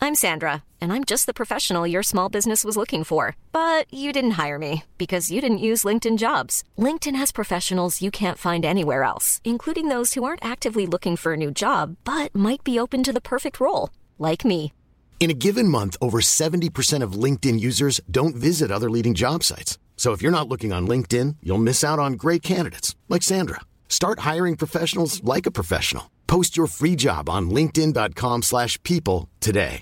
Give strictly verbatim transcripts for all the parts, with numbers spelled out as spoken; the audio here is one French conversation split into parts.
I'm Sandra, and I'm just the professional your small business was looking for. But you didn't hire me because you didn't use LinkedIn Jobs. LinkedIn has professionals you can't find anywhere else, including those who aren't actively looking for a new job, but might be open to the perfect role, like me. In a given month, over seventy percent of LinkedIn users don't visit other leading job sites. So if you're not looking on LinkedIn, you'll miss out on great candidates like Sandra. Start hiring professionals like a professional. Post your free job on linkedin.com slash people today.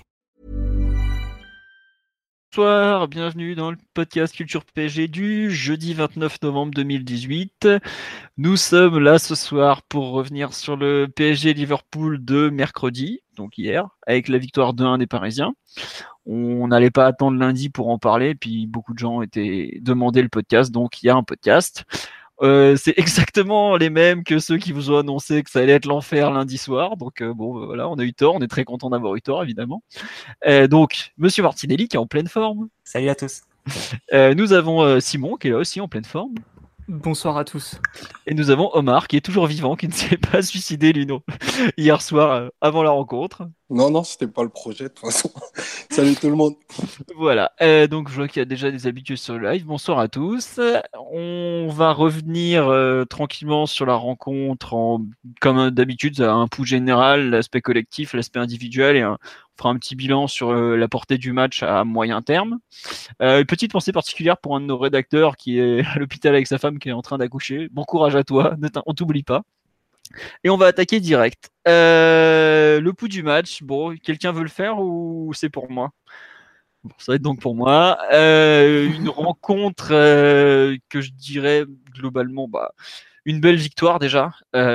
Bonsoir, bienvenue dans le podcast Culture P S G du jeudi vingt-neuf novembre deux mille dix-huit. Nous sommes là ce soir pour revenir sur le P S G Liverpool de mercredi, donc hier, avec la victoire deux un des Parisiens. On n'allait pas attendre lundi pour en parler, puis beaucoup de gens étaient demandé le podcast, donc il y a un podcast. Euh, c'est exactement les mêmes que ceux qui vous ont annoncé que ça allait être l'enfer lundi soir. Donc euh, bon, voilà, on a eu tort, on est très content d'avoir eu tort, évidemment. Euh, donc, Monsieur Martinelli qui est en pleine forme. Salut à tous. Euh, nous avons euh, Simon qui est là aussi en pleine forme. Bonsoir à tous. Et nous avons Omar qui est toujours vivant, qui ne s'est pas suicidé, lui, non, hier soir euh, avant la rencontre. Non, non, c'était pas le projet de toute façon. Salut tout le monde. Voilà, euh, donc je vois qu'il y a déjà des habitués sur le live. Bonsoir à tous. On va revenir euh, tranquillement sur la rencontre, en, comme d'habitude, un pouls général, l'aspect collectif, l'aspect individuel, et un, on fera un petit bilan sur euh, la portée du match à moyen terme. Euh, une petite pensée particulière pour un de nos rédacteurs qui est à l'hôpital avec sa femme qui est en train d'accoucher. Bon courage à toi, on t'oublie pas. Et on va attaquer direct. Euh, le pouls du match, bon, quelqu'un veut le faire ou c'est pour moi ? Bon, ça va être donc pour moi. Euh, une rencontre euh, que je dirais globalement, bah, une belle victoire déjà.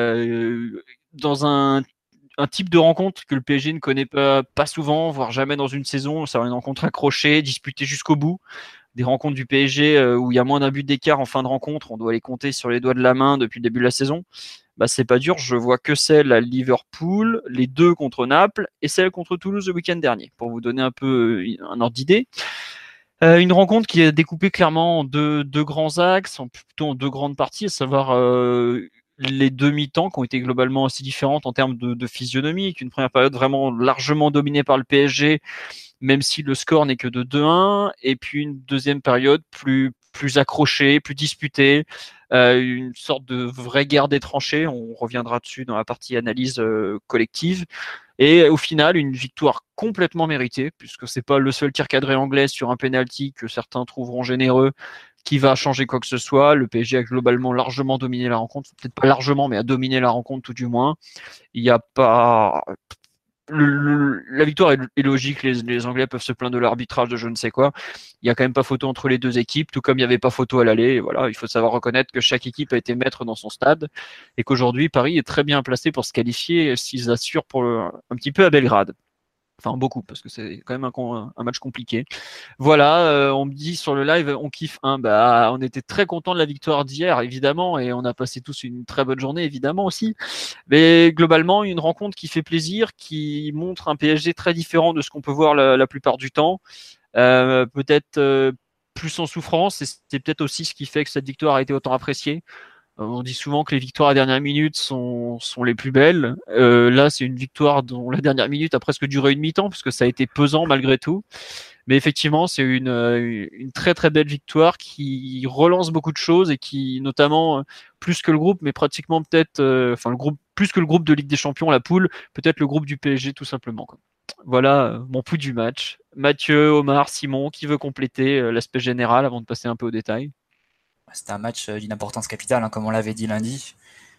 Euh, dans un, un type de rencontre que le P S G ne connaît pas, pas souvent, voire jamais dans une saison. Ça va une rencontre accrochée, disputée jusqu'au bout. Des rencontres du P S G euh, où il y a moins d'un but d'écart en fin de rencontre, on doit les compter sur les doigts de la main depuis le début de la saison. Bah, c'est pas dur, je vois que celle à Liverpool, les deux contre Naples et celle contre Toulouse le week-end dernier, pour vous donner un peu un ordre d'idée. Euh, une rencontre qui est découpée clairement en deux, deux grands axes, en plutôt en deux grandes parties, à savoir euh, les deux mi-temps qui ont été globalement assez différentes en termes de, de physionomie, avec une première période vraiment largement dominée par le P S G, même si le score n'est que de deux un, et puis une deuxième période plus, plus accrochée, plus disputée, euh, une sorte de vraie guerre des tranchées, on reviendra dessus dans la partie analyse euh, collective, et au final une victoire complètement méritée, puisque c'est pas le seul tir cadré anglais sur un penalty que certains trouveront généreux qui va changer quoi que ce soit. Le P S G a globalement largement dominé la rencontre, peut-être pas largement, mais a dominé la rencontre tout du moins. Il n'y a pas... Le, le, la victoire est, est logique, les, les Anglais peuvent se plaindre de l'arbitrage de je ne sais quoi. Il n'y a quand même pas photo entre les deux équipes, tout comme il n'y avait pas photo à l'aller. Et voilà, il faut savoir reconnaître que chaque équipe a été maître dans son stade et qu'aujourd'hui, Paris est très bien placé pour se qualifier s'ils assurent pour le, un petit peu à Belgrade. Enfin, beaucoup, parce que c'est quand même un, un match compliqué. Voilà, euh, on me dit sur le live, on kiffe un. Bah, on était très content de la victoire d'hier, évidemment, et on a passé tous une très bonne journée, évidemment, aussi. Mais globalement, une rencontre qui fait plaisir, qui montre un P S G très différent de ce qu'on peut voir la, la plupart du temps. Euh, peut-être euh, plus en souffrance, et c'est peut-être aussi ce qui fait que cette victoire a été autant appréciée. On dit souvent que les victoires à dernière minute sont, sont les plus belles. Euh, là, c'est une victoire dont la dernière minute a presque duré une mi-temps, parce que ça a été pesant malgré tout. Mais effectivement, c'est une, une très très belle victoire qui relance beaucoup de choses et qui, notamment, plus que le groupe, mais pratiquement peut-être, euh, enfin le groupe, plus que le groupe de Ligue des Champions, la poule, peut-être le groupe du P S G tout simplement, quoi. Voilà euh, mon pouls du match. Mathieu, Omar, Simon, qui veut compléter euh, l'aspect général avant de passer un peu aux détails? C'était un match d'une importance capitale, hein, comme on l'avait dit lundi.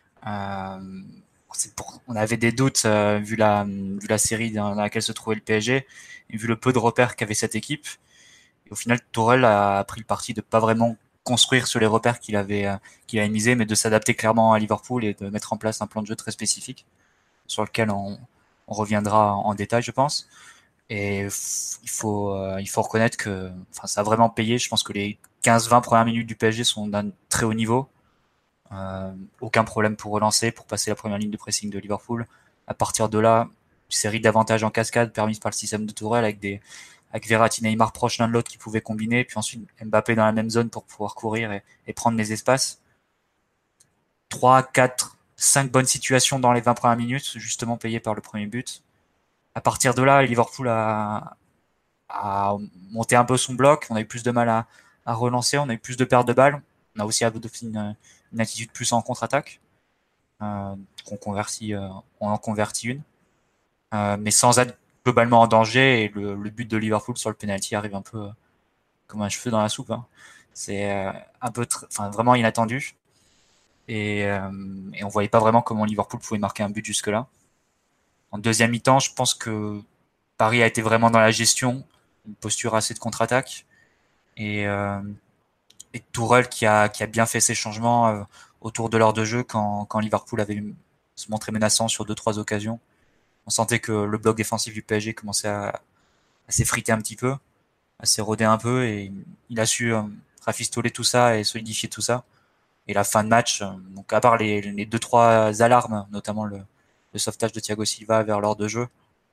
Euh, c'est pour, on avait des doutes euh, vu, la, vu la série dans laquelle se trouvait le P S G et vu le peu de repères qu'avait cette équipe. Et au final, Tourelle a pris le parti de pas vraiment construire sur les repères qu'il avait, euh, qu'il avait misé, mais de s'adapter clairement à Liverpool et de mettre en place un plan de jeu très spécifique sur lequel on, on reviendra en, en détail, je pense. Et f- il faut, euh, il faut reconnaître que, enfin, ça a vraiment payé. Je pense que les quinze vingt premières minutes du P S G sont d'un très haut niveau. Euh, aucun problème pour relancer, pour passer la première ligne de pressing de Liverpool. À partir de là, une série d'avantages en cascade permise par le système de Tourelle avec des, avec Verratti et Neymar proches l'un de l'autre qui pouvaient combiner, puis ensuite Mbappé dans la même zone pour pouvoir courir et, et prendre les espaces. trois, quatre, cinq bonnes situations dans les vingt premières minutes, justement payées par le premier but. À partir de là, Liverpool a, a monté un peu son bloc. On a eu plus de mal à, à relancer. On a eu plus de pertes de balles. On a aussi adopté une, une attitude plus en contre-attaque. Euh, qu'on convertit, euh, on en convertit une. Euh, mais sans être globalement en danger. Et le, le but de Liverpool sur le penalty arrive un peu euh, comme un cheveu dans la soupe. Hein. C'est euh, un peu, tr- enfin vraiment inattendu. Et, euh, et on voyait pas vraiment comment Liverpool pouvait marquer un but jusque-là. En deuxième mi-temps, je pense que Paris a été vraiment dans la gestion, une posture assez de contre-attaque. Et, euh, et Tourelle qui a, qui a bien fait ses changements euh, autour de l'heure de jeu quand, quand Liverpool avait se montré menaçant sur deux trois occasions. On sentait que le bloc défensif du P S G commençait à, à s'effriter un petit peu, à s'éroder un peu, et il a su euh, rafistoler tout ça et solidifier tout ça. Et la fin de match, euh, donc à part les, les deux trois alarmes, notamment le, le sauvetage de Thiago Silva vers l'heure de jeu,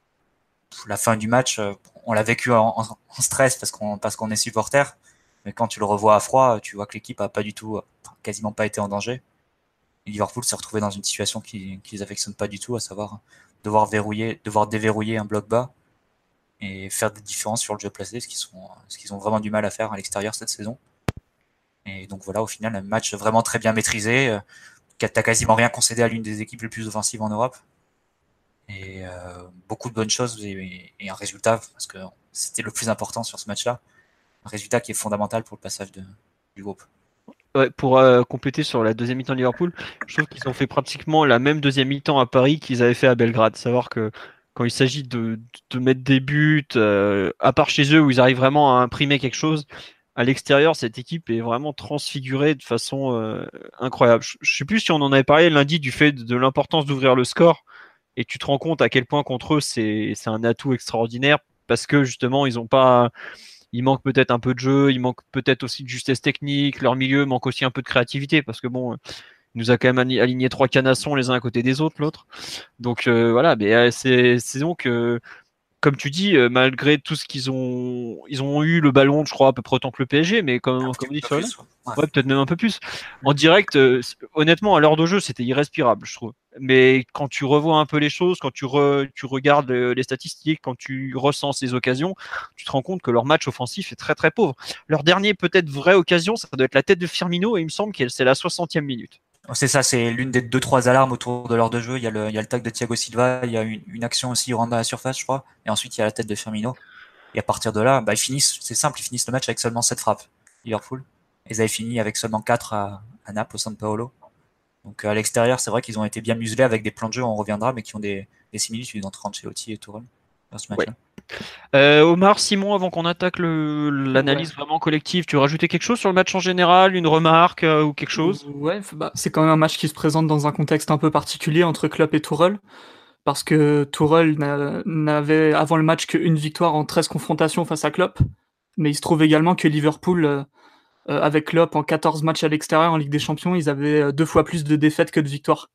la fin du match, euh, on l'a vécu en, en, en stress parce qu'on parce qu'on est supporter. Mais quand tu le revois à froid, tu vois que l'équipe a pas du tout, quasiment pas été en danger. Et Liverpool s'est retrouvé dans une situation qui, qui les affectionne pas du tout, à savoir devoir verrouiller, devoir déverrouiller un bloc bas et faire des différences sur le jeu placé, ce qu'ils sont, ce qu'ils ont vraiment du mal à faire à l'extérieur cette saison. Et donc voilà, au final, un match vraiment très bien maîtrisé. Euh, t'as quasiment rien concédé à l'une des équipes les plus offensives en Europe. Et euh, beaucoup de bonnes choses et, et un résultat, parce que c'était le plus important sur ce match-là, un résultat qui est fondamental pour le passage de, du groupe. Ouais, pour euh, compléter sur la deuxième mi-temps de Liverpool, je trouve qu'ils ont fait pratiquement la même deuxième mi-temps à Paris qu'ils avaient fait à Belgrade. Savoir que quand il s'agit de, de mettre des buts, euh, à part chez eux où ils arrivent vraiment à imprimer quelque chose, à l'extérieur, cette équipe est vraiment transfigurée de façon euh, incroyable. Je, je sais plus si on en avait parlé lundi du fait de, de l'importance d'ouvrir le score, et tu te rends compte à quel point contre eux c'est c'est un atout extraordinaire parce que justement ils ont pas il manque peut-être un peu de jeu, il manque peut-être aussi de justesse technique, leur milieu manque aussi un peu de créativité parce que bon, il nous a quand même aligné trois canassons les uns à côté des autres, l'autre. Donc euh, voilà, mais euh, c'est, c'est donc euh, comme tu dis, euh, malgré tout ce qu'ils ont, ils ont eu le ballon, je crois à peu près autant que le P S G, mais comme, comme on dit sur le, ouais. ouais, peut-être même un peu plus. En direct, euh, honnêtement, à l'heure de jeu, c'était irrespirable, je trouve. Mais quand tu revois un peu les choses, quand tu, re, tu regardes les statistiques, quand tu recenses les occasions, tu te rends compte que leur match offensif est très très pauvre. Leur dernier peut-être vraie occasion, ça doit être la tête de Firmino, et il me semble que c'est la soixantième minute. C'est ça, c'est l'une des deux trois alarmes autour de l'heure de jeu. Il y a le, il y a le tag de Thiago Silva, il y a une, une action aussi, il rentre dans la surface, je crois, et ensuite il y a la tête de Firmino. Et à partir de là, bah, ils finissent, c'est simple, ils finissent le match avec seulement sept frappes, Liverpool. Ils avaient fini avec seulement quatre à, à Naples, au San Paolo. Donc à l'extérieur, c'est vrai qu'ils ont été bien muselés avec des plans de jeu, on reviendra, mais qui ont des, des similitudes entre Ancelotti et Tourelle dans ce match-là. Ouais. Euh, Omar, Simon, avant qu'on attaque le, l'analyse ouais. vraiment collective, tu veux rajouter quelque chose sur le match en général, une remarque euh, ou quelque chose? Ouais, bah, c'est quand même un match qui se présente dans un contexte un peu particulier entre Klopp et Tourelle, parce que Tourelle n'a, n'avait avant le match qu'une victoire en treize confrontations face à Klopp, mais il se trouve également que Liverpool, euh, avec Klopp en quatorze matchs à l'extérieur en Ligue des Champions, ils avaient deux fois plus de défaites que de victoires.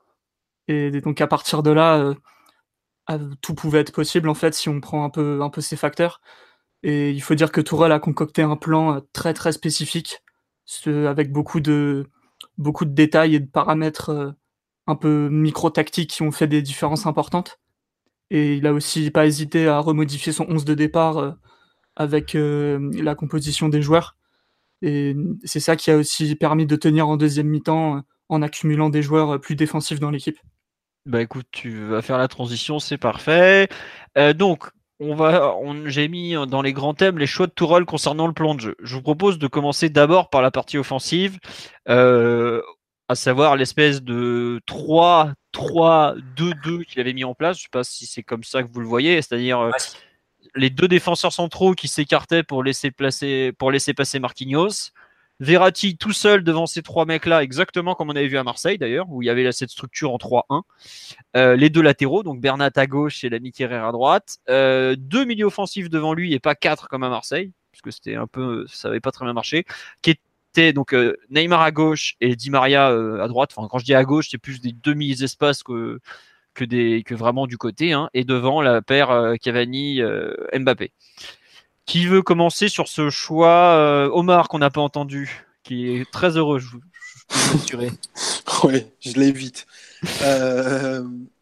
Et donc à partir de là, euh, tout pouvait être possible en fait si on prend un peu, un peu ces facteurs. Et il faut dire que Tourelle a concocté un plan très très spécifique, avec beaucoup de, beaucoup de détails et de paramètres un peu micro-tactiques qui ont fait des différences importantes. Et il a aussi pas hésité à remodifier son onze de départ avec la composition des joueurs. Et c'est ça qui a aussi permis de tenir en deuxième mi-temps en accumulant des joueurs plus défensifs dans l'équipe. Bah écoute, tu vas faire la transition, c'est parfait. Euh, donc, on va, on, j'ai mis dans les grands thèmes les choix de Tourelle concernant le plan de jeu. Je vous propose de commencer d'abord par la partie offensive, euh, à savoir l'espèce de trois trois deux deux qu'il avait mis en place. Je sais pas si c'est comme ça que vous le voyez, c'est-à-dire euh, les deux défenseurs centraux qui s'écartaient pour laisser, placer, pour laisser passer Marquinhos. Verratti tout seul devant ces trois mecs-là, exactement comme on avait vu à Marseille d'ailleurs, où il y avait cette structure en trois un. Euh, les deux latéraux, donc Bernat à gauche et Lami Kehrer à droite. Euh, deux milieux offensifs devant lui et pas quatre comme à Marseille, parce que c'était un peu, ça n'avait pas très bien marché. Qui était donc euh, Neymar à gauche et Di Maria euh, à droite. Enfin, quand je dis à gauche, c'est plus des demi-espaces que que des que vraiment du côté. Hein. Et devant la paire euh, Cavani euh, Mbappé. Qui veut commencer sur ce choix euh, Omar, qu'on n'a pas entendu, qui est très heureux, je, je peux vous assurer. Oui, je l'évite. euh,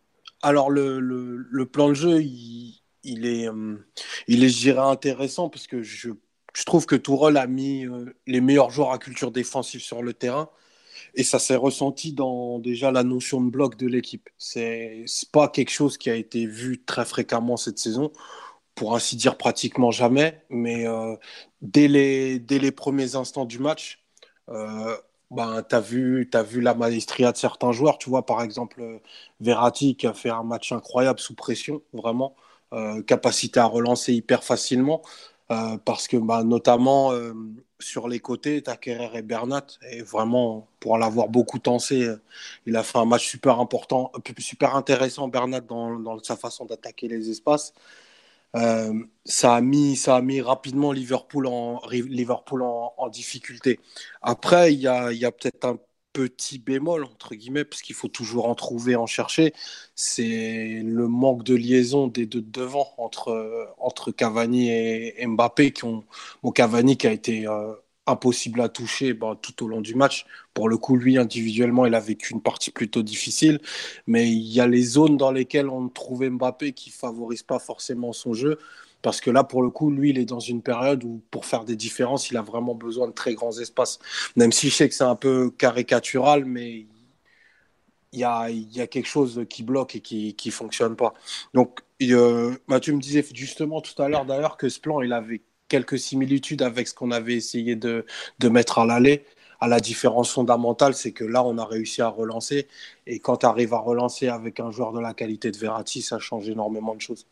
Alors, le, le, le plan de jeu, il, il est, euh, il est, je dirais, intéressant parce que je, je trouve que Tourelle a mis euh, les meilleurs joueurs à culture défensive sur le terrain et ça s'est ressenti dans déjà la notion de bloc de l'équipe. C'est, c'est pas quelque chose qui a été vu très fréquemment cette saison, pour ainsi dire pratiquement jamais, mais euh, dès les, dès les premiers instants du match, euh, ben, tu as vu, t'as vu la maestria de certains joueurs. Tu vois, par exemple, euh, Verratti qui a fait un match incroyable sous pression, vraiment, euh, capacité à relancer hyper facilement, euh, parce que ben, notamment euh, sur les côtés, tu as Kerrer et Bernat, et vraiment, pour l'avoir beaucoup tensé, euh, il a fait un match super important, euh, super intéressant, Bernat, dans, dans sa façon d'attaquer les espaces. Euh, ça a mis, ça a mis rapidement Liverpool en, Liverpool en, en difficulté. Après, il y a, il y a peut-être un petit bémol, entre guillemets, parce qu'il faut toujours en trouver, en chercher. C'est le manque de liaison des deux de devant entre, entre Cavani et, et Mbappé. Qui ont, bon, Cavani qui a été euh, impossible à toucher bah, tout au long du match. Pour le coup, lui, individuellement, il a vécu une partie plutôt difficile. Mais il y a les zones dans lesquelles on trouve Mbappé qui ne favorisent pas forcément son jeu. Parce que là, pour le coup, lui, il est dans une période où, pour faire des différences, il a vraiment besoin de très grands espaces. Même si je sais que c'est un peu caricatural, mais il y a, il y a quelque chose qui bloque et qui ne fonctionne pas. Donc, euh, Mathieu me disait justement tout à l'heure, d'ailleurs, que ce plan, il avait quelques similitudes avec ce qu'on avait essayé de, de mettre à l'aller. À la différence fondamentale, c'est que là, on a réussi à relancer. Et quand tu arrives à relancer avec un joueur de la qualité de Verratti, ça change énormément de choses.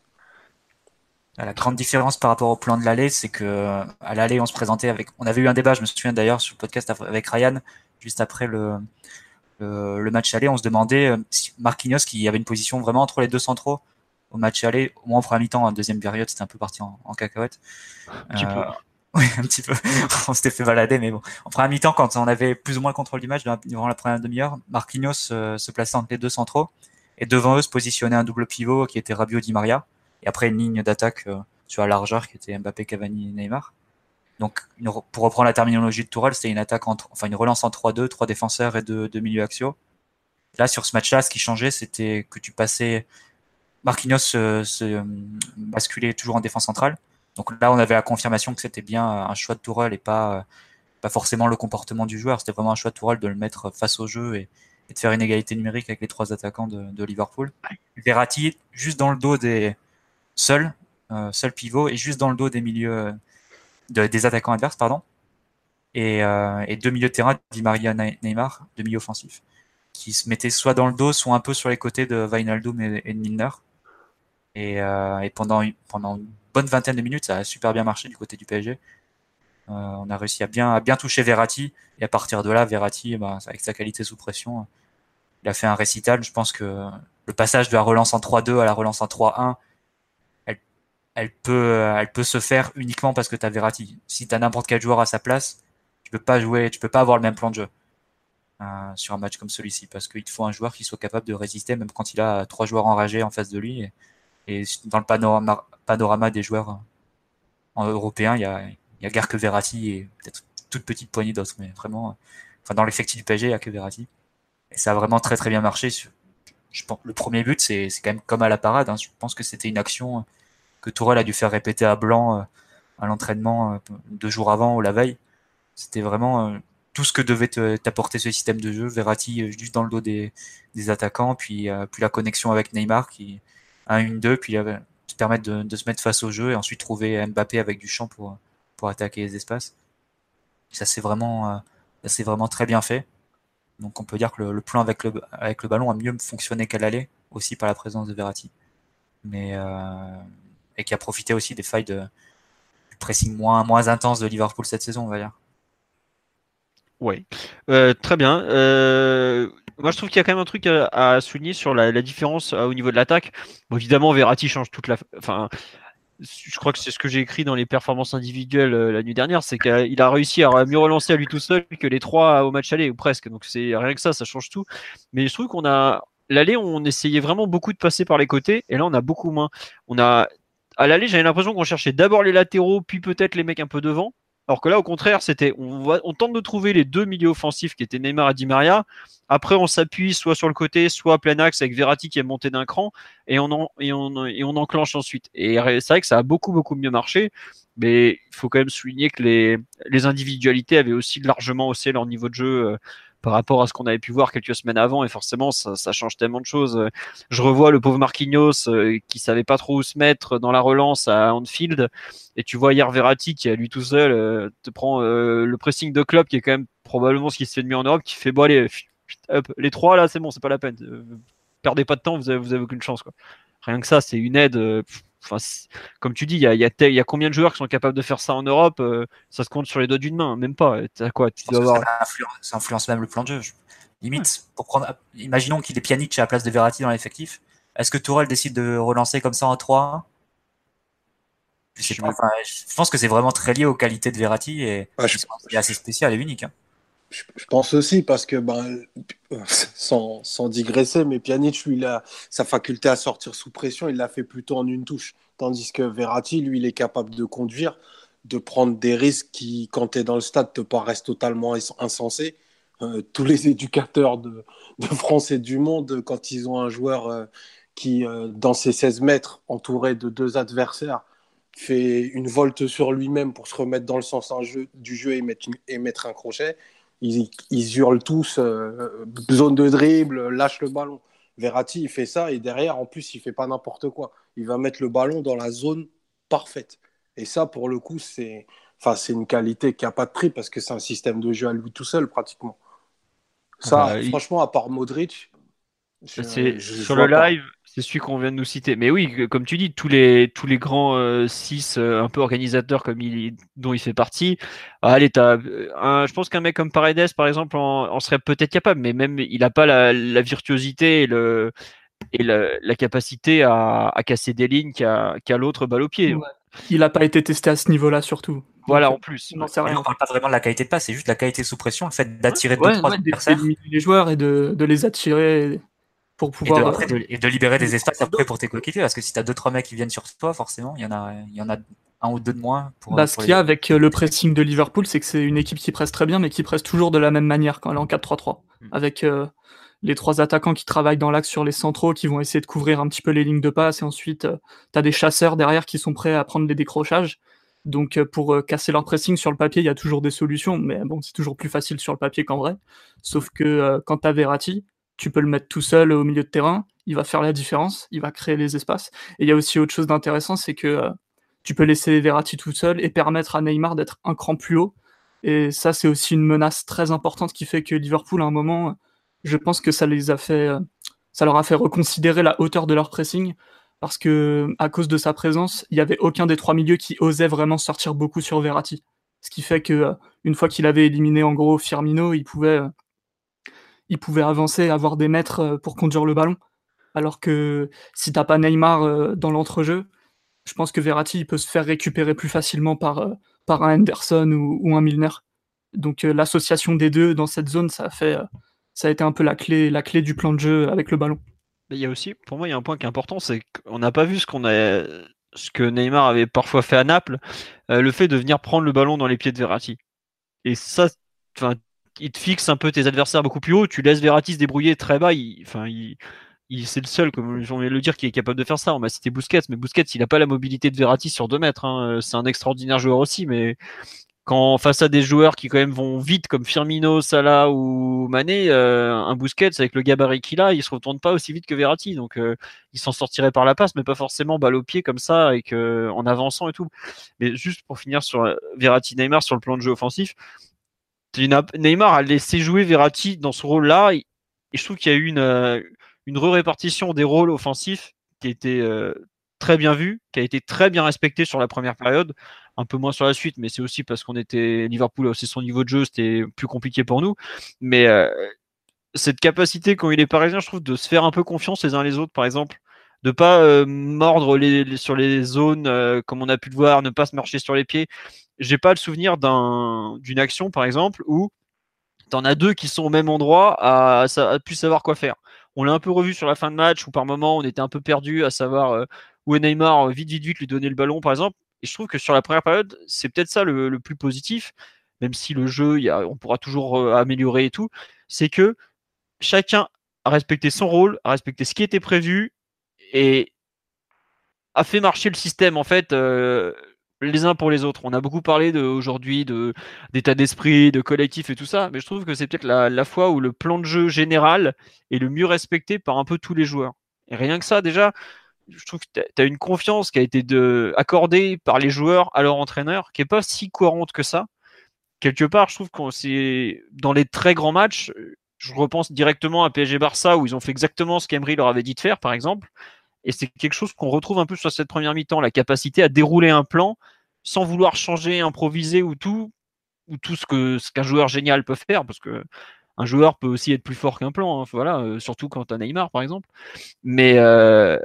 La grande différence par rapport au plan de l'aller, c'est que à l'aller, on se présentait avec. On avait eu un débat, je me souviens d'ailleurs, sur le podcast avec Ryan, juste après le, le, le match aller. On se demandait si Marquinhos, qui avait une position vraiment entre les deux centraux au match aller, au moins en première mi-temps, en deuxième période, c'était un peu parti en, en cacahuète. Un petit euh, peu. Oui, un petit peu. On s'était fait balader, mais bon. En première mi-temps, quand on avait plus ou moins le contrôle du match durant la première demi-heure, Marquinhos euh, se plaçait entre les deux centraux et devant eux se positionnait un double pivot qui était Rabiot Di Maria et après une ligne d'attaque euh, sur la largeur qui était Mbappé, Cavani et Neymar. Donc, une, pour reprendre la terminologie de Tourelle, c'était une attaque en, enfin une relance en trois deux, trois défenseurs et deux, deux milieux axiaux. Là, sur ce match-là, ce qui changeait, c'était que tu passais Marquinhos se, se basculait toujours en défense centrale. Donc là, on avait la confirmation que c'était bien un choix de Tourelle et pas, pas forcément le comportement du joueur. C'était vraiment un choix de Tourelle de le mettre face au jeu et, et de faire une égalité numérique avec les trois attaquants de, de Liverpool. Verratti, juste dans le dos des seuls, euh, seul pivot et juste dans le dos des milieux, de, des attaquants adverses, pardon. Et, euh, et deux milieux de terrain, Di Maria, Neymar, deux milieux offensifs, qui se mettaient soit dans le dos, soit un peu sur les côtés de Wijnaldum et, et de Milner. Et, euh, et pendant, pendant une bonne vingtaine de minutes, ça a super bien marché du côté du P S G. Euh, on a réussi à bien, à bien toucher Verratti. Et à partir de là, Verratti, bah, avec sa qualité sous pression, il a fait un récital. Je pense que le passage de la relance en trois deux à la relance en trois un, elle, elle, peut, elle peut se faire uniquement parce que tu as Verratti. Si tu as n'importe quel joueur à sa place, tu peux pas jouer, tu peux pas avoir le même plan de jeu euh, sur un match comme celui-ci. Parce qu'il te faut un joueur qui soit capable de résister, même quand il a trois joueurs enragés en face de lui. Et, Et dans le panorama, panorama des joueurs en européen, il y a, il y a guère que Verratti et peut-être toute petite poignée d'autres, mais vraiment, enfin dans l'effectif du P S G, il y a que Verratti. Et ça a vraiment très très bien marché. Je pense, le premier but, c'est, c'est quand même comme à la parade. Hein. Je pense que c'était une action que Tourelle a dû faire répéter à Blanc à l'entraînement deux jours avant ou la veille. C'était vraiment tout ce que devait te, t'apporter ce système de jeu. Verratti juste dans le dos des, des attaquants, puis, puis la connexion avec Neymar qui un un deux, puis euh, se permettre de, de se mettre face au jeu et ensuite trouver Mbappé avec du champ pour, pour attaquer les espaces. Ça c'est vraiment, euh, ça c'est vraiment très bien fait. Donc on peut dire que le, le plan avec le, avec le ballon a mieux fonctionné qu'à l'aller, aussi par la présence de Verratti. Mais, euh, et qui a profité aussi des failles de, du pressing moins, moins intense de Liverpool cette saison, on va dire. Oui, euh, très bien. Euh... Moi, je trouve qu'il y a quand même un truc à, à souligner sur la, la différence euh, au niveau de l'attaque. Bon, évidemment, Verratti change toute la. Enfin, je crois que c'est ce que j'ai écrit dans les performances individuelles euh, la nuit dernière, c'est qu'il a réussi à mieux relancer à lui tout seul que les trois au match aller, ou presque. Donc, c'est rien que ça, ça change tout. Mais je trouve qu'on a. L'aller, on essayait vraiment beaucoup de passer par les côtés, et là, on a beaucoup moins. On a. À l'aller, j'avais l'impression qu'on cherchait d'abord les latéraux, puis peut-être les mecs un peu devant. Alors que là, au contraire, c'était on, va, on tente de trouver les deux milieux offensifs qui étaient Neymar et Di Maria. Après, on s'appuie soit sur le côté, soit plein axe avec Verratti qui est monté d'un cran et on, en, et, on, et on enclenche ensuite. Et c'est vrai que ça a beaucoup, beaucoup mieux marché. Mais il faut quand même souligner que les, les individualités avaient aussi largement haussé leur niveau de jeu euh, par rapport à ce qu'on avait pu voir quelques semaines avant. Et forcément, ça, ça change tellement de choses. Je revois le pauvre Marquinhos euh, qui savait pas trop où se mettre dans la relance à Anfield. Et tu vois hier Verratti qui, à lui tout seul, euh, te prend euh, le pressing de Klopp, qui est quand même probablement ce qui se fait de mieux en Europe, qui fait bon, allez, hop, les trois là, c'est bon, c'est pas la peine. Euh, perdez pas de temps, vous avez, vous avez aucune chance, quoi. Rien que ça, c'est une aide. Euh, Enfin, comme tu dis, il y a, y, a y a combien de joueurs qui sont capables de faire ça en Europe euh, Ça se compte sur les doigts d'une main, même pas. T'as quoi tu dois avoir... ça, influence, ça influence même le plan de jeu. Je... Limite, ouais. Pour prendre, imaginons qu'il est Pjanic à la place de Verratti dans l'effectif. Est-ce que Tourelle décide de relancer comme ça en trois un? Je sais pas. Enfin, je pense que c'est vraiment très lié aux qualités de Verratti et ouais, je... c'est assez spécial et unique. Hein. Je, je pense aussi parce que, ben, sans, sans digresser, mais Pjanic, lui, il a sa faculté à sortir sous pression, il l'a fait plutôt en une touche. Tandis que Verratti, lui, il est capable de conduire, de prendre des risques qui, quand tu es dans le stade, te paraissent totalement insensés. Euh, tous les éducateurs de, de France et du monde, quand ils ont un joueur euh, qui, euh, dans ses seize mètres, entouré de deux adversaires, fait une volte sur lui-même pour se remettre dans le sens jeu, du jeu et mettre, une, et mettre un crochet, ils, ils hurlent tous euh, zone de dribble, lâche le ballon. Verratti, il fait ça et derrière, en plus, il fait pas n'importe quoi. Il va mettre le ballon dans la zone parfaite. Et ça, pour le coup, c'est, enfin, c'est une qualité qui n'a pas de prix parce que c'est un système de jeu à lui tout seul, pratiquement. Ça, bah, franchement, il... à part Modric, je, c'est, je, sur je le pas. live, c'est celui qu'on vient de nous citer. Mais oui, comme tu dis, tous les, tous les grands euh, six euh, un peu organisateurs comme il, dont il fait partie, allez, t'as, un, je pense qu'un mec comme Paredes, par exemple, en, en serait peut-être capable, mais même il n'a pas la, la virtuosité et, le, et la, la capacité à, à casser des lignes qu'a, qu'a l'autre balle au pied. Ouais. Il n'a pas été testé à ce niveau-là, surtout. Voilà, donc, en plus. On n'en sait rien. On parle pas vraiment de la qualité de passe, c'est juste la qualité sous pression, le fait d'attirer ouais, deux, trois ouais, adversaires. D'éliminer les joueurs et de, de les attirer pour pouvoir. Et de, après, de, et de libérer des espaces après pour tes coéquipiers, parce que si tu as deux, trois mecs qui viennent sur toi, forcément, il y en a, il y en a un ou deux de moins. Pour, bah, pour ce qu'il y a avec le pressing de Liverpool, c'est que c'est une équipe qui presse très bien, mais qui presse toujours de la même manière quand elle est en quatre trois trois. Mmh. Avec euh, les trois attaquants qui travaillent dans l'axe sur les centraux, qui vont essayer de couvrir un petit peu les lignes de passe, et ensuite, euh, tu as des chasseurs derrière qui sont prêts à prendre les décrochages. Donc, euh, pour euh, casser leur pressing sur le papier, il y a toujours des solutions, mais bon, c'est toujours plus facile sur le papier qu'en vrai. Sauf que euh, quand tu as Verratti, tu peux le mettre tout seul au milieu de terrain, il va faire la différence, il va créer les espaces. Et il y a aussi autre chose d'intéressant, c'est que euh, tu peux laisser Verratti tout seul et permettre à Neymar d'être un cran plus haut. Et ça, c'est aussi une menace très importante qui fait que Liverpool, à un moment, je pense que ça les a fait, ça leur a fait reconsidérer la hauteur de leur pressing, parce que à cause de sa présence, il y avait aucun des trois milieux qui osait vraiment sortir beaucoup sur Verratti. Ce qui fait que une fois qu'il avait éliminé en gros Firmino, il pouvait, il pouvait avancer, avoir des mètres pour conduire le ballon. Alors que si t'as pas Neymar dans l'entrejeu, je pense que Verratti il peut se faire récupérer plus facilement par, euh, par un Henderson ou, ou un Milner. Donc euh, l'association des deux dans cette zone, ça a, fait, euh, ça a été un peu la clé, la clé du plan de jeu avec le ballon. Il y a aussi, pour moi, il y a un point qui est important, c'est qu'on n'a pas vu ce qu'on a, ce que Neymar avait parfois fait à Naples, euh, le fait de venir prendre le ballon dans les pieds de Verratti. Et ça, enfin, il te fixe un peu tes adversaires beaucoup plus haut, tu laisses Verratti se débrouiller très bas, enfin, il, il, c'est le seul, comme j'ai envie de le dire, qui est capable de faire ça. On m'a cité Busquets, mais Busquets, il n'a pas la mobilité de Verratti sur deux mètres. Hein. C'est un extraordinaire joueur aussi, mais quand face à des joueurs qui quand même vont vite, comme Firmino, Salah ou Mané, euh, un Busquets, avec le gabarit qu'il a, il se retourne pas aussi vite que Verratti. Donc, euh, il s'en sortirait par la passe, mais pas forcément balle au pied comme ça, avec, euh, en avançant et tout. Mais juste pour finir sur Verratti-Neymar, sur le plan de jeu offensif, Neymar a laissé jouer Verratti dans ce rôle-là, et je trouve qu'il y a eu une, une re-répartition des rôles offensifs qui a été euh, très bien vue, qui a été très bien respectée sur la première période, un peu moins sur la suite, mais c'est aussi parce qu'on était Liverpool a aussi son niveau de jeu, c'était plus compliqué pour nous. Mais euh, cette capacité, quand il est parisien, je trouve, de se faire un peu confiance les uns les autres, par exemple, de pas euh, mordre les, les, sur les zones euh, comme on a pu le voir, ne pas se marcher sur les pieds. J'ai pas le souvenir d'un, d'une action, par exemple, où t'en as deux qui sont au même endroit à, à, à plus savoir quoi faire. On l'a un peu revu sur la fin de match où par moment on était un peu perdu à savoir euh, où est Neymar, vite vite vite lui donner le ballon par exemple. Et je trouve que sur la première période, c'est peut-être ça le, le plus positif, même si le jeu, y a, on pourra toujours euh, améliorer et tout, c'est que chacun a respecté son rôle, a respecté ce qui était prévu et a fait marcher le système en fait euh, les uns pour les autres. On a beaucoup parlé de, aujourd'hui de, d'état d'esprit, de collectif et tout ça, mais je trouve que c'est peut-être la, la fois où le plan de jeu général est le mieux respecté par un peu tous les joueurs. Et rien que ça, déjà, je trouve que tu as une confiance qui a été de, accordée par les joueurs à leur entraîneur, qui est pas si courante que ça. Quelque part, je trouve que c'est dans les très grands matchs, je repense directement à P S G Barça où ils ont fait exactement ce qu'Emery leur avait dit de faire, par exemple. Et c'est quelque chose qu'on retrouve un peu sur cette première mi-temps, la capacité à dérouler un plan sans vouloir changer, improviser ou tout, ou tout ce que ce qu'un joueur génial peut faire, parce que un joueur peut aussi être plus fort qu'un plan, hein, voilà, euh, surtout quand t'as Neymar par exemple. Mais euh,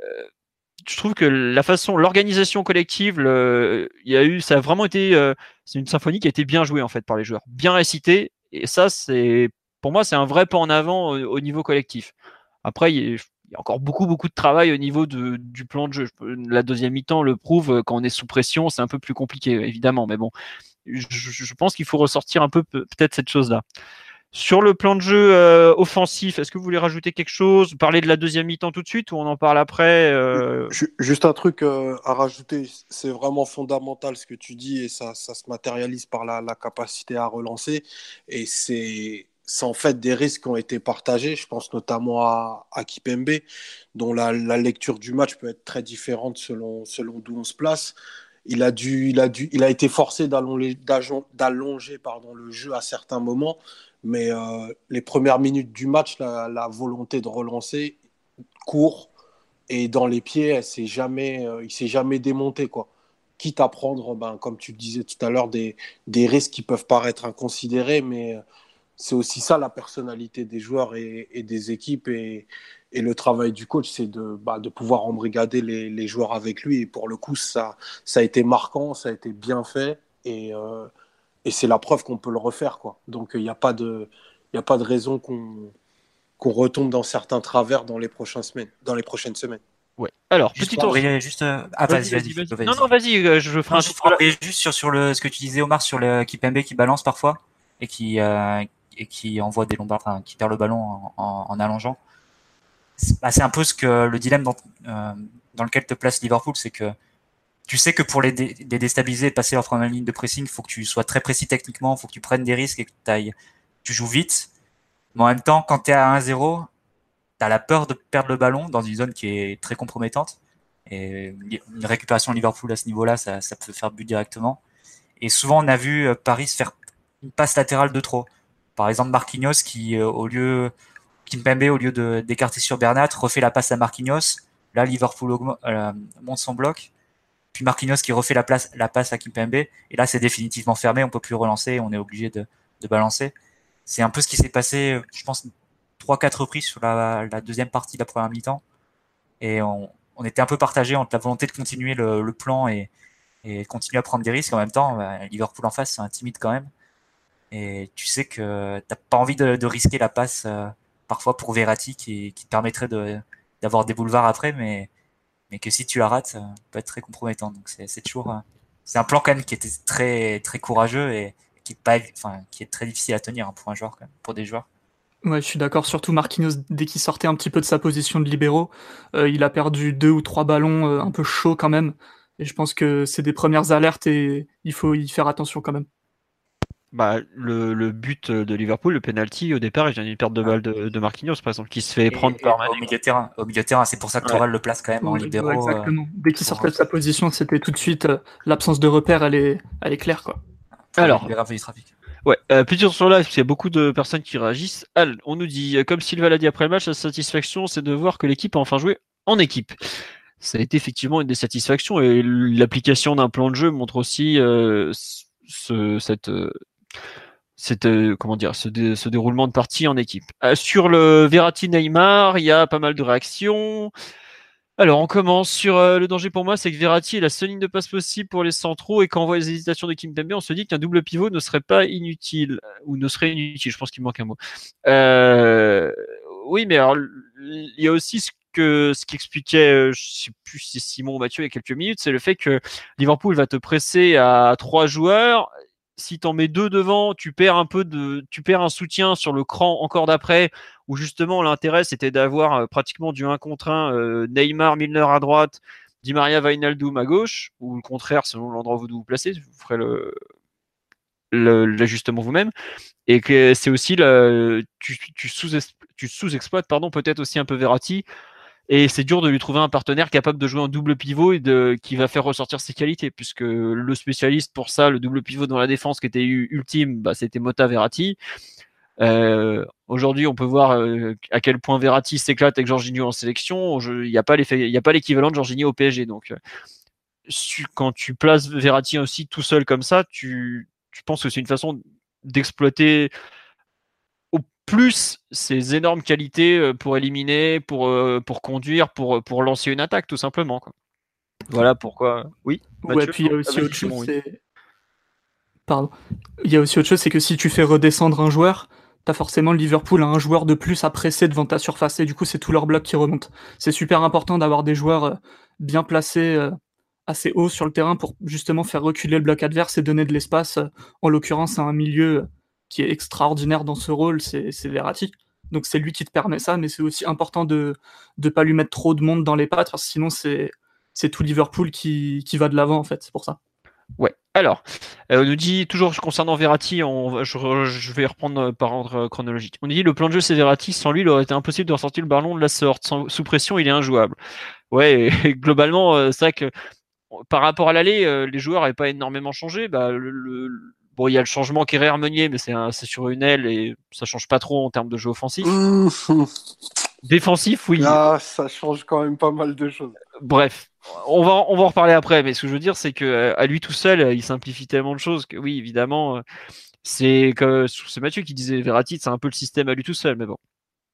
je trouve que la façon, l'organisation collective, il y a eu, ça a vraiment été, euh, c'est une symphonie qui a été bien jouée en fait par les joueurs, bien récitée, et ça c'est, pour moi, c'est un vrai pas en avant au, au niveau collectif. Après, il y, a, il y a encore beaucoup, beaucoup de travail au niveau de, du plan de jeu. La deuxième mi-temps le prouve, quand on est sous pression, c'est un peu plus compliqué, évidemment, mais bon, je, je pense qu'il faut ressortir un peu peut-être cette chose-là. Sur le plan de jeu euh, offensif, est-ce que vous voulez rajouter quelque chose? Parler de la deuxième mi-temps tout de suite ou on en parle après euh... Juste un truc euh, à rajouter, c'est vraiment fondamental ce que tu dis et ça, ça se matérialise par la, la capacité à relancer. Et c'est, c'est en fait des risques qui ont été partagés. Je pense notamment à, à Kipembe, dont la, la lecture du match peut être très différente selon, selon d'où on se place. Il a, dû, il a, dû, il a été forcé d'allonger, d'allonger pardon, le jeu à certains moments. Mais euh, les premières minutes du match, la, la volonté de relancer court et dans les pieds, elle s'est jamais, euh, il ne s'est jamais démonté, quoi. Quitte à prendre, ben, comme tu le disais tout à l'heure, des, des risques qui peuvent paraître inconsidérés, mais c'est aussi ça la personnalité des joueurs et, et des équipes. Et, et le travail du coach, c'est de, bah, de pouvoir embrigader les, les joueurs avec lui. Et pour le coup, ça, ça a été marquant, ça a été bien fait. Et, euh, et c'est la preuve qu'on peut le refaire, quoi. Donc, il n'y a pas de, il n'y a pas de raison qu'on, qu'on retombe dans certains travers dans les prochaines semaines. Dans les prochaines semaines. Ouais. Alors, juste petit pour temps. embrayer, juste. Euh... Ah, vas-y, vas-y. vas-y, vas-y. Non, non, vas-y. Euh, je ferai non, un juste pour embrayer juste sur, sur le, ce que tu disais, Omar, sur le Kipembe qui balance parfois et qui, euh, et qui envoie des longs ballons, enfin, qui perd le ballon en, en, en allongeant. C'est, bah, c'est un peu ce que le dilemme dans, euh, dans lequel te place Liverpool, c'est que tu sais que pour les, dé, les déstabiliser et passer leur première ligne de pressing, il faut que tu sois très précis techniquement, il faut que tu prennes des risques et que t'ailles, tu joues vite. Mais en même temps, quand tu es à un zéro, tu as la peur de perdre le ballon dans une zone qui est très compromettante. Et une récupération Liverpool à ce niveau-là, ça, ça peut faire but directement. Et souvent, on a vu Paris se faire une passe latérale de trop. Par exemple, Marquinhos qui, euh, au lieu, Kimpembe, au lieu de, d'écarter sur Bernat, refait la passe à Marquinhos. Là, Liverpool augmente, euh, monte son bloc. Puis Marquinhos qui refait la, place, la passe à Kimpembe. Et là, c'est définitivement fermé. On peut plus relancer. On est obligé de, de balancer. C'est un peu ce qui s'est passé, je pense, trois quatre reprises sur la, la deuxième partie de la première mi-temps. Et on, on était un peu partagé entre la volonté de continuer le, le plan et, et continuer à prendre des risques. En même temps, bah, Liverpool en face, c'est intimide quand même. Et tu sais que t'as pas envie de, de risquer la passe euh, parfois pour Verratti qui, qui te permettrait de, d'avoir des boulevards après, mais, mais que si tu la rates, ça peut être très compromettant. Donc c'est, c'est toujours, euh, c'est un plan quand même qui était très, très courageux et qui est pas, enfin, qui est très difficile à tenir hein, pour un joueur quand même, pour des joueurs. Ouais, je suis d'accord. Surtout Marquinhos, dès qu'il sortait un petit peu de sa position de libéraux, euh, il a perdu deux ou trois ballons euh, un peu chauds quand même. Et je pense que c'est des premières alertes et il faut y faire attention quand même. Bah, le, le but de Liverpool, le penalty, au départ, il vient d'une perte de balle de, de Marquinhos, par exemple, qui se fait et, prendre et par Mané. Au milieu de terrain, au milieu de terrain, c'est pour ça que Tourelle ouais. le place quand même en ouais, libéraux. Ouais, exactement. Dès qu'il pour... sortait de sa position, c'était tout de suite euh, l'absence de repère, elle est, elle est claire, quoi. Alors, du trafic. Ouais, euh, plutôt sur live, parce qu'il y a beaucoup de personnes qui réagissent. Al, on nous dit, comme Silva l'a dit après le match, la satisfaction, c'est de voir que l'équipe a enfin joué en équipe. Ça a été effectivement une des satisfactions, et l'application d'un plan de jeu montre aussi euh, ce, cette, euh, cette, euh, comment dire, ce, dé, ce déroulement de partie en équipe. Euh, sur le Verratti Neymar, il y a pas mal de réactions. Alors, on commence sur euh, le danger pour moi, c'est que Verratti est la seule ligne de passe possible pour les centraux et quand on voit les hésitations de Kimpembe, on se dit qu'un double pivot ne serait pas inutile ou ne serait inutile. Je pense qu'il manque un mot. Euh, oui, mais alors il y a aussi ce que ce qu'expliquait, euh, je sais plus si c'est Simon ou Mathieu il y a quelques minutes, c'est le fait que Liverpool va te presser à trois joueurs. Si t'en mets deux devant, tu perds un peu de, tu perds un soutien sur le cran encore d'après, où justement l'intérêt c'était d'avoir euh, pratiquement du un contre un, euh, Neymar, Milner à droite, Di Maria, Wijnaldum à gauche, ou le contraire selon l'endroit où vous vous placez, vous ferez le, le l'ajustement vous-même. Et que c'est aussi le, tu, tu sous tu sous-exploites pardon peut-être aussi un peu Verratti. Et c'est dur de lui trouver un partenaire capable de jouer en double pivot et de, qui va faire ressortir ses qualités, puisque le spécialiste pour ça, le double pivot dans la défense qui était ultime, bah, c'était Mota Verratti. Euh, aujourd'hui, on peut voir euh, à quel point Verratti s'éclate avec Jorginho en sélection. Il n'y a pas l'effet, il y a pas l'équivalent de Jorginho au P S G. Donc, euh, quand tu places Verratti aussi tout seul comme ça, tu, tu penses que c'est une façon d'exploiter au plus ces énormes qualités pour éliminer, pour, pour conduire, pour, pour lancer une attaque, tout simplement, quoi. Voilà pourquoi. Oui. Ouais, Mathieu, puis il y a aussi ah, autre chose, oui. c'est... Pardon. Il y a aussi autre chose, c'est que si tu fais redescendre un joueur, t'as forcément Liverpool a un joueur de plus à presser devant ta surface, et du coup c'est tout leur bloc qui remonte. C'est super important d'avoir des joueurs bien placés assez haut sur le terrain pour justement faire reculer le bloc adverse et donner de l'espace. En l'occurrence, à un milieu qui est extraordinaire dans ce rôle, c'est, c'est Verratti. Donc c'est lui qui te permet ça, mais c'est aussi important de ne pas lui mettre trop de monde dans les pattes, parce que sinon c'est, c'est tout Liverpool qui, qui va de l'avant, en fait, c'est pour ça. Ouais. Alors, euh, on nous dit, toujours concernant Verratti, on, je, je vais reprendre par ordre chronologique. On nous dit, le plan de jeu c'est Verratti, sans lui il aurait été impossible de ressortir le ballon de la sorte. Sans, sous pression, il est injouable. Ouais, et, et globalement, euh, c'est vrai que par rapport à l'aller, euh, les joueurs n'avaient pas énormément changé. Bah, le, le, bon, il y a le changement qui est Meunier, mais c'est, un, c'est sur une aile et ça change pas trop en termes de jeu offensif. Mmh. Défensif, oui. Ah, ça change quand même pas mal de choses. Bref, on va, on va en reparler après, mais ce que je veux dire, c'est que à lui tout seul, il simplifie tellement de choses que oui, évidemment, c'est que c'est Mathieu qui disait Verratti, c'est un peu le système à lui tout seul, mais bon.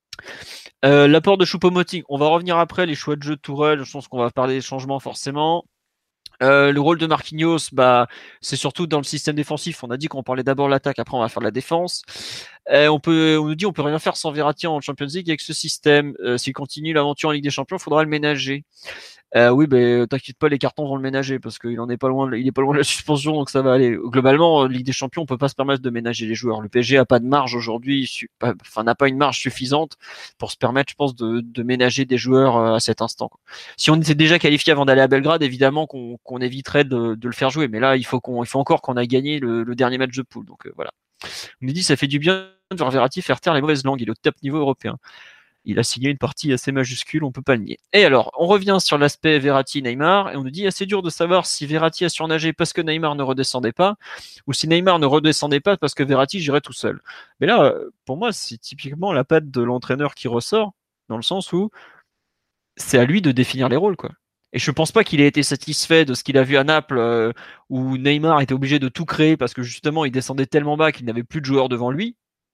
Euh, l'apport de Choupo-Moting, on va revenir après, les choix de jeu de Tourelle, je pense qu'on va parler des changements forcément. Euh, le rôle de Marquinhos, bah, c'est surtout dans le système défensif. On a dit qu'on parlait d'abord de l'attaque, après on va faire de la défense. Euh, on peut, on nous dit on peut rien faire sans Verratti en Champions League avec ce système. Euh, s'il continue l'aventure en Ligue des Champions, il faudra le ménager. Euh, oui, ben t'inquiète pas, les cartons vont le ménager parce qu'il en est pas loin, il est pas loin de la suspension, donc ça va aller. Globalement, Ligue des Champions, on peut pas se permettre de ménager les joueurs. Le P S G a pas de marge aujourd'hui, enfin n'a pas une marge suffisante pour se permettre, je pense, de, de ménager des joueurs à cet instant. Si on était déjà qualifié avant d'aller à Belgrade, évidemment qu'on, qu'on éviterait de, de le faire jouer, mais là il faut qu'on, il faut encore qu'on a gagné le, le dernier match de poule, donc euh, voilà. On me dit ça fait du bien de voir Verratti faire taire les mauvaises langues, il est au top niveau européen. Il a signé une partie assez majuscule, on peut pas le nier. Et alors, on revient sur l'aspect Verratti-Neymar, et on nous dit assez dur de savoir si Verratti a surnagé parce que Neymar ne redescendait pas, ou si Neymar ne redescendait pas parce que Verratti gérait tout seul. Mais là, pour moi, c'est typiquement la patte de l'entraîneur qui ressort, dans le sens où c'est à lui de définir les rôles, quoi. Et je pense pas qu'il ait été satisfait de ce qu'il a vu à Naples, euh, où Neymar était obligé de tout créer parce que justement, il descendait tellement bas qu'il n'avait plus de joueurs devant lui,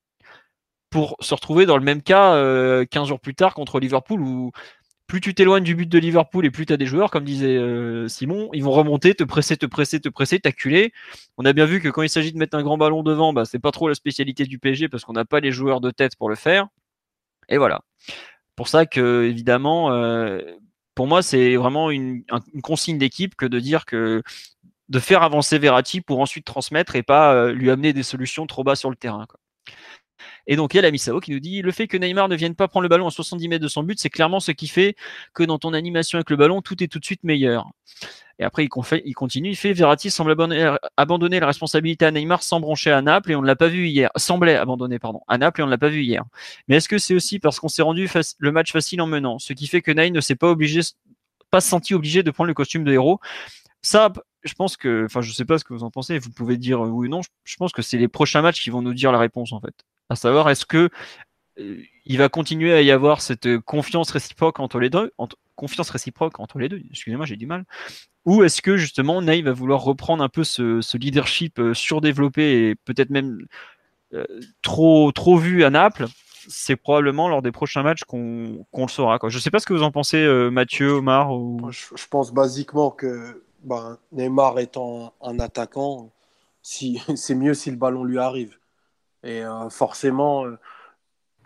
pour se retrouver dans le même cas euh, quinze jours plus tard contre Liverpool, où plus tu t'éloignes du but de Liverpool et plus tu as des joueurs, comme disait euh, Simon, ils vont remonter, te presser, te presser, te presser, t'acculer. On a bien vu que quand il s'agit de mettre un grand ballon devant, bah, c'est pas trop la spécialité du P S G parce qu'on n'a pas les joueurs de tête pour le faire. Et voilà. Pour ça que, évidemment, euh, pour moi, c'est vraiment une, une consigne d'équipe que de dire que de faire avancer Verratti pour ensuite transmettre et pas euh, lui amener des solutions trop bas sur le terrain, quoi. Et donc il y a la Misao qui nous dit le fait que Neymar ne vienne pas prendre le ballon à soixante-dix mètres de son but, c'est clairement ce qui fait que dans ton animation avec le ballon, tout est tout de suite meilleur. Et après il, confait, il continue, il fait Verratti semble abandonner, abandonner la responsabilité à Neymar sans broncher à Naples et on ne l'a pas vu hier. Semblait abandonner pardon à Naples et on ne l'a pas vu hier. Mais est-ce que c'est aussi parce qu'on s'est rendu faci- le match facile en menant, ce qui fait que Neymar ne s'est pas obligé, pas senti obligé de prendre le costume de héros? Ça, je pense que, enfin, je sais pas ce que vous en pensez. Vous pouvez dire oui ou non. Je pense que c'est les prochains matchs qui vont nous dire la réponse en fait. À savoir, est-ce que euh, il va continuer à y avoir cette confiance réciproque entre les deux, entre, confiance réciproque entre les deux. Excusez-moi, j'ai du mal. Ou est-ce que justement Ney va vouloir reprendre un peu ce, ce leadership euh, surdéveloppé et peut-être même euh, trop trop vu à Naples? C'est probablement lors des prochains matchs qu'on, qu'on le saura, quoi. Je sais pas ce que vous en pensez, euh, Mathieu, Omar. Ou... Je, je pense basiquement que ben, Neymar étant un attaquant, si, c'est mieux si le ballon lui arrive. Et euh, forcément, euh,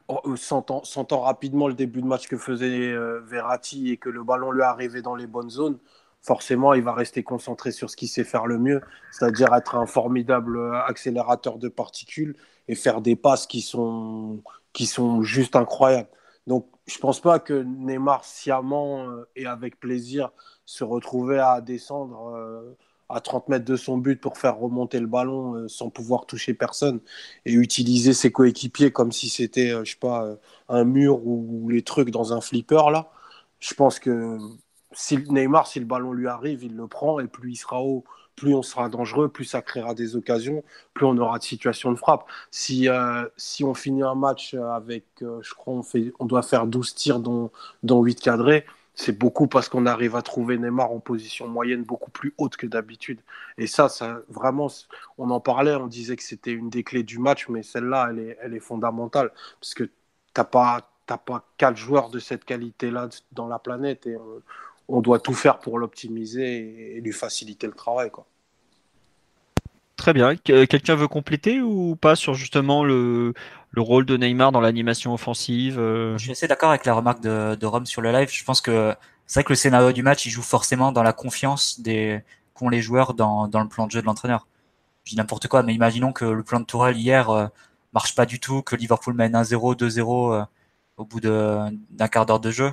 sentant, sentant rapidement le début de match que faisait euh, Verratti et que le ballon lui arrivait dans les bonnes zones, forcément, il va rester concentré sur ce qu'il sait faire le mieux, c'est-à-dire être un formidable accélérateur de particules et faire des passes qui sont, qui sont juste incroyables. Donc, je ne pense pas que Neymar, sciemment euh, et avec plaisir, se retrouvait à descendre euh, à trente mètres de son but pour faire remonter le ballon euh, sans pouvoir toucher personne et utiliser ses coéquipiers comme si c'était, euh, je sais pas, euh, un mur ou, ou les trucs dans un flipper, là. Je pense que si Neymar, si le ballon lui arrive, il le prend et plus il sera haut, plus on sera dangereux, plus ça créera des occasions, plus on aura de situations de frappe. Si, euh, si on finit un match avec, euh, je crois, on, fait, on doit faire douze tirs dont, dont huit cadrés, c'est beaucoup parce qu'on arrive à trouver Neymar en position moyenne beaucoup plus haute que d'habitude. Et ça, ça vraiment, on en parlait, on disait que c'était une des clés du match, mais celle-là, elle est, elle est fondamentale parce que t'as pas, t'as pas quatre joueurs de cette qualité-là dans la planète et on, on doit tout faire pour l'optimiser et lui faciliter le travail, quoi. Très bien. Quelqu'un veut compléter ou pas sur justement le, le rôle de Neymar dans l'animation offensive euh... Je suis assez d'accord avec la remarque de, de Rome sur le live. Je pense que c'est vrai que le scénario du match, il joue forcément dans la confiance des qu'ont les joueurs dans, dans le plan de jeu de l'entraîneur. Je dis n'importe quoi, mais imaginons que le plan de Tourelle hier euh, marche pas du tout, que Liverpool mène un zéro, deux zéro euh, au bout de, d'un quart d'heure de jeu.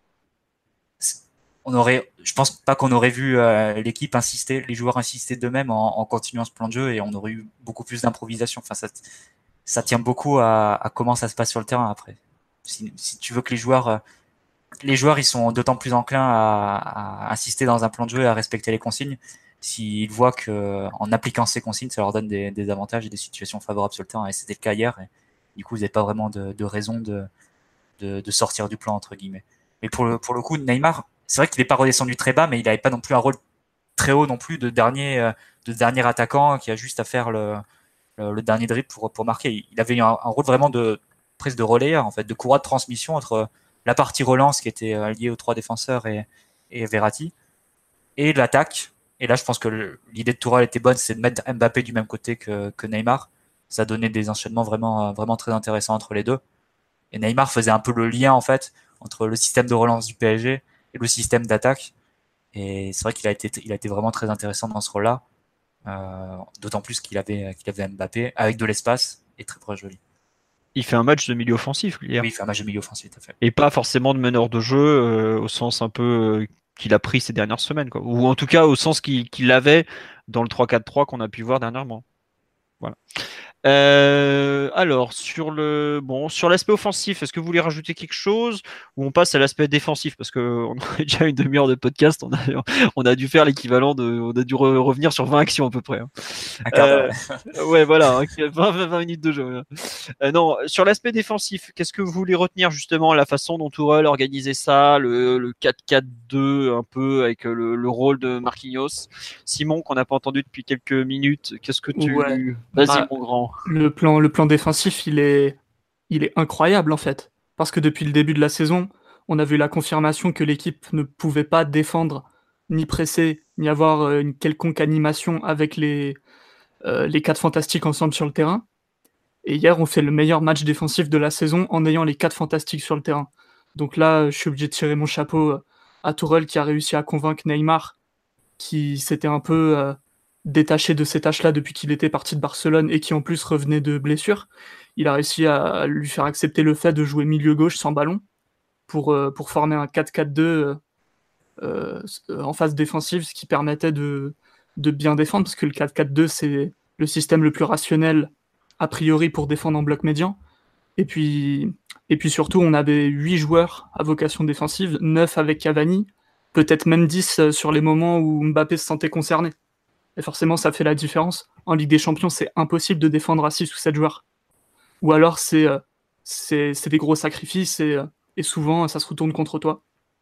On aurait, je pense pas qu'on aurait vu euh, l'équipe insister, les joueurs insister d'eux-mêmes en, en continuant ce plan de jeu et on aurait eu beaucoup plus d'improvisation. Enfin, ça, ça tient beaucoup à, à comment ça se passe sur le terrain après. Si, si tu veux que les joueurs, euh, les joueurs, ils sont d'autant plus enclins à, à insister dans un plan de jeu et à respecter les consignes s'ils voient que en appliquant ces consignes, ça leur donne des, des avantages et des situations favorables sur le terrain. Et c'était le cas hier. Et du coup, vous n'avez pas vraiment de, de raison de, de, de sortir du plan entre guillemets. Mais pour le, pour le coup, Neymar, c'est vrai qu'il n'est pas redescendu très bas, mais il n'avait pas non plus un rôle très haut non plus de dernier, de dernier attaquant qui a juste à faire le, le, le dernier dribble pour, pour marquer. Il avait un, un rôle vraiment de presque de relayeur, en fait, de courroie de transmission entre la partie relance qui était liée aux trois défenseurs et, et Verratti et l'attaque. Et là, je pense que le, l'idée de Tourelle était bonne, c'est de mettre Mbappé du même côté que, que Neymar. Ça donnait des enchaînements vraiment, vraiment très intéressants entre les deux. Et Neymar faisait un peu le lien, en fait, entre le système de relance du P S G et le système d'attaque. Et c'est vrai qu'il a été, il a été vraiment très intéressant dans ce rôle-là. Euh, d'autant plus qu'il avait, qu'il avait Mbappé avec de l'espace et très proche de lui. Il fait un match de milieu offensif, hier. Oui, il fait un match de milieu offensif, tout à fait. Et pas forcément de meneur de jeu euh, au sens un peu euh, qu'il a pris ces dernières semaines, quoi. Ou en tout cas au sens qu'il, qu'il avait dans le trois quatre trois qu'on a pu voir dernièrement. Voilà. Euh, alors sur le bon sur l'aspect offensif, est-ce que vous voulez rajouter quelque chose ou on passe à l'aspect défensif parce que on a déjà une demi-heure de podcast, on a on a dû faire l'équivalent de on a dû re- revenir sur vingt actions à peu près. Hein. Un quart d'heure. Euh, ouais voilà, hein, vingt, vingt minutes de jeu. Hein. Euh, non, sur l'aspect défensif, qu'est-ce que vous voulez retenir justement la façon dont Tourelle organisait ça, le, le quatre quatre deux un peu avec le, le rôle de Marquinhos. Simon qu'on n'a pas entendu depuis quelques minutes, qu'est-ce que tu Ouais. Vas-y Bah, mon grand. Le plan, le plan défensif, il est, il est incroyable en fait. Parce que depuis le début de la saison, on a vu la confirmation que l'équipe ne pouvait pas défendre, ni presser, ni avoir euh, une quelconque animation avec les, euh, les quatre fantastiques ensemble sur le terrain. Et hier, on fait le meilleur match défensif de la saison en ayant les quatre fantastiques sur le terrain. Donc là, je suis obligé de tirer mon chapeau à Tourelle qui a réussi à convaincre Neymar, qui s'était un peu euh, détaché de ces tâches-là depuis qu'il était parti de Barcelone et qui en plus revenait de blessure. Il a réussi à lui faire accepter le fait de jouer milieu gauche sans ballon pour, euh, pour former un quatre quatre deux euh, euh, en phase défensive, ce qui permettait de, de bien défendre, parce que le quatre quatre deux, c'est le système le plus rationnel a priori pour défendre en bloc médian. Et puis, et puis surtout, on avait huit joueurs à vocation défensive, neuf avec Cavani, peut-être même dix sur les moments où Mbappé se sentait concerné. Et forcément, ça fait la différence. En Ligue des Champions, c'est impossible de défendre à six ou sept joueurs. Ou alors, c'est, c'est, c'est des gros sacrifices et, et souvent, ça se retourne contre toi.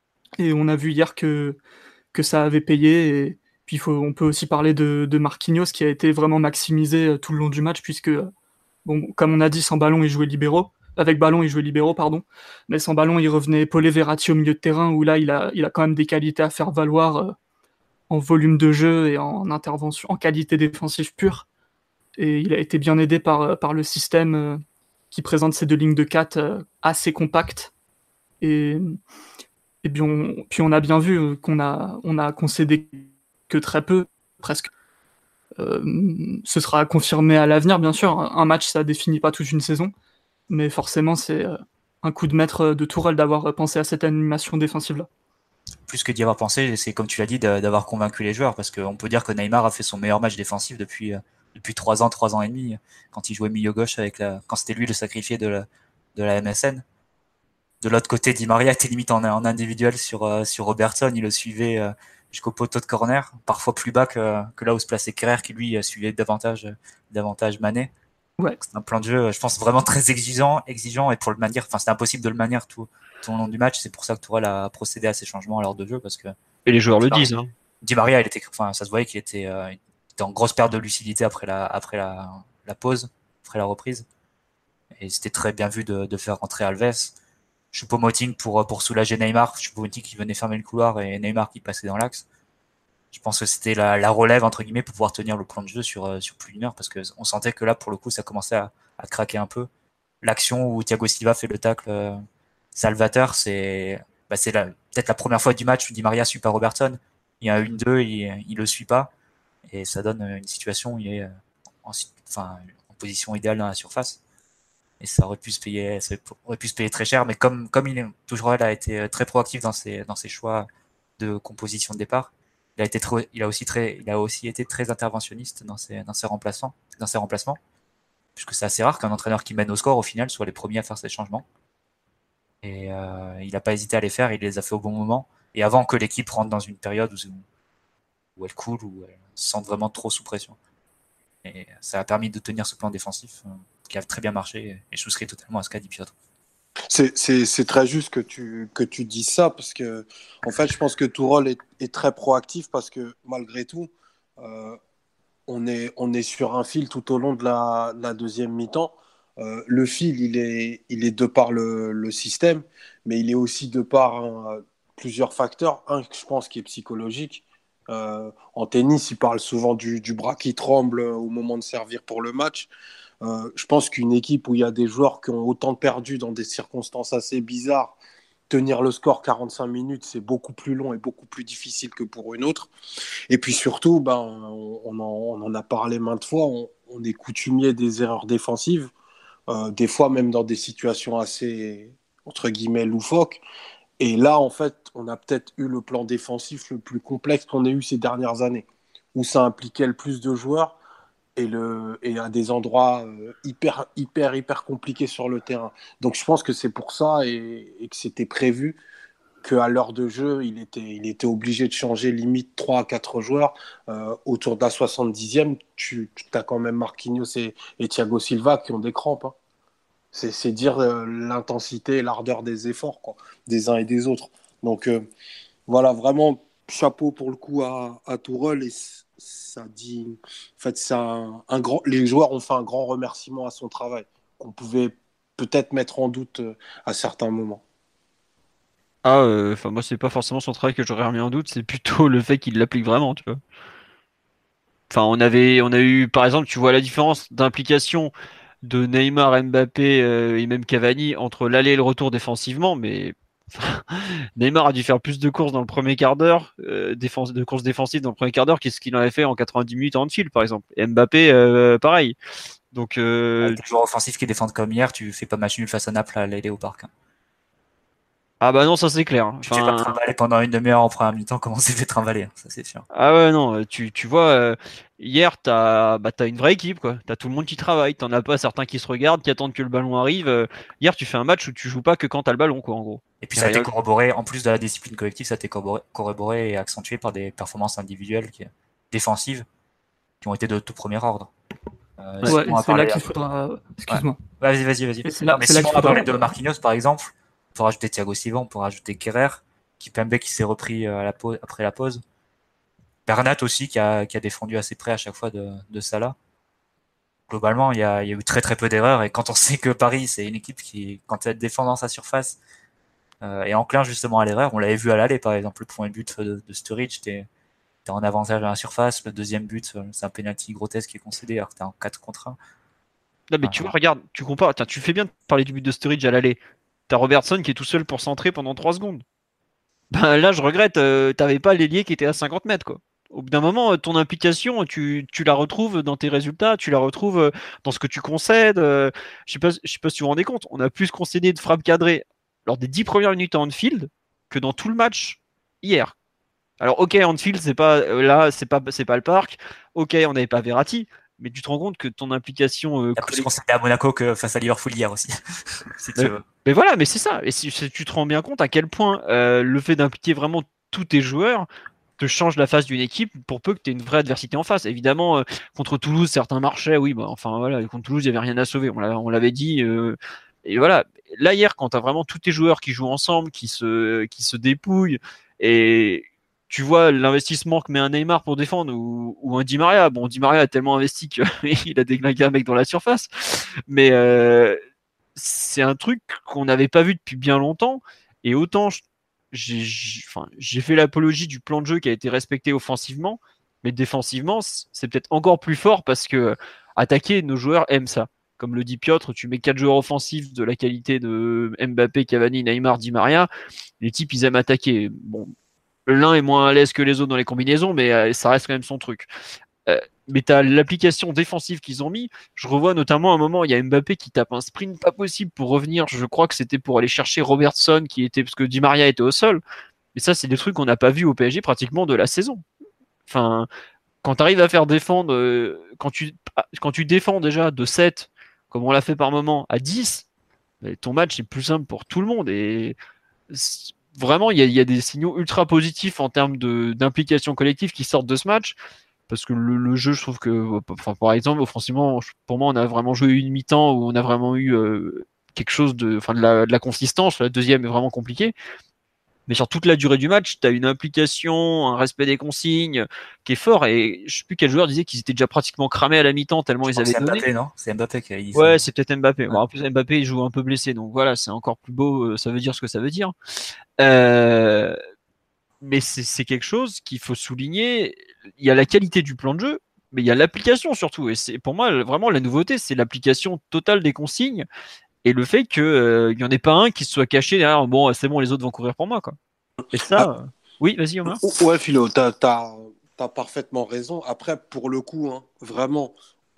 Et on a vu hier que, que ça avait payé. Et puis, il faut, on peut aussi parler de, de Marquinhos qui a été vraiment maximisé tout le long du match, puisque, bon, comme on a dit, sans ballon, il jouait libéraux. Avec ballon, il jouait libéraux, pardon. Mais sans ballon, il revenait épauler Verratti au milieu de terrain, où là, il a, il a quand même des qualités à faire valoir euh, en volume de jeu et en intervention, en qualité défensive pure. Et il a été bien aidé par, par le système, euh, qui présente ces deux lignes de quatre euh, assez compactes. Et, et puis, on, puis on a bien vu qu'on a, on a concédé que très peu, presque. Euh, ce sera confirmé à l'avenir, bien sûr. Un match, ça définit pas toute une saison. Mais forcément, c'est euh, un coup de maître de Tourelle d'avoir pensé à cette animation défensive-là. Plus que d'y avoir pensé, c'est comme tu l'as dit, d'avoir convaincu les joueurs, parce qu'on peut dire que Neymar a fait son meilleur match défensif depuis depuis trois ans, trois ans et demi, quand il jouait milieu gauche avec la, quand c'était lui le sacrifié de la, de la M S N. De l'autre côté, Di Maria était limite en, en individuel sur euh, sur Robertson, il le suivait euh, jusqu'au poteau de corner, parfois plus bas que, que là où se plaçait Kerrer, qui lui suivait davantage davantage Mané. Ouais. C'est un plan de jeu, je pense, vraiment très exigeant, exigeant, et pour le manière, enfin, c'était impossible de le manier tout, tout au long du match. C'est pour ça que Tourelle a procédé à ces changements à l'heure de jeu, parce que. Et les joueurs Di le Maria, disent. Hein. Di Maria, il était, enfin, ça se voyait qu'il était, euh, il était en grosse perte de lucidité après la, après la, la pause, après la reprise. Et c'était très bien vu de, de faire rentrer Alves. Choupo-Moting pour, pour soulager Neymar. Choupo-Moting qui venait fermer le couloir et Neymar qui passait dans l'axe. Je pense que c'était la, la relève, entre guillemets, pour pouvoir tenir le plan de jeu sur, sur plus d'une heure, parce que on sentait que là, pour le coup, ça commençait à, à craquer un peu. L'action où Thiago Silva fait le tacle euh, salvateur, c'est, bah, c'est la, peut-être la première fois du match où Di Maria suit pas Robertson. Il y a un une deux, il, il le suit pas. Et ça donne une situation où il est en, enfin, en position idéale dans la surface. Et ça aurait pu se payer, ça aurait pu se payer très cher. Mais comme, comme il est, toujours elle a été très proactif dans ses, dans ses choix de composition de départ, il a été trop, il a aussi très, il a aussi été très interventionniste dans ses, dans ses remplacements, dans ses remplacements. Puisque c'est assez rare qu'un entraîneur qui mène au score, au final, soit les premiers à faire ces changements. Et euh, il n'a pas hésité à les faire, il les a fait au bon moment. Et avant que l'équipe rentre dans une période où, où elle coule, où elle se sent vraiment trop sous pression. Et ça a permis de tenir ce plan défensif euh, qui a très bien marché. Et je souscris totalement à ce qu'a dit Piotr. C'est, c'est, c'est très juste que tu, que tu dises ça, parce que, en fait, je pense que Tourelle est, est très proactif, parce que malgré tout, euh, on, est, on est sur un fil tout au long de la, de la deuxième mi-temps. Euh, le fil, il est, il est de par le, le système, mais il est aussi de par hein, plusieurs facteurs. Un, je pense, qui est psychologique. Euh, en tennis, il parle souvent du, du bras qui tremble au moment de servir pour le match. Euh, je pense qu'une équipe où il y a des joueurs qui ont autant perdu dans des circonstances assez bizarres, tenir le score quarante-cinq minutes, c'est beaucoup plus long et beaucoup plus difficile que pour une autre. Et puis surtout, ben, on, en, on en a parlé maintes fois, on, on est coutumier des erreurs défensives, euh, des fois même dans des situations assez, entre guillemets, loufoques. Et là, en fait, on a peut-être eu le plan défensif le plus complexe qu'on ait eu ces dernières années, où ça impliquait le plus de joueurs et, le, et à des endroits euh, hyper, hyper, hyper compliqués sur le terrain. Donc je pense que c'est pour ça et, et que c'était prévu qu'à l'heure de jeu, il était, il était obligé de changer limite trois à quatre joueurs. Euh, autour de la soixante-dixième, tu, tu as quand même Marquinhos et, et Thiago Silva qui ont des crampes. Hein. C'est, c'est dire euh, l'intensité et l'ardeur des efforts, quoi, des uns et des autres. Donc euh, voilà, vraiment chapeau pour le coup à, à Tourelle. Et ça dit, en fait, c'est un, un grand, les joueurs ont fait un grand remerciement à son travail, qu'on pouvait peut-être mettre en doute euh, à certains moments. Ah, enfin euh, moi c'est pas forcément son travail que j'aurais remis en doute, c'est plutôt le fait qu'il l'applique vraiment, tu vois. Enfin, on avait, on a eu, par exemple, tu vois la différence d'implication de Neymar, Mbappé euh, et même Cavani entre l'aller et le retour défensivement, mais Neymar a dû faire plus de courses dans le premier quart d'heure, euh, défense, de courses défensives dans le premier quart d'heure qu'est-ce qu'il en avait fait en quatre-vingt-dix minutes en fil, par exemple. Et Mbappé, euh, pareil. Donc, euh... Avec des joueurs offensifs qui défendent comme hier, tu fais pas match nul face à Naples à l'aller au parc. Hein. Ah bah non, ça c'est clair. Tu t'es pas trimballé pendant une demi-heure en première mi-temps, comment c'est fait trimballer, ça c'est sûr. Ah ouais, non, tu, tu vois, euh, hier, t'as bah, t'as une vraie équipe, quoi. T'as tout le monde qui travaille, t'en as pas certains qui se regardent, qui attendent que le ballon arrive. Euh, hier, tu fais un match où tu joues pas que quand t'as le ballon, quoi, en gros. Et puis ça a été corroboré, en plus de la discipline collective, ça a été corroboré, corroboré et accentué par des performances individuelles qui, défensives qui ont été de tout premier ordre. Euh, ouais, c'est parlé, là qu'il faudra... Excuse-moi. Ouais. Vas-y, vas-y, vas-y. C'est là, mais c'est si là on a parlé de Marquinhos, par exemple, on peut rajouter Thiago Silva, on peut rajouter Kerrer, Kimpembe qui s'est repris à la pause, après la pause. Bernat aussi qui a, qui a défendu assez près à chaque fois de, de Salah. Globalement, il y, a, il y a eu très très peu d'erreurs et quand on sait que Paris, c'est une équipe qui, quand elle défend dans sa surface, euh, est enclin justement à l'erreur. On l'avait vu à l'aller, par exemple, le premier but de, de Sturridge, t'es, t'es en avantage à la surface. Le deuxième but, c'est un penalty grotesque qui est concédé alors que t'es en quatre contre un. Non, mais tu vois, regarde, tu compares. Tiens, tu fais bien de parler du but de Sturridge à l'aller. T'as Robertson qui est tout seul pour centrer pendant trois secondes. Ben là, je regrette, euh, t'avais pas l'ailier qui était à cinquante mètres, quoi. Au bout d'un moment, euh, ton implication, tu, tu la retrouves dans tes résultats, tu la retrouves euh, dans ce que tu concèdes. euh, je sais pas, je sais pas si vous vous rendez compte, on a plus concédé de frappes cadrées lors des dix premières minutes en Anfield que dans tout le match hier. Alors, ok, Anfield, c'est pas euh, là, c'est pas, c'est pas le parc. Ok, on n'avait pas Verratti, mais tu te rends compte que ton implication euh, Il y a plus collective. concédé à Monaco que face à Liverpool hier aussi. si tu Mais, veux. mais voilà, mais c'est ça. Et si, si tu te rends bien compte à quel point euh, le fait d'impliquer vraiment tous tes joueurs te change la face d'une équipe pour peu que tu aies une vraie adversité en face. Évidemment, euh, contre Toulouse, certains marchaient, oui, bah, enfin voilà, contre Toulouse, il n'y avait rien à sauver, on, l'a, on l'avait dit. Euh, et voilà, là hier, quand tu as vraiment tous tes joueurs qui jouent ensemble, qui se, qui se dépouillent, et tu vois l'investissement que met un Neymar pour défendre ou, ou un Di Maria, bon, Di Maria a tellement investi qu'il a déglingué un mec dans la surface, mais euh, c'est un truc qu'on n'avait pas vu depuis bien longtemps, et autant j'ai, j'ai, enfin, j'ai fait l'apologie du plan de jeu qui a été respecté offensivement, mais défensivement, c'est peut-être encore plus fort parce que attaquer, nos joueurs aiment ça. Comme le dit Piotr, tu mets quatre joueurs offensifs de la qualité de Mbappé, Cavani, Neymar, Di Maria, les types ils aiment attaquer. Bon, l'un est moins à l'aise que les autres dans les combinaisons, mais ça reste quand même son truc. Euh, mais tu as l'application défensive qu'ils ont mis. Je revois notamment un moment, il y a Mbappé qui tape un sprint pas possible pour revenir. Je crois que c'était pour aller chercher Robertson qui était parce que Di Maria était au sol. Mais ça, c'est des trucs qu'on n'a pas vu au P S G pratiquement de la saison. Enfin, quand tu arrives à faire défendre, euh, quand tu quand tu défends déjà de sept, comme on l'a fait par moment, à dix, ton match est plus simple pour tout le monde. Et vraiment, il y, y a des signaux ultra positifs en termes de, d'implication collective qui sortent de ce match. Parce que le, le jeu, je trouve que, enfin, par exemple, offensivement, pour moi, on a vraiment joué une mi-temps où on a vraiment eu euh, quelque chose de, enfin, de la, de la consistance. La deuxième est vraiment compliquée. Mais sur toute la durée du match, tu as une implication, un respect des consignes qui est fort. Et je sais plus quel joueur disait qu'ils étaient déjà pratiquement cramés à la mi-temps tellement Je ils pense avaient que c'est donné. Mbappé, non? C'est Mbappé qui a dit ça. Ouais, c'est peut-être Mbappé. Ouais. Bon, en plus, Mbappé, il joue un peu blessé. Donc voilà, c'est encore plus beau. Ça veut dire ce que ça veut dire. Euh, mais c'est, c'est quelque chose qu'il faut souligner. Il y a la qualité du plan de jeu, mais il y a l'application surtout. Et c'est pour moi vraiment la nouveauté, c'est l'application totale des consignes et le fait qu'il euh, n'y en ait pas un qui se soit caché derrière. Bon, c'est bon, les autres vont courir pour moi, quoi. Et ça, Ah, euh... oui, vas-y, Omar. ouais, Philo, t'as, t'as, t'as parfaitement raison. Après, pour le coup, hein, vraiment,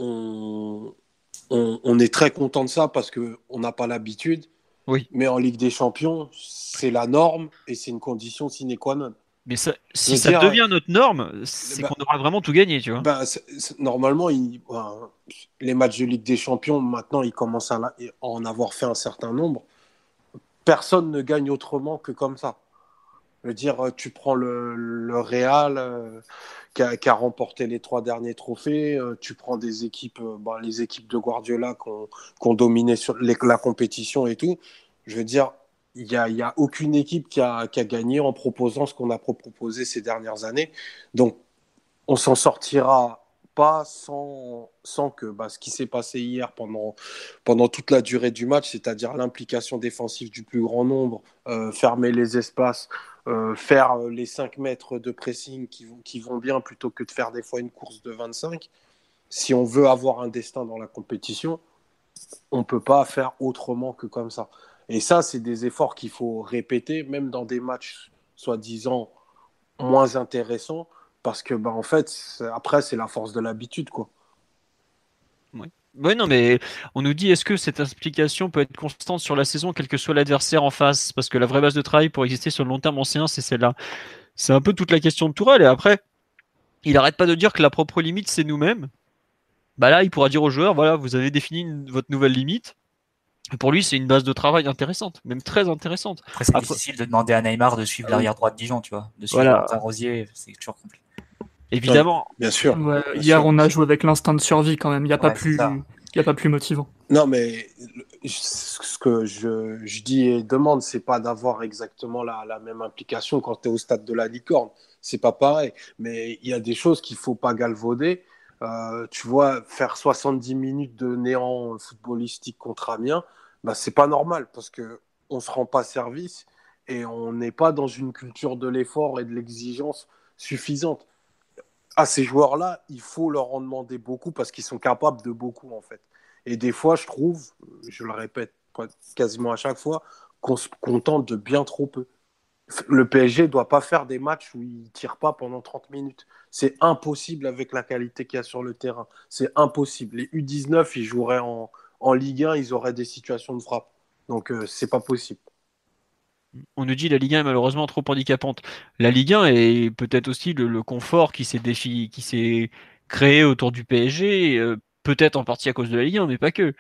on, on, on est très content de ça parce que on n'a pas l'habitude. Oui. Mais en Ligue des Champions, c'est la norme et c'est une condition sine qua non. Mais ça, si ça dire, devient notre norme, c'est bah, qu'on aura vraiment tout gagné, tu vois. Bah, c'est, c'est, normalement, il, bah, les matchs de Ligue des Champions, maintenant, ils commencent à, la, à en avoir fait un certain nombre. Personne ne gagne autrement que comme ça. Je veux dire, tu prends le, le Real euh, qui, a, qui a remporté les trois derniers trophées, euh, tu prends des équipes, euh, bah, les équipes de Guardiola qui ont, qui ont dominé sur les, la compétition et tout. Je veux dire, il n'y a, y a aucune équipe qui a, qui a gagné en proposant ce qu'on a proposé ces dernières années. Donc, on s'en sortira pas sans, sans que bah, ce qui s'est passé hier pendant, pendant toute la durée du match, c'est-à-dire l'implication défensive du plus grand nombre, euh, fermer les espaces, euh, faire les cinq mètres de pressing qui vont, qui vont bien plutôt que de faire des fois une course de vingt-cinq. Si on veut avoir un destin dans la compétition, on ne peut pas faire autrement que comme ça. Et ça, c'est des efforts qu'il faut répéter, même dans des matchs soi-disant moins intéressants, parce que, bah, en fait, c'est, après, c'est la force de l'habitude, quoi. Oui. Oui, non, mais on nous dit, est-ce que cette implication peut être constante sur la saison, quel que soit l'adversaire en face? Parce que la vraie base de travail pour exister sur le long terme en C un, c'est celle-là. C'est un peu toute la question de Tourelle. Et après, il arrête pas de dire que la propre limite, c'est nous-mêmes. Bah là, il pourra dire aux joueurs, voilà, vous avez défini une, votre nouvelle limite. Et pour lui, c'est une base de travail intéressante, même très intéressante. Après, c'est Après... difficile de demander à Neymar de suivre l'arrière droit de Dijon, tu vois. De suivre voilà. Martin Rosier, c'est toujours compliqué. Évidemment. Bien sûr. Ouais, bien hier, sûr. on a joué avec l'instinct de survie quand même. Il n'y a, Ouais, il y a pas plus motivant. Non, mais ce que je, je dis et demande, c'est pas d'avoir exactement la, la même implication quand tu es au stade de la licorne. C'est pas pareil. Mais il y a des choses qu'il faut pas galvauder. Euh, tu vois, faire soixante-dix minutes de néant footballistique contre Amiens, bah, c'est pas normal parce qu'on ne se rend pas service et on n'est pas dans une culture de l'effort et de l'exigence suffisante. À ces joueurs-là, il faut leur en demander beaucoup parce qu'ils sont capables de beaucoup, en fait. Et des fois, je trouve, je le répète quasiment à chaque fois, qu'on se contente de bien trop peu. Le P S G ne doit pas faire des matchs où il ne tire pas pendant trente minutes. C'est impossible avec la qualité qu'il y a sur le terrain. C'est impossible. Les U dix-neuf, ils joueraient en, en Ligue un, ils auraient des situations de frappe. Donc, euh, c'est pas possible. On nous dit la Ligue un est malheureusement trop handicapante. La Ligue un est peut-être aussi le, le confort qui s'est défi, qui s'est créé autour du P S G, euh, peut-être en partie à cause de la Ligue un, mais pas que.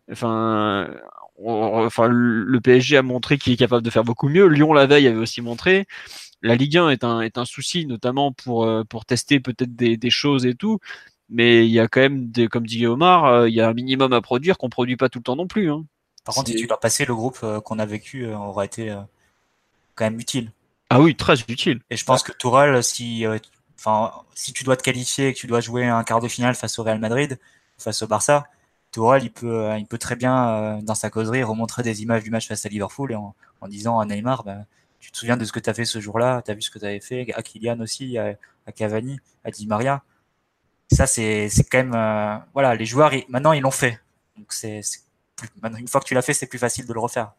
Enfin, on- enfin, le P S G a montré qu'il est capable de faire beaucoup mieux. Lyon la veille avait aussi montré. La Ligue un est un est un souci, notamment pour euh, pour tester peut-être des, des choses et tout. Mais il y a quand même, des, comme dit Omar, euh, il y a un minimum à produire qu'on produit pas tout le temps non plus. Hein. Par contre, si tu leur passais le groupe euh, qu'on a vécu, euh, aurait été euh, quand même utile. Ah oui, très utile. Et je pense que Tourelle, si, euh, enfin, si tu dois te qualifier et que tu dois jouer un quart de finale face au Real Madrid, face au Barça, Tourelle, il peut, euh, il peut très bien, euh, dans sa causerie, remontrer des images du match face à Liverpool et en, en disant à Neymar, bah, tu te souviens de ce que tu as fait ce jour-là, tu as vu ce que tu avais fait, à Kylian aussi, à, à Cavani, à Di Maria. Ça, c'est, c'est quand même, euh, voilà, les joueurs, ils, maintenant, ils l'ont fait. Donc, c'est, c'est plus, maintenant, une fois que tu l'as fait, c'est plus facile de le refaire.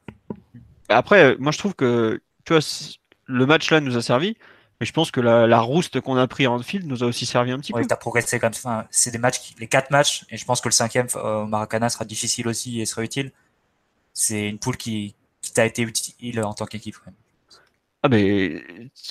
Après, moi je trouve que tu vois, le match là nous a servi, mais je pense que la, la rouste qu'on a pris en field nous a aussi servi un petit Ouais, peu. t'as progressé comme ça. Enfin, c'est des matchs, qui, les quatre matchs, et je pense que le cinquième euh, au Maracana sera difficile aussi et sera utile. C'est une poule qui, qui t'a été utile en tant qu'équipe. Quand même. Ah mais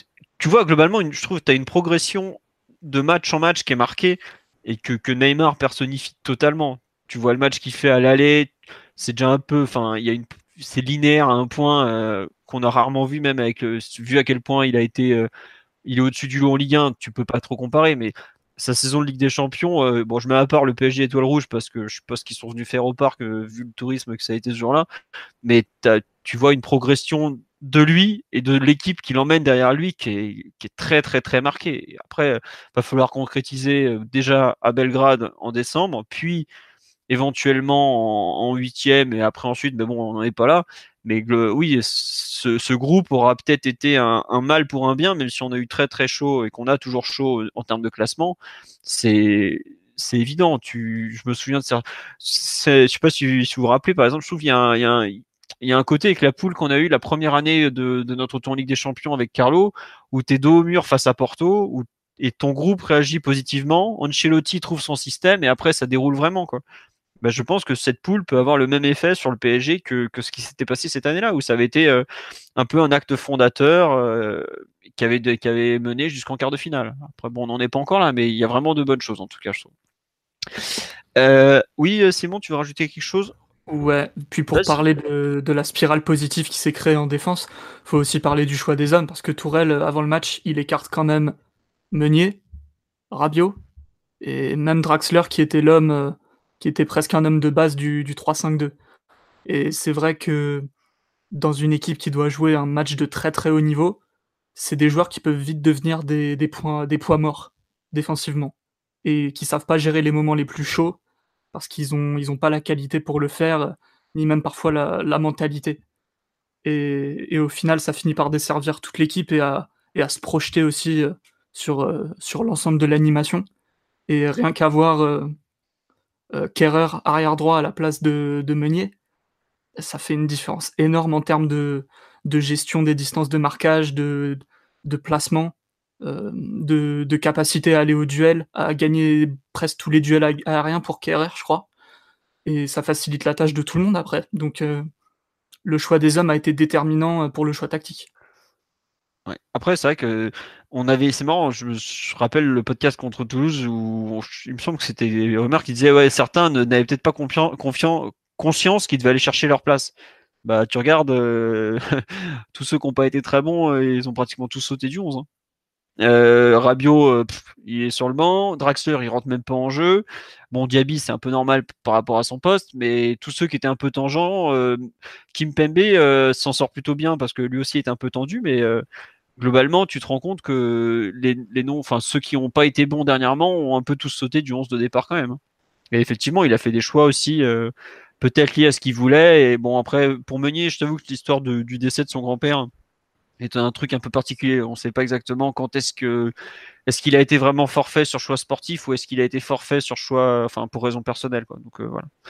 tu vois globalement, une, je trouve que tu as une progression de match en match qui est marquée et que, que Neymar personnifie totalement. Tu vois le match qu'il fait à l'aller, c'est déjà un peu, enfin il y a une, c'est linéaire à un point euh, qu'on a rarement vu même avec le, vu à quel point il a été euh, il est au-dessus du lot en Ligue un, tu peux pas trop comparer, mais sa saison de Ligue des Champions, euh, bon, je mets à part le P S G étoile rouge parce que je sais pas ce qu'ils sont venus faire au parc, euh, vu le tourisme que ça a été ce jour-là, mais tu vois une progression de lui et de l'équipe qui l'emmène derrière lui qui est, qui est très très très marquée. Et après, il va falloir concrétiser euh, déjà à Belgrade en décembre, puis éventuellement en huitième et après ensuite, mais bon, on n'en est pas là. Mais le, oui, ce, ce, groupe aura peut-être été un, un, mal pour un bien, même si on a eu très très chaud et qu'on a toujours chaud en termes de classement. C'est c'est évident. Tu, je me souviens de ça. Je sais pas si, si vous vous rappelez, par exemple, je trouve qu'il y a un, il y a un, il y a un côté avec la poule qu'on a eu la première année de, de notre tour en Ligue des Champions avec Carlo, où t'es dos au mur face à Porto, où et ton groupe réagit positivement. Ancelotti trouve son système et après ça déroule vraiment quoi. Bah, je pense que cette poule peut avoir le même effet sur le P S G que, que ce qui s'était passé cette année-là, où ça avait été euh, un peu un acte fondateur euh, qui, avait de, qui avait mené jusqu'en quart de finale. Après, bon, on n'en est pas encore là, mais il y a vraiment de bonnes choses, en tout cas, je trouve. Euh, oui, Simon, tu veux rajouter quelque chose ? Ouais, puis pour Vas-y. parler de, de la spirale positive qui s'est créée en défense, faut aussi parler du choix des hommes, parce que Tourelle, avant le match, il écarte quand même Meunier, Rabiot, et même Draxler qui était l'homme, euh, qui était presque un homme de base du, du trois cinq deux. Et c'est vrai que dans une équipe qui doit jouer un match de très très haut niveau, c'est des joueurs qui peuvent vite devenir des, des, points, des poids morts défensivement, et qui savent pas gérer les moments les plus chauds, parce qu'ils ont, ils ont pas la qualité pour le faire, ni même parfois la, la mentalité. Et, et au final, ça finit par desservir toute l'équipe et à, et à se projeter aussi euh, sur, euh, sur l'ensemble de l'animation. Et rien qu'à voir euh, euh, Kehrer arrière droit à la place de, de Meunier, ça fait une différence énorme en termes de, de gestion des distances de marquage, de, de placement, euh, de, de capacité à aller au duel, à gagner presque tous les duels aériens pour Kehrer, je crois. Et ça facilite la tâche de tout le monde après. Donc euh, le choix des hommes a été déterminant pour le choix tactique. Ouais. Après, c'est vrai que on avait, c'est marrant, je me je rappelle le podcast contre Toulouse où on, il me semble que c'était Omar qui disait ouais, certains n'avaient peut-être pas confiant, confiant, conscience qu'ils devaient aller chercher leur place. Bah, tu regardes euh, tous ceux qui n'ont pas été très bons, euh, ils ont pratiquement tous sauté du onze. Hein. Euh, Rabiot, euh, pff, il est sur le banc. Draxler, il rentre même pas en jeu. Bon, Diaby, c'est un peu normal p- par rapport à son poste, mais tous ceux qui étaient un peu tangents, euh, Kim Pembe euh, s'en sort plutôt bien parce que lui aussi est un peu tendu, mais euh, globalement, tu te rends compte que les, les noms, enfin ceux qui n'ont pas été bons dernièrement, ont un peu tous sauté du onze de départ quand même. Hein. Et effectivement, il a fait des choix aussi, euh, peut-être liés à ce qu'il voulait. Et bon, après, pour Meunier, je t'avoue que l'histoire de- du décès de son grand-père est un truc un peu particulier. On ne sait pas exactement quand est-ce que est-ce qu'il a été vraiment forfait sur choix sportif ou est-ce qu'il a été forfait sur choix, enfin pour raison personnelle, quoi. Donc euh, voilà.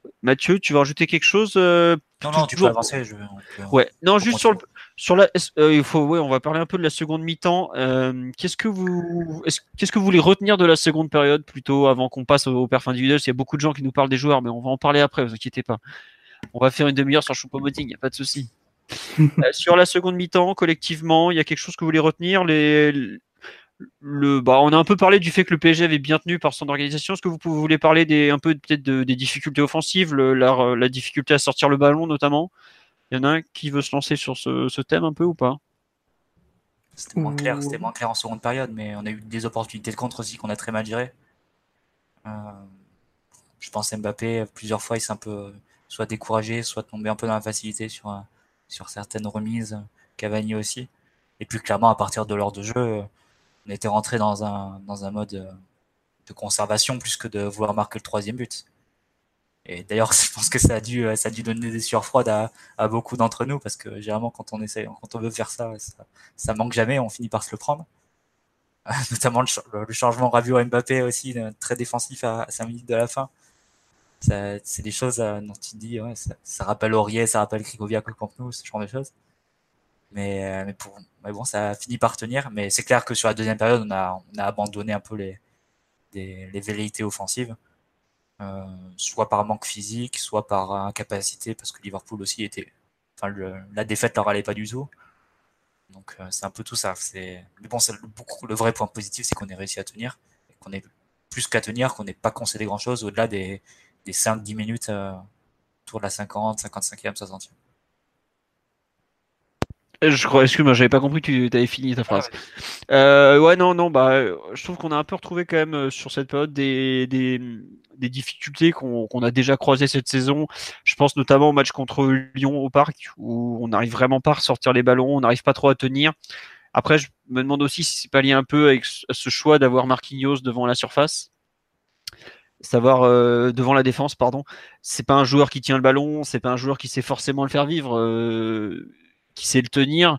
Mathieu, tu veux rajouter quelque chose euh, Non, tou- non, tu peux toujours... avancer. Je... on peut- Ouais, non, on juste sur le, continue. sur la, est-ce- euh, il faut, ouais, on va parler un peu de la seconde mi-temps. Euh, qu'est-ce que vous, est-ce- qu'est-ce que vous voulez retenir de la seconde période plutôt avant qu'on passe au, au perf individuel? Il y a beaucoup de gens qui nous parlent des joueurs, mais on va en parler après, vous inquiétez pas. On va faire une demi-heure sur Choupo-Moting, y a pas de souci. Euh, sur la seconde mi-temps, collectivement, il y a quelque chose que vous voulez retenir? Les, le, bah, on a un peu parlé du fait que le P S G avait bien tenu par son organisation. Est-ce que vous, pouvez- vous voulez parler des, un peu peut-être de- des difficultés offensives, le- la, la difficulté à sortir le ballon notamment? Il y en a un qui veut se lancer sur ce, ce thème un peu ou pas? C'était moins clair, c'était moins clair en seconde période, mais on a eu des opportunités de contre aussi qu'on a très mal gérées. Euh, je pense Mbappé, plusieurs fois, il s'est un peu soit découragé, soit tombé un peu dans la facilité sur, euh, sur certaines remises. Cavani aussi. Et puis clairement, à partir de l'heure de jeu, on était rentré dans un, dans un mode euh, de conservation plus que de vouloir marquer le troisième but. Et d'ailleurs, je pense que ça a dû, ça a dû donner des sueurs froides à, à beaucoup d'entre nous, parce que généralement, quand on essaie, quand on veut faire ça, ça, ça manque jamais, on finit par se le prendre. Notamment le, le changement Rabiot-Mbappé aussi, très défensif à cinq minutes de la fin. Ça, c'est des choses euh, dont tu te dis, ouais, ça, ça rappelle Aurier, ça rappelle Krikoviak au Camp Nou, ce genre de choses. Mais, euh, mais, pour, mais bon, ça a fini par tenir. Mais c'est clair que sur la deuxième période, on a, on a abandonné un peu les, les, les velléités offensives. Euh, soit par manque physique, soit par incapacité, parce que Liverpool aussi était, enfin le, la défaite leur allait pas du tout. Donc euh, c'est un peu tout ça. C'est, mais bon, c'est le, le vrai point positif, c'est qu'on ait réussi à tenir, et qu'on ait plus qu'à tenir, qu'on n'ait pas concédé grand chose au-delà des, des cinq dix minutes euh, autour de la cinquante, cinquante-cinquième, soixantième. Je crois, excuse-moi, j'avais pas compris que tu avais fini ta Ah, phrase. ouais. Euh, ouais, non, non, bah, euh, je trouve qu'on a un peu retrouvé quand même euh, sur cette période des, des, des difficultés qu'on qu'on a déjà croisées cette saison. Je pense notamment au match contre Lyon au parc où on n'arrive vraiment pas à ressortir les ballons, on n'arrive pas trop à tenir. Après, je me demande aussi si c'est pas lié un peu avec ce ce choix d'avoir Marquinhos devant la surface, savoir euh, devant la défense, pardon. C'est pas un joueur qui tient le ballon, c'est pas un joueur qui sait forcément le faire vivre, euh, qui sait le tenir.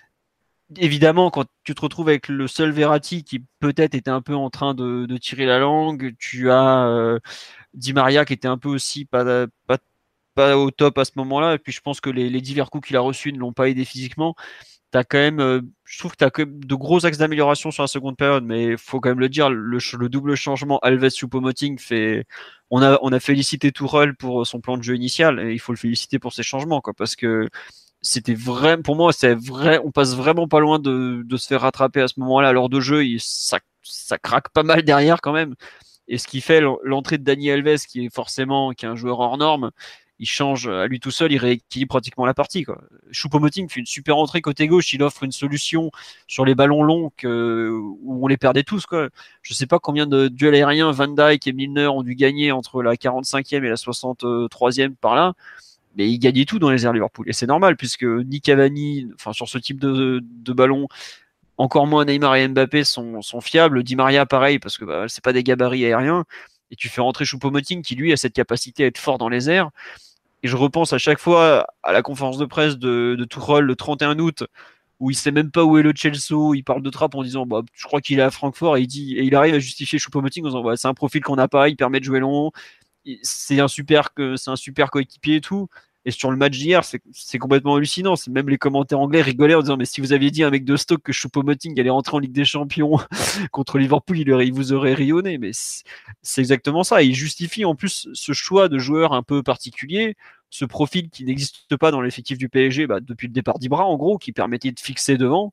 Évidemment, quand tu te retrouves avec le seul Verratti qui peut-être était un peu en train de, de tirer la langue, tu as euh, Di Maria qui était un peu aussi pas, pas, pas au top à ce moment-là, et puis je pense que les, les divers coups qu'il a reçus ne l'ont pas aidé physiquement. T'as quand même, euh, je trouve que tu as quand même de gros axes d'amélioration sur la seconde période, mais il faut quand même le dire, le, le double changement Alves-Choupo-Moting fait. On a, on a félicité Tourelle pour son plan de jeu initial, et il faut le féliciter pour ses changements, quoi, parce que c'était vrai, pour moi, c'est vrai, on passe vraiment pas loin de, de se faire rattraper à ce moment-là. À l'heure de jeu, il, ça, ça craque pas mal derrière quand même. Et ce qui fait l'entrée de Dani Alves, qui est forcément qui est un joueur hors norme, il change à lui tout seul, il rééquilibre pratiquement la partie. Choupo-Moting fait une super entrée côté gauche, il offre une solution sur les ballons longs que, où on les perdait tous. Quoi. Je sais pas combien de duels aériens Van Dijk et Milner ont dû gagner entre la quarante-cinquième et la soixante-troisième par là. Mais il gagnait tout dans les airs Liverpool. Et c'est normal, puisque ni Cavani, enfin, sur ce type de, de ballon, encore moins Neymar et Mbappé sont, sont fiables. Di Maria, pareil, parce que bah, c'est pas des gabarits aériens. Et tu fais rentrer Choupo-Moting, qui lui a cette capacité à être fort dans les airs. Et je repense à chaque fois à la conférence de presse de, de Tuchel le trente et un août, où il sait même pas où est le Chelsea, il parle de Trapp en disant bah, je crois qu'il est à Francfort, et il, dit, et il arrive à justifier Choupo-Moting en disant bah, c'est un profil qu'on n'a pas, il permet de jouer long, c'est un super c'est un super coéquipier et tout. Et sur le match d'hier, c'est, c'est complètement hallucinant. C'est même les commentaires anglais rigolaient en disant mais si vous aviez dit à un mec de Stoke que Choupo-Moting allait rentrer en Ligue des Champions contre Liverpool, il, aurait, il vous aurait rayonné. Mais c'est, c'est exactement ça. Et il justifie en plus ce choix de joueur un peu particulier, ce profil qui n'existe pas dans l'effectif du P S G bah, depuis le départ d'Ibra en gros, qui permettait de fixer devant.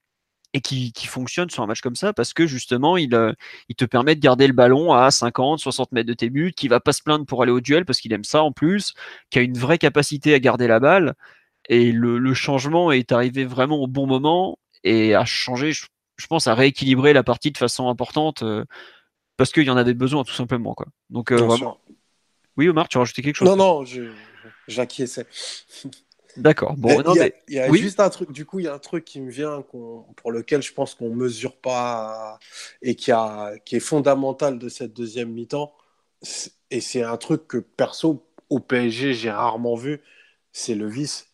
Et qui, qui fonctionne sur un match comme ça parce que justement il, euh, il te permet de garder le ballon à cinquante, soixante mètres de tes buts, qui va pas se plaindre pour aller au duel parce qu'il aime ça en plus, qui a une vraie capacité à garder la balle et le, le changement est arrivé vraiment au bon moment et a changé, je, je pense, à rééquilibrer la partie de façon importante euh, parce qu'il y en avait besoin tout simplement quoi. Donc euh, Bien vraiment. sûr. Oui Omar, tu as rajouté quelque chose? Non, non, je, j'acquiesçais. D'accord. Bon, Il non y a, mais y a oui. juste un truc, du coup, il y a un truc qui me vient qu'on- pour lequel je pense qu'on ne mesure pas et qui, a, qui est fondamental de cette deuxième mi-temps. C'est- Et c'est un truc que perso, au P S G, j'ai rarement vu, c'est le vice.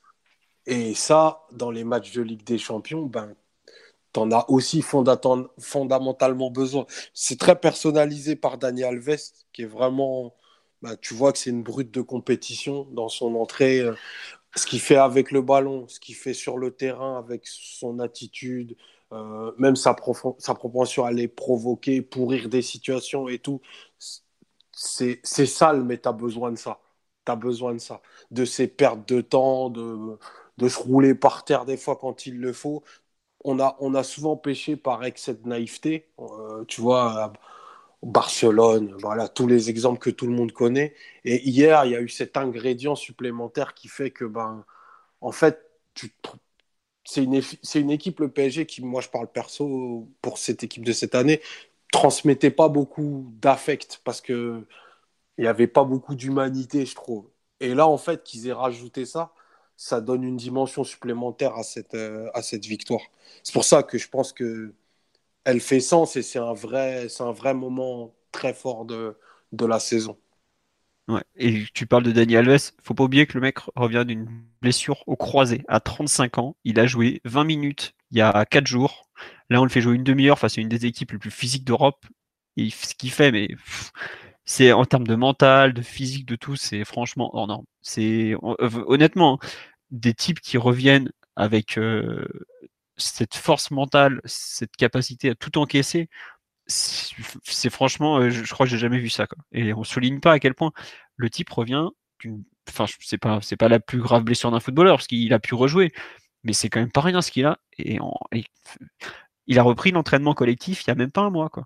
Et ça, dans les matchs de Ligue des Champions, ben, t'en as aussi fondatan- fondamentalement besoin. C'est très personnalisé par Dani Alves, qui est vraiment bah, tu vois que c'est une brute de compétition dans son entrée. euh, ce qu'il fait avec le ballon, ce qu'il fait sur le terrain avec son attitude, euh, même sa, prof- sa propension à les provoquer, pourrir des situations et tout. C'est, c'est sale, mais tu as besoin de ça. Tu as besoin de ça. De ces pertes de temps, de, de se rouler par terre des fois quand il le faut. On a, on a souvent péché par excès de naïveté. Euh, tu vois, à Barcelone, voilà, tous les exemples que tout le monde connaît. Et hier, il y a eu cet ingrédient supplémentaire qui fait que, ben, en fait, tu te- c'est une, effi- c'est une équipe, le P S G, qui, moi, je parle perso pour cette équipe de cette année, transmettait pas beaucoup d'affect parce que il n'y avait pas beaucoup d'humanité, je trouve. Et là, en fait, qu'ils aient rajouté ça, ça donne une dimension supplémentaire à cette, euh, à cette victoire. C'est pour ça que je pense que elle fait sens et c'est un vrai, c'est un vrai moment très fort de, de la saison. Ouais. Et tu parles de Dani Alves, faut pas oublier que le mec revient d'une blessure au croisé à trente-cinq ans. Il a joué vingt minutes il y a quatre jours. Là, on le fait jouer une demi-heure face à une des équipes les plus physiques d'Europe. Et ce qu'il fait, mais pff, c'est en termes de mental, de physique, de tout, c'est franchement hors norme. C'est honnêtement des types qui reviennent avec euh, cette force mentale, cette capacité à tout encaisser. C'est c'est franchement, euh, je, je crois que j'ai jamais vu ça, quoi. Et on souligne pas à quel point le type revient d'une, enfin, je- c'est pas, c'est pas la plus grave blessure d'un footballeur parce qu'il a pu rejouer, mais c'est quand même pas rien ce qu'il a. Et, en- et il a repris l'entraînement collectif il y a même pas un mois, quoi.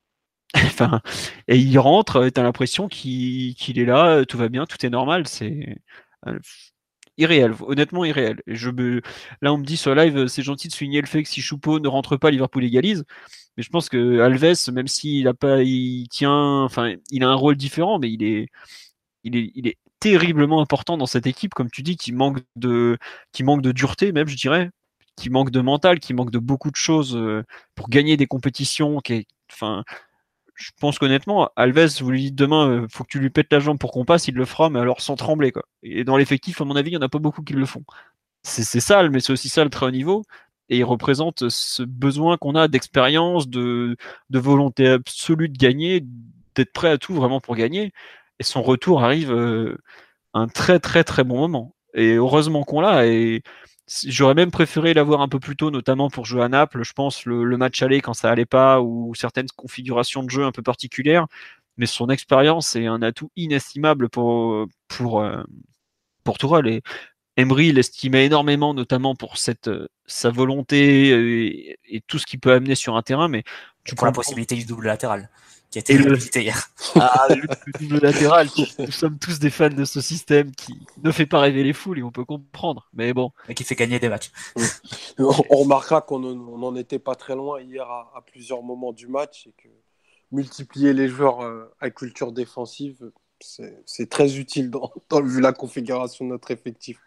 Enfin, et il rentre, euh, t'as l'impression qu'il qu'il est là, euh, tout va bien, tout est normal. C'est euh, irréel, honnêtement irréel. Et je me... Là, on me dit sur live, euh, c'est gentil de souligner le fait que si Choupo ne rentre pas, Liverpool égalise. Mais je pense que Alves, même s'il a pas, il tient, enfin, il a un rôle différent, mais il est, il est, il est terriblement important dans cette équipe, comme tu dis, qui manque de, qui manque de dureté, même, je dirais, qui manque de mental, qui manque de beaucoup de choses euh, pour gagner des compétitions. Qui est, enfin, je pense qu'honnêtement, Alves, vous lui dites demain, euh, faut que tu lui pètes la jambe pour qu'on passe, il le fera, mais alors sans trembler, quoi. Et dans l'effectif, à mon avis, il y en a pas beaucoup qui le font. C'est c'est sale, mais c'est aussi ça le très haut niveau. Et il représente ce besoin qu'on a d'expérience, de, de volonté absolue de gagner, d'être prêt à tout vraiment pour gagner. Et son retour arrive euh, à un très très très bon moment. Et heureusement qu'on l'a. Et j'aurais même préféré l'avoir un peu plus tôt, notamment pour jouer à Naples. Je pense le, le match aller quand ça allait pas ou certaines configurations de jeu un peu particulières. Mais son expérience est un atout inestimable pour pour euh, pour Tourelle. Et Emery l'estimait énormément, notamment pour cette euh, sa volonté et, et tout ce qu'il peut amener sur un terrain. Mais Et tu pour la comprends. possibilité du double latéral, qui a été Et le, réhabilité hier. ah, le, le double latéral, nous sommes tous des fans de ce système qui ne fait pas rêver les foules et on peut comprendre. Mais bon, Mais qui fait gagner des matchs. On remarquera qu'on n'en était pas très loin hier à, à plusieurs moments du match et que multiplier les joueurs euh, à culture défensive, c'est c'est très utile dans, dans- vu la configuration de notre effectif.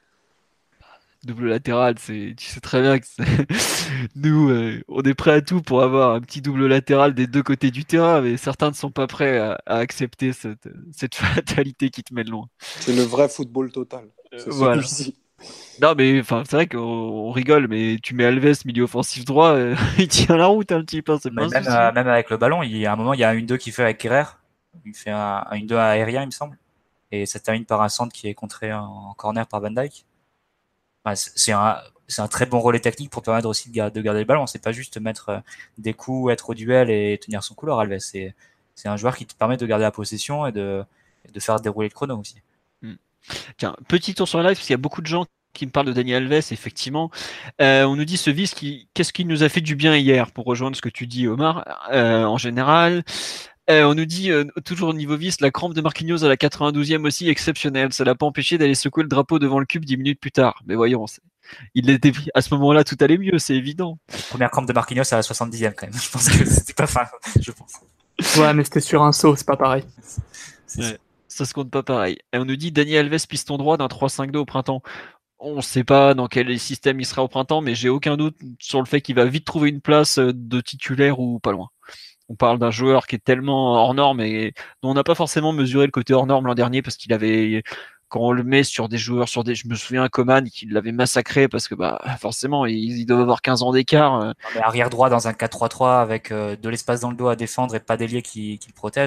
double latéral, c'est, tu sais très bien que c'est- nous, euh, on est prêt à tout pour avoir un petit double latéral des deux côtés du terrain, mais certains ne sont pas prêts à, à accepter cette, cette fatalité qui te mène loin. C'est le vrai football total. Euh, C'est voilà. celui-ci. Non, mais enfin, c'est vrai qu'on on rigole, mais tu mets Alves milieu offensif droit, euh, il tient la route un petit peu, c'est pas Mais un même, souci. euh, même avec le ballon, il y a un moment, il y a un un deux qui fait avec Kerrer. Il fait un, un un deux aérien, il me semble. Et ça termine par un centre qui est contré en, en corner par Van Dijk. Enfin, c'est c'est un, c'est un très bon relais technique pour permettre aussi de, gar- de garder le ballon. C'est pas juste mettre euh, des coups, être au duel et tenir son couloir, Alves. C'est, c'est un joueur qui te permet de garder la possession et de, et de faire dérouler le chrono aussi. Hmm. Tiens, petit tour sur le live, parce qu'il y a beaucoup de gens qui me parlent de Dani Alves, effectivement. Euh, on nous dit ce vice, qui, qu'est-ce qui nous a fait du bien hier, pour rejoindre ce que tu dis, Omar, euh, en général. Euh, on nous dit, euh, toujours au niveau vice, la crampe de Marquinhos à la quatre-vingt-douzième aussi, exceptionnelle. Ça l'a pas empêché d'aller secouer le drapeau devant le cube dix minutes plus tard. Mais voyons, c'est- il l'était à ce moment-là, tout allait mieux, c'est évident. Première crampe de Marquinhos à la soixante-dixième quand même. Je pense que c'était pas fin, je pense. Ouais, mais c'était sur un saut, c'est pas pareil. C'est Ouais, ça se compte pas pareil. Et on nous dit Dani Alves piston droit d'un trois cinq deux au printemps. On ne sait pas dans quel système il sera au printemps, mais j'ai aucun doute sur le fait qu'il va vite trouver une place de titulaire ou pas loin. On parle d'un joueur qui est tellement hors norme et dont on n'a pas forcément mesuré le côté hors norme l'an dernier parce qu'il avait, quand on le met sur des joueurs, sur des, je me souviens Coman qui l'avait massacré parce que bah forcément ils, ils doivent avoir quinze ans d'écart. Non, mais arrière droit dans un quatre trois trois avec euh, de l'espace dans le dos à défendre et pas d'ailier qui, qui le protège,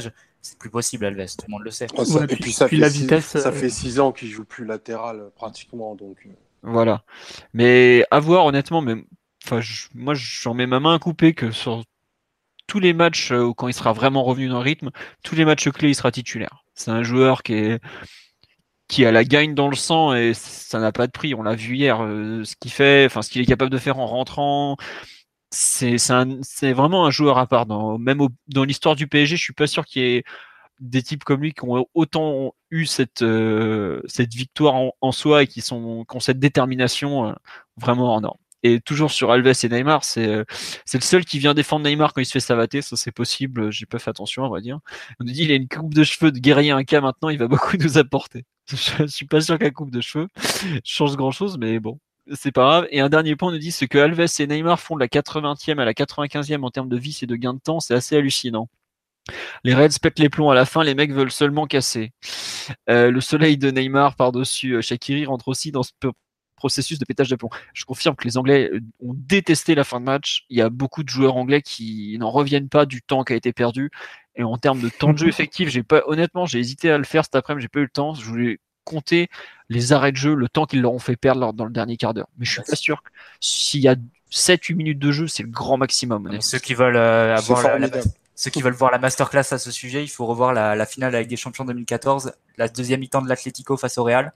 c'est plus possible Alves, tout le monde le sait. Oh, ça, Ouais, et puis- puis ça puis fait la six, vitesse, ça euh, fait six ans qu'il joue plus latéral euh, pratiquement, donc. euh, Voilà. Mais à voir honnêtement, mais enfin, je- moi j'en mets ma main à couper que sur tous les matchs euh, où quand il sera vraiment revenu dans le rythme, tous les matchs clés, il sera titulaire. C'est un joueur qui est qui a la gagne dans le sang et ça n'a pas de prix. On l'a vu hier, euh, ce qu'il fait, enfin ce qu'il est capable de faire en rentrant. C'est c'est un- c'est vraiment un joueur à part. Dans, même au- dans l'histoire du P S G, je suis pas sûr qu'il y ait des types comme lui qui ont autant eu cette euh, cette victoire en, en soi et qui sont qui ont cette détermination euh, vraiment en or. Et toujours sur Alves et Neymar, c'est euh, c'est le seul qui vient défendre Neymar quand il se fait savater, ça c'est possible, j'ai pas fait attention, on va dire. On nous dit il a une coupe de cheveux de guerrier Inca maintenant, il va beaucoup nous apporter. Je suis pas sûr qu'un coupe de cheveux change grand chose, mais bon, c'est pas grave. Et un dernier point, on nous dit ce que Alves et Neymar font de la quatre-vingtième à la quatre-vingt-quinzième en termes de vis et de gain de temps, c'est assez hallucinant. Les Reds pètent les plombs à la fin, les mecs veulent seulement casser. Euh, le soleil de Neymar par-dessus euh, Shaqiri rentre aussi dans ce p- processus de pétage de plomb. Je confirme que les Anglais euh, ont détesté la fin de match. Il y a beaucoup de joueurs anglais qui n'en reviennent pas du temps qui a été perdu. Et en termes de temps de jeu effectif, j'ai pas, honnêtement, j'ai hésité à le faire cet après-midi, j'ai pas eu le temps. Je voulais compter les arrêts de jeu, le temps qu'ils leur ont fait perdre lors- dans le dernier quart d'heure. Mais je suis pas sûr que s'il y a sept huit minutes de jeu, c'est le grand maximum. Mais honnêtement. ceux qui veulent euh, C'est avoir la, la- formidable. ceux qui veulent voir la masterclass à ce sujet, il faut revoir la, la finale avec des champions deux mille quatorze, la deuxième mi-temps de l'Atlético face au Real.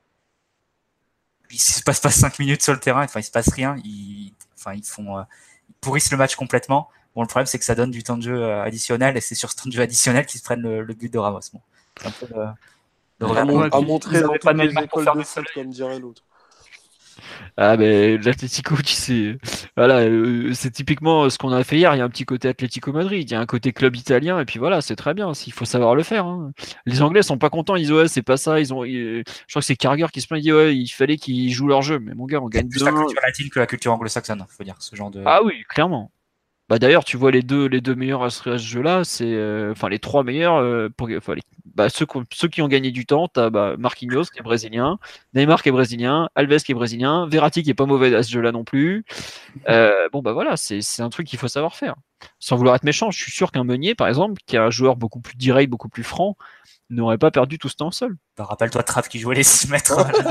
Il se passe pas cinq minutes sur le terrain, enfin il se passe rien, ils, enfin ils font, euh, ils pourrissent le match complètement. Bon, le problème c'est que ça donne du temps de jeu euh, additionnel et c'est sur ce temps de jeu additionnel qu'ils se prennent le, le but de Ramos. Bon, c'est un peu le, le À, regard. mon- Ouais, à puis montrer ils dans avaient pas toutes les Neymar pour écoles faire de le foot, soleil. comme dirait l'autre. Ah ben l'Atlético, tu sais, voilà, euh, c'est typiquement ce qu'on a fait hier. Il y a un petit côté Atlético Madrid, il y a un côté club italien, et puis voilà, c'est très bien. Il faut savoir le faire. Hein. Les Anglais sont pas contents, ils disent ouais, c'est pas ça. Ils ont, ils- je crois que c'est Carragher qui se plaint, il dit ouais, il fallait qu'ils jouent leur jeu. Mais mon gars, on C'est gagne plus la deux. culture latine que la culture anglo-saxonne, faut dire, ce genre de. Ah oui, clairement. Bah d'ailleurs, tu vois les deux, les deux meilleurs à ce, à ce jeu-là, c'est, euh, enfin les trois meilleurs, euh, pour, enfin, les- bah, ceux, qui ont- ceux qui ont gagné du temps, t'as bah, Marquinhos qui est brésilien, Neymar qui est brésilien, Alves qui est brésilien, Verratti qui est pas mauvais à ce jeu-là non plus. Euh, bon bah voilà, c'est c'est un truc qu'il faut savoir faire. Sans vouloir être méchant, je suis sûr qu'un Meunier, par exemple, qui est un joueur beaucoup plus direct, beaucoup plus franc, n'aurait pas perdu tout ce temps seul. Bah, rappelle-toi Trapp qui jouait les six mètres.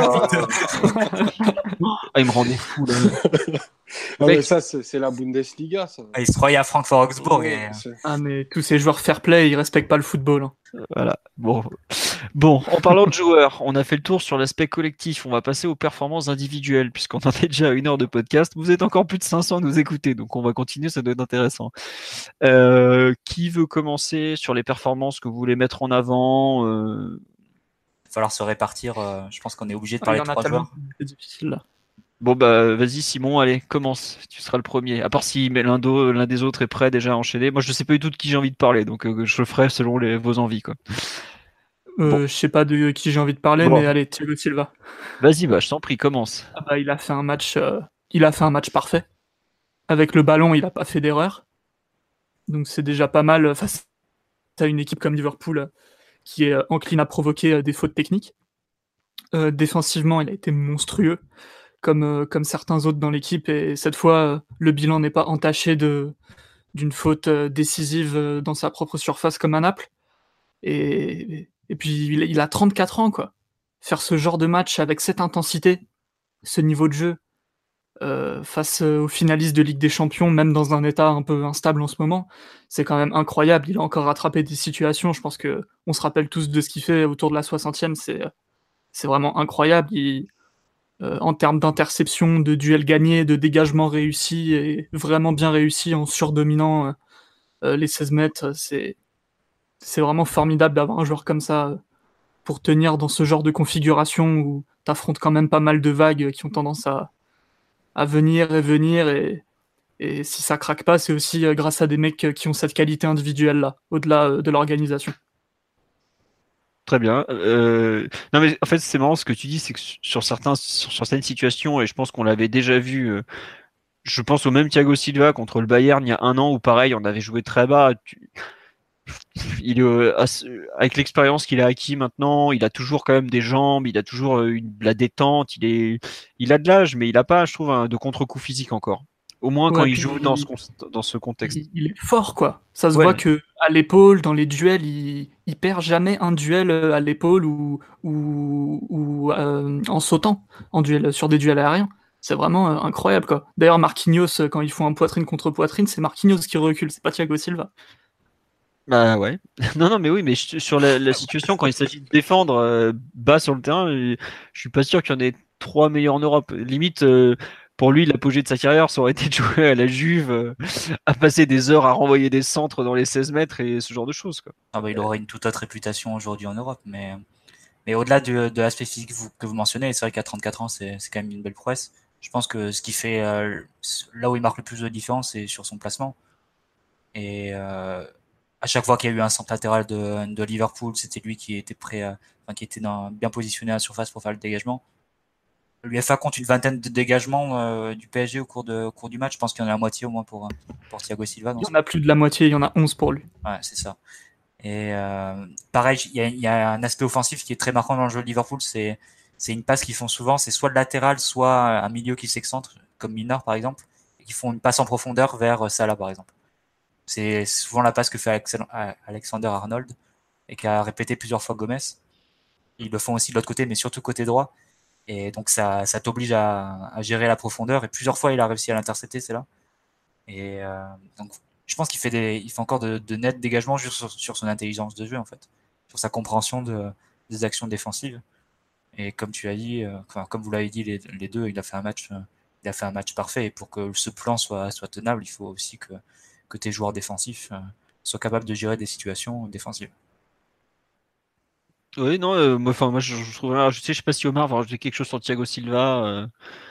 Ah, il me rendait fou là. Ah, Mec. mais ça, c'est c'est la Bundesliga, ça. Ah, il se croyait à Francfort-Augsbourg. Et... Ouais, c'est- Ah, mais tous ces joueurs fair play, ils respectent pas le football. hein. Voilà. Bon. Bon, en parlant de joueurs, on a fait le tour sur l'aspect collectif. On va passer aux performances individuelles, puisqu'on en est déjà à une heure de podcast. Vous êtes encore plus de cinq cents à nous écouter, donc on va continuer, ça doit être intéressant. Euh, qui veut commencer sur les performances que vous voulez mettre en avant euh, Il va falloir se répartir. euh, je pense qu'on est obligé de Ah, il parler y de en a trois tellement, joueurs. c'est difficile là. Bon bah vas-y Simon, allez, commence. Tu seras le premier. À part si mais l'un d'au- l'un des autres est prêt déjà à enchaîner. Moi je sais pas du tout de qui j'ai envie de parler, donc euh, je le ferai selon les, vos envies quoi. Euh, Bon. Je sais pas de qui j'ai envie de parler, Bon. mais allez, Thiago Silva. Vas-y bah je t'en prie, commence. Ah bah, il a fait un match, euh, il a fait un match parfait. Avec le ballon, il a pas fait d'erreur. Donc c'est déjà pas mal euh, face à une équipe comme Liverpool euh, qui est euh, encline à provoquer euh, des fautes techniques. Euh, défensivement, il a été monstrueux, comme, euh, comme certains autres dans l'équipe. Et cette fois, euh, le bilan n'est pas entaché de, d'une faute euh, décisive euh, dans sa propre surface comme à Naples. Et, et puis il, il a trente-quatre ans, quoi. Faire ce genre de match avec cette intensité, ce niveau de jeu, euh, face euh, aux finalistes de Ligue des Champions, même dans un état un peu instable en ce moment, c'est quand même incroyable. Il a encore rattrapé des situations. Je pense que on se rappelle tous de ce qu'il fait autour de la soixantième. C'est, c'est vraiment incroyable. Il, euh, en termes d'interception, de duels gagnés, de dégagement réussi et vraiment bien réussi en surdominant euh, euh, les seize mètres, c'est c'est vraiment formidable d'avoir un joueur comme ça euh, pour tenir dans ce genre de configuration où t'affrontes quand même pas mal de vagues qui ont tendance à, à venir et venir et, et si ça craque pas, c'est aussi euh, grâce à des mecs qui ont cette qualité individuelle là, au-delà euh, de l'organisation. Très bien. Euh, non mais en fait c'est marrant ce que tu dis, c'est que sur certains sur certaines situations, et je pense qu'on l'avait déjà vu, euh, je pense au même Thiago Silva contre le Bayern il y a un an où pareil on avait joué très bas. Tu- Il est, euh, ass- avec l'expérience qu'il a acquis maintenant, il a toujours quand même des jambes, il a toujours euh, une, de la détente, il est, il a de l'âge, mais il a pas, je trouve, un, de contre-coup physique encore. Au moins Ouais, quand il puis joue dans ce, con- dans ce contexte. il, il est fort, quoi. Ça se Ouais. voit que à l'épaule, dans les duels, il, il perd jamais un duel euh, à l'épaule ou, ou, ou euh, en sautant en duel, sur des duels aériens. C'est vraiment euh, incroyable, quoi. D'ailleurs, Marquinhos, euh, quand ils font un poitrine contre poitrine, c'est Marquinhos qui recule, c'est pas Thiago Silva. Bah ouais. Non, non, mais oui, mais je- sur la, la situation, quand il s'agit de défendre euh, bas sur le terrain, euh, je suis pas sûr qu'il y en ait trois meilleurs en Europe. Limite, euh, pour lui, l'apogée de sa carrière, ça aurait été de jouer à la Juve, euh, à passer des heures à renvoyer des centres dans les seize mètres et ce genre de choses, quoi. Ah bah, il aurait une toute autre réputation aujourd'hui en Europe, mais, mais au-delà de, de l'aspect physique que vous, que vous mentionnez, c'est vrai qu'à trente-quatre ans, c'est, c'est quand même une belle prouesse. Je pense que ce qui fait, euh, là où il marque le plus de différence, c'est sur son placement. Et euh, à chaque fois qu'il y a eu un centre latéral de, de Liverpool, c'était lui qui était prêt, à, enfin, qui était dans, bien positionné à la surface pour faire le dégagement. L'UEFA compte une vingtaine de dégagements euh, du P S G au cours, de, au cours du match. Je pense qu'il y en a la moitié au moins pour, pour Thiago Silva. Il y en a plus de la moitié, il y en a onze pour lui. Ouais, c'est ça. Et euh, pareil, il y a, y a un aspect offensif qui est très marquant dans le jeu de Liverpool. C'est, c'est une passe qu'ils font souvent. C'est soit le latéral, soit un milieu qui s'excentre, comme Milner par exemple, et qui font une passe en profondeur vers Salah par exemple. C'est souvent la passe que fait Alexander Arnold et qu'a répété plusieurs fois Gomez. Ils le font aussi de l'autre côté, mais surtout côté droit. Et donc ça, ça t'oblige à, à gérer la profondeur. Et plusieurs fois, il a réussi à l'intercepter, c'est là. Et euh, donc, je pense qu'il fait des, il fait encore de, de nets dégagements juste sur, sur son intelligence de jeu en fait, sur sa compréhension de, des actions défensives. Et comme tu as dit, euh, enfin, comme vous l'avez dit les, les deux, il a fait un match, euh, il a fait un match parfait. Et pour que ce plan soit, soit tenable, il faut aussi que, que tes joueurs défensifs euh, soient capables de gérer des situations défensives. Oui, non, euh, moi, enfin, moi, je, je trouve, alors, je sais, je sais pas si Omar va rajouter quelque chose sur Thiago Silva euh,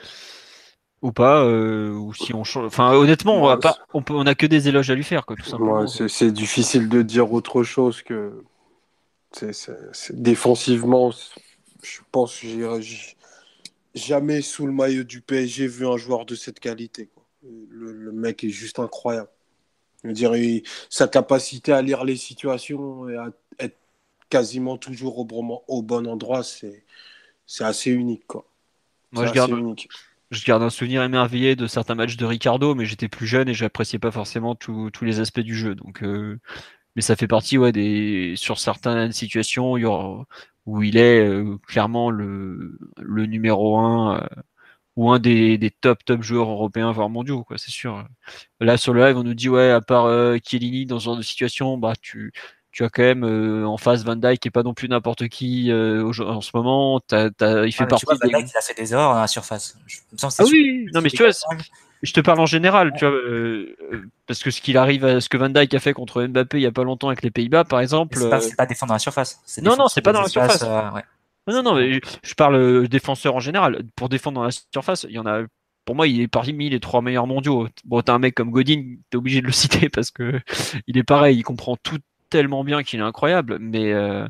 ou pas, euh, ou si on change. Enfin, honnêtement, on a Moi, pas, on peut, on a que des éloges à lui faire, quoi, tout moi, simplement. c'est c'est difficile de dire autre chose que c'est, c'est- c'est- défensivement, je pense que j'ai j'ai jamais sous le maillot du P S G vu un joueur de cette qualité, quoi. Le, le mec est juste incroyable. Je veux dire, il- sa capacité à lire les situations et à être quasiment toujours au bon, au bon endroit, c'est c'est assez unique, quoi. Moi, C'est je assez garde, unique. je garde un souvenir émerveillé de certains matchs de Ricardo, mais j'étais plus jeune et j'appréciais pas forcément tous tous les aspects du jeu. Donc, euh, mais ça fait partie, ouais, des sur certaines situations, il y aura- où il est euh, clairement le le numéro un. euh, ou un des, des top top joueurs européens voire mondiaux, quoi, c'est sûr. Là sur le live on nous dit ouais, à part euh, Chiellini dans ce genre de situation, bah tu tu as quand même euh, en face Van Dijk qui est pas non plus n'importe qui euh, au- en ce moment. T'as, t'as, il fait Ah, mais tu vois, partie Van des. Dijk, il a fait des erreurs dans la surface. Je, il me semble que Ah c'est sur oui, non mais tu vois, je te parle en général, tu vois, euh, euh, parce que ce qu'il arrive, à, ce que Van Dijk a fait contre Mbappé il y a pas longtemps avec les Pays-Bas, par Mais exemple. c'est pas, euh, c'est pas défendre dans la surface. C'est Non, défendre non, c'est sur pas des dans la espaces. surface. Euh, ouais. Non, non, mais je parle euh, défenseur en général. Pour défendre dans la surface, il y en a. Pour moi, il est parmi les trois meilleurs mondiaux. Bon, t'as un mec comme Godin, t'es obligé de le citer parce que il est pareil, il comprend tout tellement bien qu'il est incroyable. Mais euh,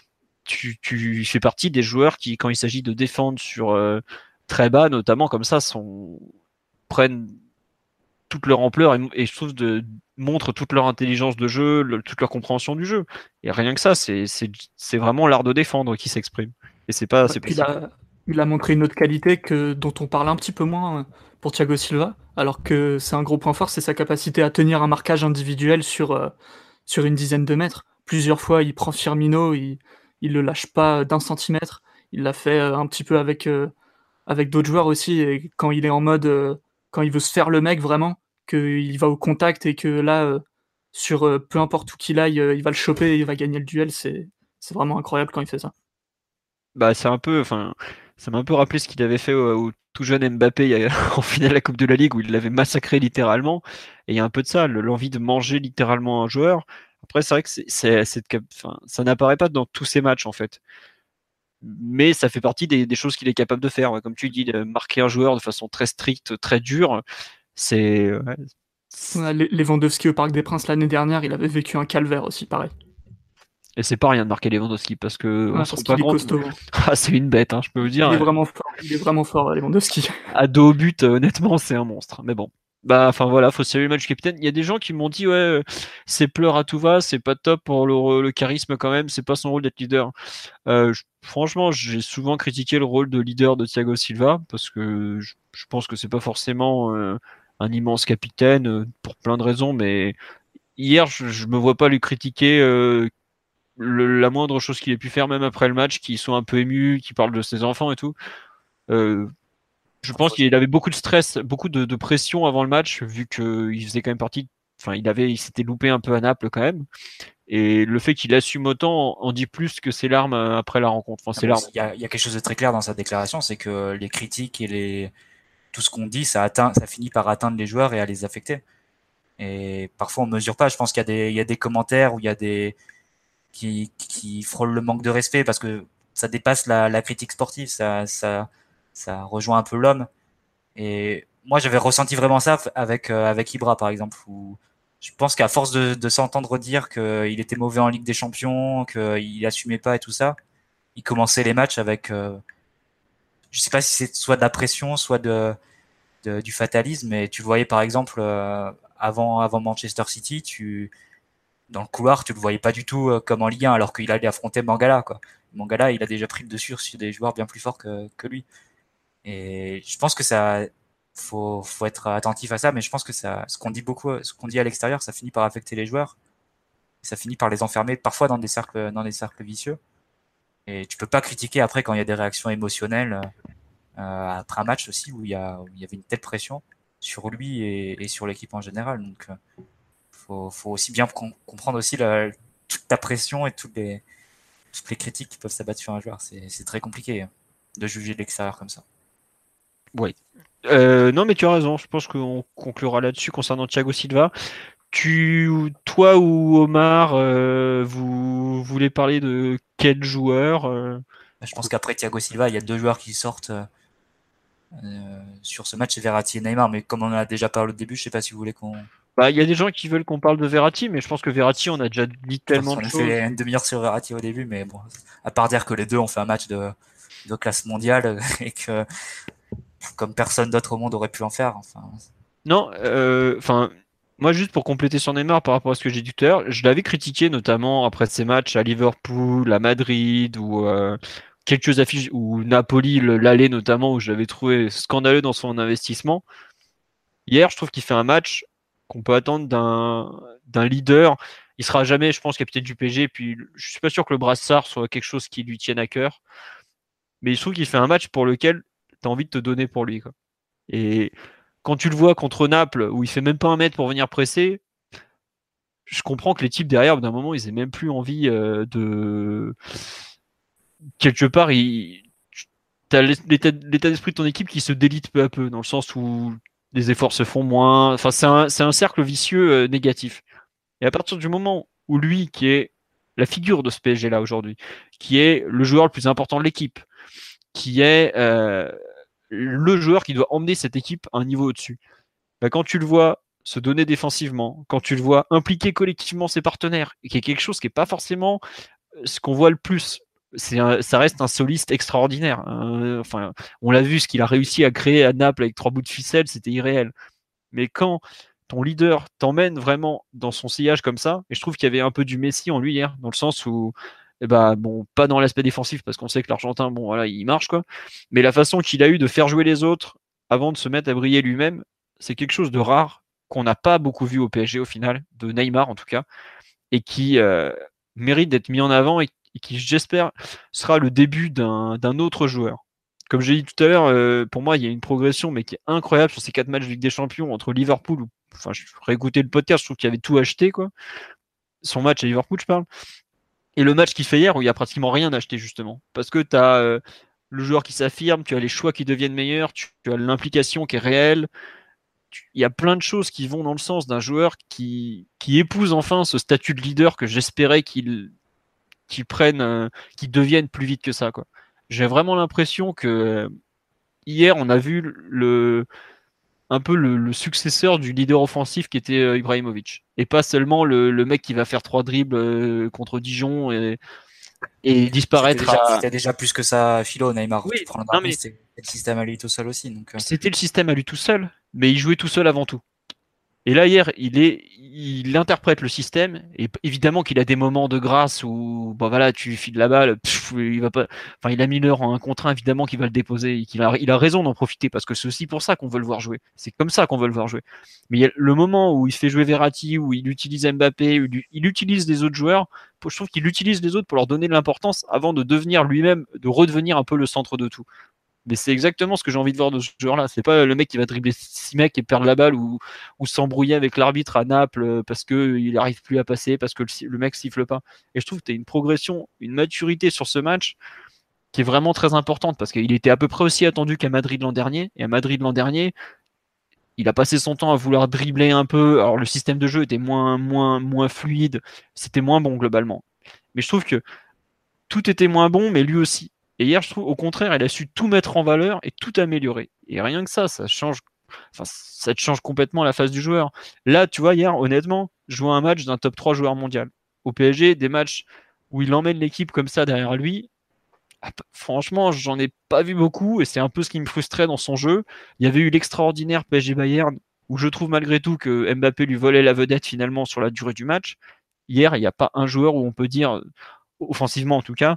tu, tu il fait partie des joueurs qui, quand il s'agit de défendre sur euh, très bas, notamment comme ça, sont prennent toute leur ampleur et, et je trouve de montrent toute leur intelligence de jeu, le- toute leur compréhension du jeu. Et rien que ça, c'est c'est c'est vraiment l'art de défendre qui s'exprime. Et c'est pas Ouais, c'est pas puis il si. a, il a montré une autre qualité que, dont on parle un petit peu moins euh, pour Thiago Silva, alors que c'est un gros point fort, c'est sa capacité à tenir un marquage individuel sur, euh, sur une dizaine de mètres. Plusieurs fois, il prend Firmino, il, il le lâche pas d'un centimètre. Il l'a fait euh, un petit peu avec, euh, avec d'autres joueurs aussi, et quand il est en mode, euh, quand il veut se faire le mec vraiment, qu'il va au contact et que là, euh, sur euh, peu importe où qu'il aille, euh, il va le choper et il va gagner le duel, c'est, c'est vraiment incroyable quand il fait ça. Bah, c'est un peu, enfin, ça m'a un peu rappelé ce qu'il avait fait au, au tout jeune Mbappé il y a- en finale de la Coupe de la Ligue où il l'avait massacré littéralement. Et il y a un peu de ça, le- l'envie de manger littéralement un joueur. Après, c'est vrai que c'est, c'est, c'est de cap- enfin, ça n'apparaît pas dans tous ses matchs en fait. Mais ça fait partie des, des choses qu'il est capable de faire. Ouais. Comme tu dis, de marquer un joueur de façon très stricte, très dure, c'est, ouais, c'est- Ouais, Le- Lewandowski au Parc des Princes l'année dernière, il avait vécu un calvaire aussi, pareil. et c'est pas rien de marquer Lewandowski parce que on Ouais, se rend parce pas qu'il est compte. costaud, hein. Ah, c'est une bête, hein, je peux vous Il est dire. vraiment fort. Il est vraiment fort, Lewandowski. À dos au but, euh, honnêtement, c'est un monstre. Mais bon. Bah, enfin voilà, faut saluer le match du capitaine. Il y a des gens qui m'ont dit, ouais, euh, c'est pleurs à tout va, c'est pas top pour le, le charisme quand même, c'est pas son rôle d'être leader. Euh, je- franchement, j'ai souvent critiqué le rôle de leader de Thiago Silva parce que je, je pense que c'est pas forcément euh, un immense capitaine euh, pour plein de raisons, mais hier, je, je me vois pas lui critiquer euh, le, la moindre chose qu'il ait pu faire, même après le match, qui soit un peu ému, qui parle de ses enfants et tout. Euh, je pense qu'il avait beaucoup de stress, beaucoup de, de pression avant le match, vu qu'il faisait quand même partie. Enfin, il avait, il s'était loupé un peu à Naples quand même. Et le fait qu'il assume autant en dit plus que ses larmes après la rencontre. Enfin, ses larmes. Il y a, il y a quelque chose de très clair dans sa déclaration, c'est que les critiques et les tout ce qu'on dit, ça atteint, ça finit par atteindre les joueurs et à les affecter. Et parfois on mesure pas. Je pense qu'il y a des, il y a des commentaires où il y a des qui, qui frôlent le manque de respect parce que ça dépasse la, la critique sportive, ça, ça, ça rejoint un peu l'homme. Et moi, j'avais ressenti vraiment ça avec euh, avec Ibra par exemple, où je pense qu'à force de, de s'entendre dire qu'il était mauvais en Ligue des Champions, qu'il assumait pas et tout ça, il commençait les matchs avec, euh, je sais pas si c'est soit de la pression, soit de, de du fatalisme. Mais tu le voyais par exemple euh, avant avant Manchester City, tu dans le couloir, tu le voyais pas du tout euh, comme en Ligue un, alors qu'il allait affronter Mangala, quoi. Mangala, il a déjà pris le dessus sur des joueurs bien plus forts que, que lui. Et je pense que ça, faut, faut être attentif à ça, mais je pense que ça, ce qu'on dit beaucoup, ce qu'on dit à l'extérieur, ça finit par affecter les joueurs. Ça finit par les enfermer, parfois dans des cercles, dans des cercles vicieux. Et tu peux pas critiquer après quand il y a des réactions émotionnelles, euh, après un match aussi où il y a, où il y avait une telle pression sur lui et, et sur l'équipe en général. Donc, euh, faut, faut aussi bien com- comprendre aussi la, toute ta pression et toutes les, toutes les critiques qui peuvent s'abattre sur un joueur. C'est, c'est très compliqué hein, de juger de l'extérieur comme ça. Oui. Euh, non, mais tu as raison. Je pense qu'on conclura là-dessus concernant Thiago Silva. Tu, toi ou Omar, euh, vous voulez parler de quel joueur euh... Je pense qu'après Thiago Silva, il y a deux joueurs qui sortent euh, sur ce match, c'est Verratti et Neymar. Mais comme on en a déjà parlé au début, je sais pas si vous voulez qu'on. Bah, il y a des gens qui veulent qu'on parle de Verratti, mais je pense que Verratti, on a déjà dit tellement on de a choses. fait une demi-heure sur Verratti au début, mais bon, à part dire que les deux ont fait un match de, de classe mondiale et que comme personne d'autre au monde aurait pu en faire. Enfin. Non, enfin, euh, moi juste pour compléter sur Neymar par rapport à ce que j'ai dit tout à l'heure, je l'avais critiqué notamment après ses matchs à Liverpool, à Madrid ou euh, quelques affiches ou Napoli, l'aller notamment où je l'avais trouvé scandaleux dans son investissement. Hier, je trouve qu'il fait un match qu'on peut attendre d'un d'un leader. Il sera jamais, je pense, capitaine du P S G. Puis, je suis pas sûr que le brassard soit quelque chose qui lui tienne à cœur. Mais je trouve qu'il fait un match pour lequel tu as envie de te donner pour lui, quoi. Et quand tu le vois contre Naples, où il fait même pas un mètre pour venir presser, je comprends que les types derrière, d'un moment, ils aient même plus envie euh, de. Quelque part, il... tu as l'état d'esprit de ton équipe qui se délite peu à peu, dans le sens où les efforts se font moins. Enfin, c'est un, c'est un cercle vicieux euh, négatif. Et à partir du moment où lui, qui est la figure de ce P S G là aujourd'hui, qui est le joueur le plus important de l'équipe, qui est euh, le joueur qui doit emmener cette équipe à un niveau au-dessus, bah, quand tu le vois se donner défensivement, quand tu le vois impliquer collectivement ses partenaires, qui est quelque chose qui n'est pas forcément ce qu'on voit le plus. C'est un, ça reste un soliste extraordinaire. Euh, enfin, on l'a vu, ce qu'il a réussi à créer à Naples avec trois bouts de ficelle, c'était irréel. Mais quand ton leader t'emmène vraiment dans son sillage comme ça, et je trouve qu'il y avait un peu du Messi en lui hier, dans le sens où, eh ben, bon, pas dans l'aspect défensif, parce qu'on sait que l'Argentin, bon, voilà, il marche, quoi. Mais la façon qu'il a eu de faire jouer les autres avant de se mettre à briller lui-même, c'est quelque chose de rare qu'on n'a pas beaucoup vu au P S G au final, de Neymar en tout cas, et qui euh, mérite d'être mis en avant et, et qui, j'espère, sera le début d'un, d'un autre joueur. Comme j'ai dit tout à l'heure, euh, pour moi, il y a une progression, mais qui est incroyable sur ces quatre matchs de Ligue des Champions entre Liverpool, où, enfin, je réécouté le podcast, je trouve qu'il y avait tout acheté, quoi. Son match à Liverpool, je parle. Et le match qu'il fait hier, où il y a pratiquement rien acheté, justement. Parce que tu as euh, le joueur qui s'affirme, tu as les choix qui deviennent meilleurs, tu, tu as l'implication qui est réelle. Tu, il y a plein de choses qui vont dans le sens d'un joueur qui, qui épouse enfin ce statut de leader que j'espérais qu'il, qu'il prenne, euh, qu'il devienne plus vite que ça, quoi. J'ai vraiment l'impression que euh, hier, on a vu le, un peu le, le successeur du leader offensif qui était euh, Ibrahimovic. Et pas seulement le, le mec qui va faire trois dribbles euh, contre Dijon et, et disparaître. C'était déjà, à... c'était déjà plus que ça, Philo, Neymar. Oui, tu prends non, mais... c'était le système à lui tout seul aussi. Donc, euh... C'était le système à lui tout seul, mais il jouait tout seul avant tout. Et là, hier, il est, il interprète le système, et évidemment qu'il a des moments de grâce où, bon voilà, tu lui files la balle, pff, il va pas, enfin, il a mis l'heure en un contre un, évidemment qu'il va le déposer, et qu'il a, il a raison d'en profiter, parce que c'est aussi pour ça qu'on veut le voir jouer. C'est comme ça qu'on veut le voir jouer. Mais il y a le moment où il fait jouer Verratti, où il utilise Mbappé, où il utilise les autres joueurs, je trouve qu'il utilise les autres pour leur donner de l'importance avant de devenir lui-même, de redevenir un peu le centre de tout. Mais c'est exactement ce que j'ai envie de voir de ce joueur-là. C'est pas le mec qui va dribbler six mecs et perdre la balle ou, ou s'embrouiller avec l'arbitre à Naples parce qu'il n'arrive plus à passer, parce que le, le mec siffle pas. Et je trouve que tu as une progression, une maturité sur ce match qui est vraiment très importante parce qu'il était à peu près aussi attendu qu'à Madrid l'an dernier. Et à Madrid l'an dernier, il a passé son temps à vouloir dribbler un peu. Alors le système de jeu était moins, moins, moins fluide, c'était moins bon globalement. Mais je trouve que tout était moins bon, mais lui aussi. Et hier, je trouve, au contraire, il a su tout mettre en valeur et tout améliorer. Et rien que ça, ça change, enfin, ça te change complètement la face du joueur. Là, tu vois, hier, honnêtement, je vois un match d'un top trois joueur mondial. Au P S G, des matchs où il emmène l'équipe comme ça derrière lui. Franchement, j'en ai pas vu beaucoup et c'est un peu ce qui me frustrait dans son jeu. Il y avait eu l'extraordinaire P S G Bayern où je trouve malgré tout que Mbappé lui volait la vedette finalement sur la durée du match. Hier, il n'y a pas un joueur où on peut dire, offensivement en tout cas,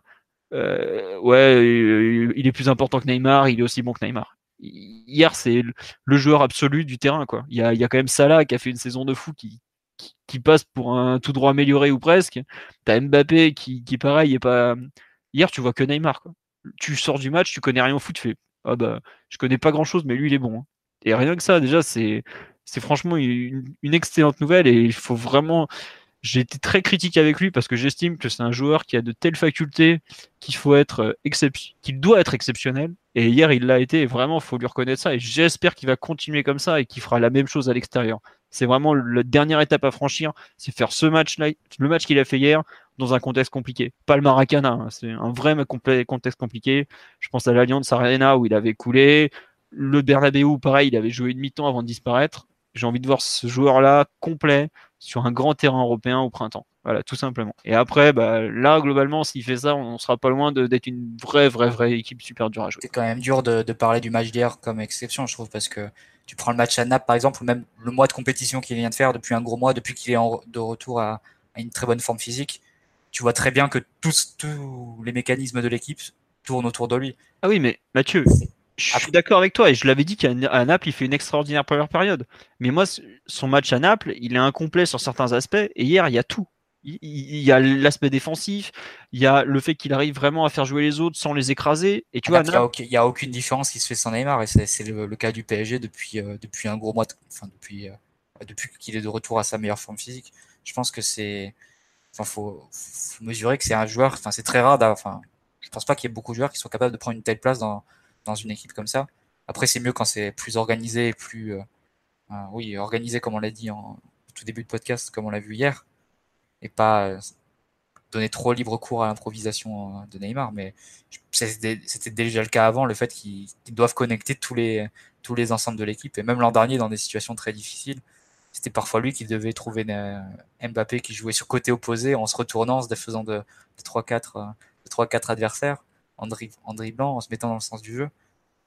euh, ouais, il est plus important que Neymar, il est aussi bon que Neymar. Hier, c'est le joueur absolu du terrain, quoi. Il y a, il y a quand même Salah qui a fait une saison de fou qui, qui, qui passe pour un tout droit amélioré ou presque. T'as Mbappé qui, qui pareil, est pas. Hier, tu vois que Neymar, quoi. Tu sors du match, tu connais rien au foot, tu fais, ah bah, je connais pas grand chose, mais lui, il est bon. Hein. Et rien que ça, déjà, c'est, c'est franchement une, une excellente nouvelle et il faut vraiment. J'ai été très critique avec lui parce que j'estime que c'est un joueur qui a de telles facultés qu'il faut être excep- qu'il doit être exceptionnel. Et hier, il l'a été. Et vraiment, il faut lui reconnaître ça. Et j'espère qu'il va continuer comme ça et qu'il fera la même chose à l'extérieur. C'est vraiment la dernière étape à franchir, c'est faire ce match-là, le match qu'il a fait hier, dans un contexte compliqué. Pas le Maracana, hein, c'est un vrai contexte compliqué. Je pense à l'Allianz Arena où il avait coulé. Le Bernabeu, pareil, il avait joué une mi-temps avant de disparaître. J'ai envie de voir ce joueur-là complet sur un grand terrain européen au printemps. Voilà, tout simplement. Et après, bah, là, globalement, s'il fait ça, on sera pas loin de, d'être une vraie, vraie, vraie équipe super dure à jouer. C'est quand même dur de, de parler du match d'hier comme exception, je trouve, parce que tu prends le match à Naples, par exemple, ou même le mois de compétition qu'il vient de faire depuis un gros mois, depuis qu'il est en, de retour à, à une très bonne forme physique, tu vois très bien que tous, tous les mécanismes de l'équipe tournent autour de lui. Ah oui, mais Mathieu, je suis d'accord avec toi et je l'avais dit qu'à Naples, il fait une extraordinaire première période. Mais moi, son match à Naples, il est incomplet sur certains aspects. Et hier, il y a tout. Il, il y a l'aspect défensif, il y a le fait qu'il arrive vraiment à faire jouer les autres sans les écraser. Et tu vois, Naples, Naples, il n'y a, a aucune différence qui se fait sans Neymar. Et c'est, c'est le, le cas du P S G depuis, euh, depuis un gros mois, de, enfin depuis, euh, depuis qu'il est de retour à sa meilleure forme physique. Je pense que c'est, enfin, faut, faut mesurer que c'est un joueur. Enfin, c'est très rare. Enfin, je pense pas qu'il y ait beaucoup de joueurs qui soient capables de prendre une telle place dans dans une équipe comme ça. Après, c'est mieux quand c'est plus organisé et plus, euh, euh, oui, organisé comme on l'a dit en tout début de podcast, comme on l'a vu hier, et pas euh, donner trop libre cours à l'improvisation de Neymar. Mais c'était, c'était déjà le cas avant, le fait qu'ils, qu'ils doivent connecter tous les tous les ensembles de l'équipe, et même l'an dernier dans des situations très difficiles, c'était parfois lui qui devait trouver euh, Mbappé qui jouait sur côté opposé en se retournant, en se défaisant de, de trois quatre de trois quatre adversaires. En, dri- en dribblant, en se mettant dans le sens du jeu.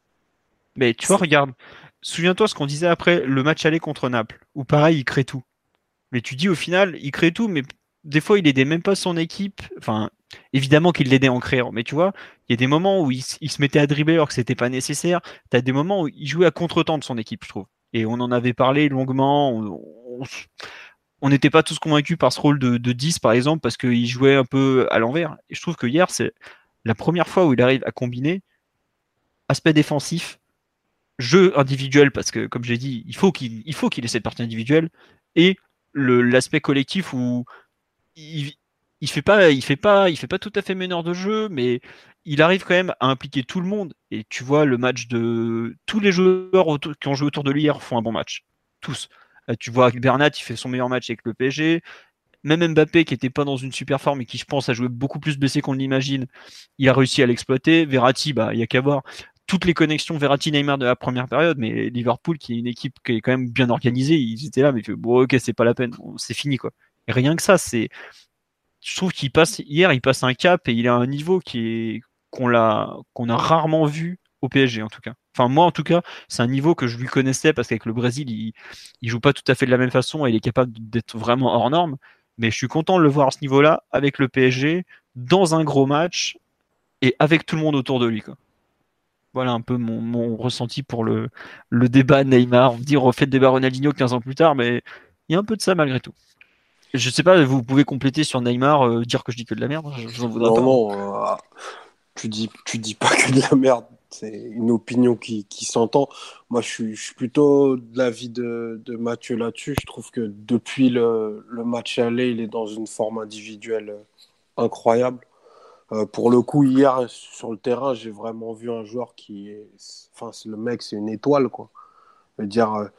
Mais tu vois, regarde, souviens-toi ce qu'on disait après le match aller contre Naples, où pareil, il crée tout. Mais tu dis au final, il crée tout, mais des fois, il aidait même pas son équipe. Enfin, évidemment qu'il l'aidait en créant, mais tu vois, il y a des moments où il, il se mettait à dribbler alors que c'était pas nécessaire. Tu as des moments où il jouait à contre-temps de son équipe, je trouve. Et on en avait parlé longuement. On n'était pas tous convaincus par ce rôle de, de dix, par exemple, parce qu'il jouait un peu à l'envers. Et je trouve que hier, c'est la première fois où il arrive à combiner aspect défensif, jeu individuel, parce que, comme j'ai dit, il faut qu'il, il faut qu'il ait cette partie individuelle, et le, l'aspect collectif où il, il fait pas, il fait pas, il fait pas tout à fait meneur de jeu, mais il arrive quand même à impliquer tout le monde. Et tu vois, le match de tous les joueurs autour, qui ont joué autour de lui hier font un bon match. Tous. Tu vois, Bernat, il fait son meilleur match avec le P S G. Même Mbappé, qui était pas dans une super forme et qui, je pense, a joué beaucoup plus blessé qu'on l'imagine, il a réussi à l'exploiter. Verratti, bah, il y a qu'à voir toutes les connexions Verratti-Neymar de la première période, mais Liverpool, qui est une équipe qui est quand même bien organisée, ils étaient là, mais bon, ok, c'est pas la peine, c'est fini, quoi. Et rien que ça, c'est, je trouve qu'il passe, hier, il passe un cap et il a un niveau qui est, qu'on l'a, qu'on a rarement vu au P S G en tout cas. Enfin moi en tout cas, c'est un niveau que je lui connaissais parce qu'avec le Brésil, il, il joue pas tout à fait de la même façon et il est capable d'être vraiment hors norme. Mais je suis content de le voir à ce niveau-là avec le P S G dans un gros match et avec tout le monde autour de lui, quoi. Voilà un peu mon, mon ressenti pour le, le débat Neymar. On me dit on refait le débat Ronaldinho quinze ans plus tard, mais il y a un peu de ça malgré tout. Je sais pas, vous pouvez compléter sur Neymar, euh, dire que je dis que de la merde, je, je vous en voudrais Non, pas. non, euh, tu dis, tu dis pas que de la merde. C'est une opinion qui, qui s'entend. Moi, je suis, je suis plutôt de l'avis de, de Mathieu là-dessus. Je trouve que depuis le, le match aller, il est dans une forme individuelle euh, incroyable. Euh, pour le coup, hier, sur le terrain, j'ai vraiment vu un joueur qui est. Enfin, c'est- le mec, c'est une étoile, quoi. Je veux dire, euh,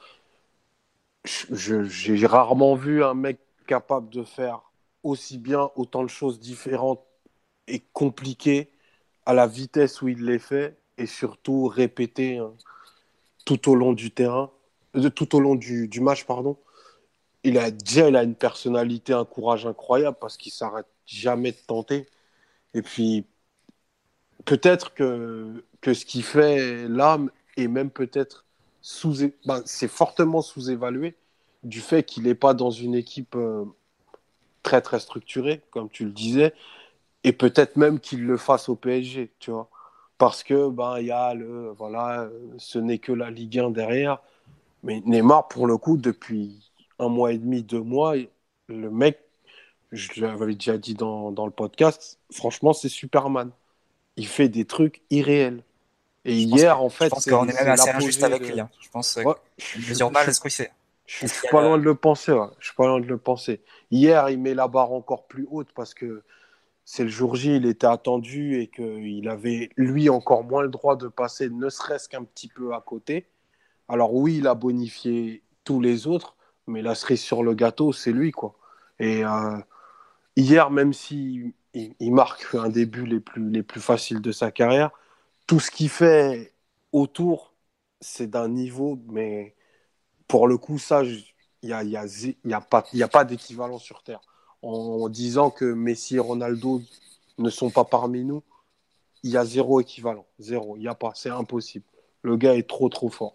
je- je- j'ai rarement vu un mec capable de faire aussi bien autant de choses différentes et compliquées à la vitesse où il les fait et surtout répéter hein, tout au long du terrain, de tout au long du, du match, pardon. Il a déjà il a une personnalité, un courage incroyable parce qu'il s'arrête jamais de tenter. Et puis peut-être que, que ce qu'il fait là est même peut-être sous, ben, c'est fortement sous-évalué du fait qu'il n'est pas dans une équipe euh, très très structurée, comme tu le disais, et peut-être même qu'il le fasse au P S G, tu vois. Parce que ben il y a le voilà, euh, ce n'est que la Ligue un derrière. Mais Neymar, pour le coup, depuis un mois et demi, deux mois, le mec, je l'avais déjà dit dans, dans le podcast, franchement, c'est Superman. Il fait des trucs irréels. Et Je pense que, hier, en je fait, pense qu'on c'est, est même c'est assez injuste l'apogée avec de. lui. Hein. Je pense Ouais, je, qu'il je, mesure je, mal ce qu'il fait. je, je Est-ce suis qu'il y pas a loin le- de le penser. Ouais. Je suis pas loin de le penser. Hier, il met la barre encore plus haute parce que c'est le jour J, il était attendu et qu'il avait, lui, encore moins le droit de passer, ne serait-ce qu'un petit peu à côté. Alors oui, il a bonifié tous les autres, mais la cerise sur le gâteau, c'est lui, quoi. Et euh, hier, même si il, il marque un des buts les plus, les plus faciles de sa carrière, tout ce qu'il fait autour, c'est d'un niveau, mais pour le coup, ça, il n'y a, y a, y a pas, y a pas d'équivalent sur Terre. En, en disant que Messi et Ronaldo ne sont pas parmi nous, il y a zéro équivalent. Zéro. Il n'y a pas. C'est impossible. Le gars est trop, trop fort.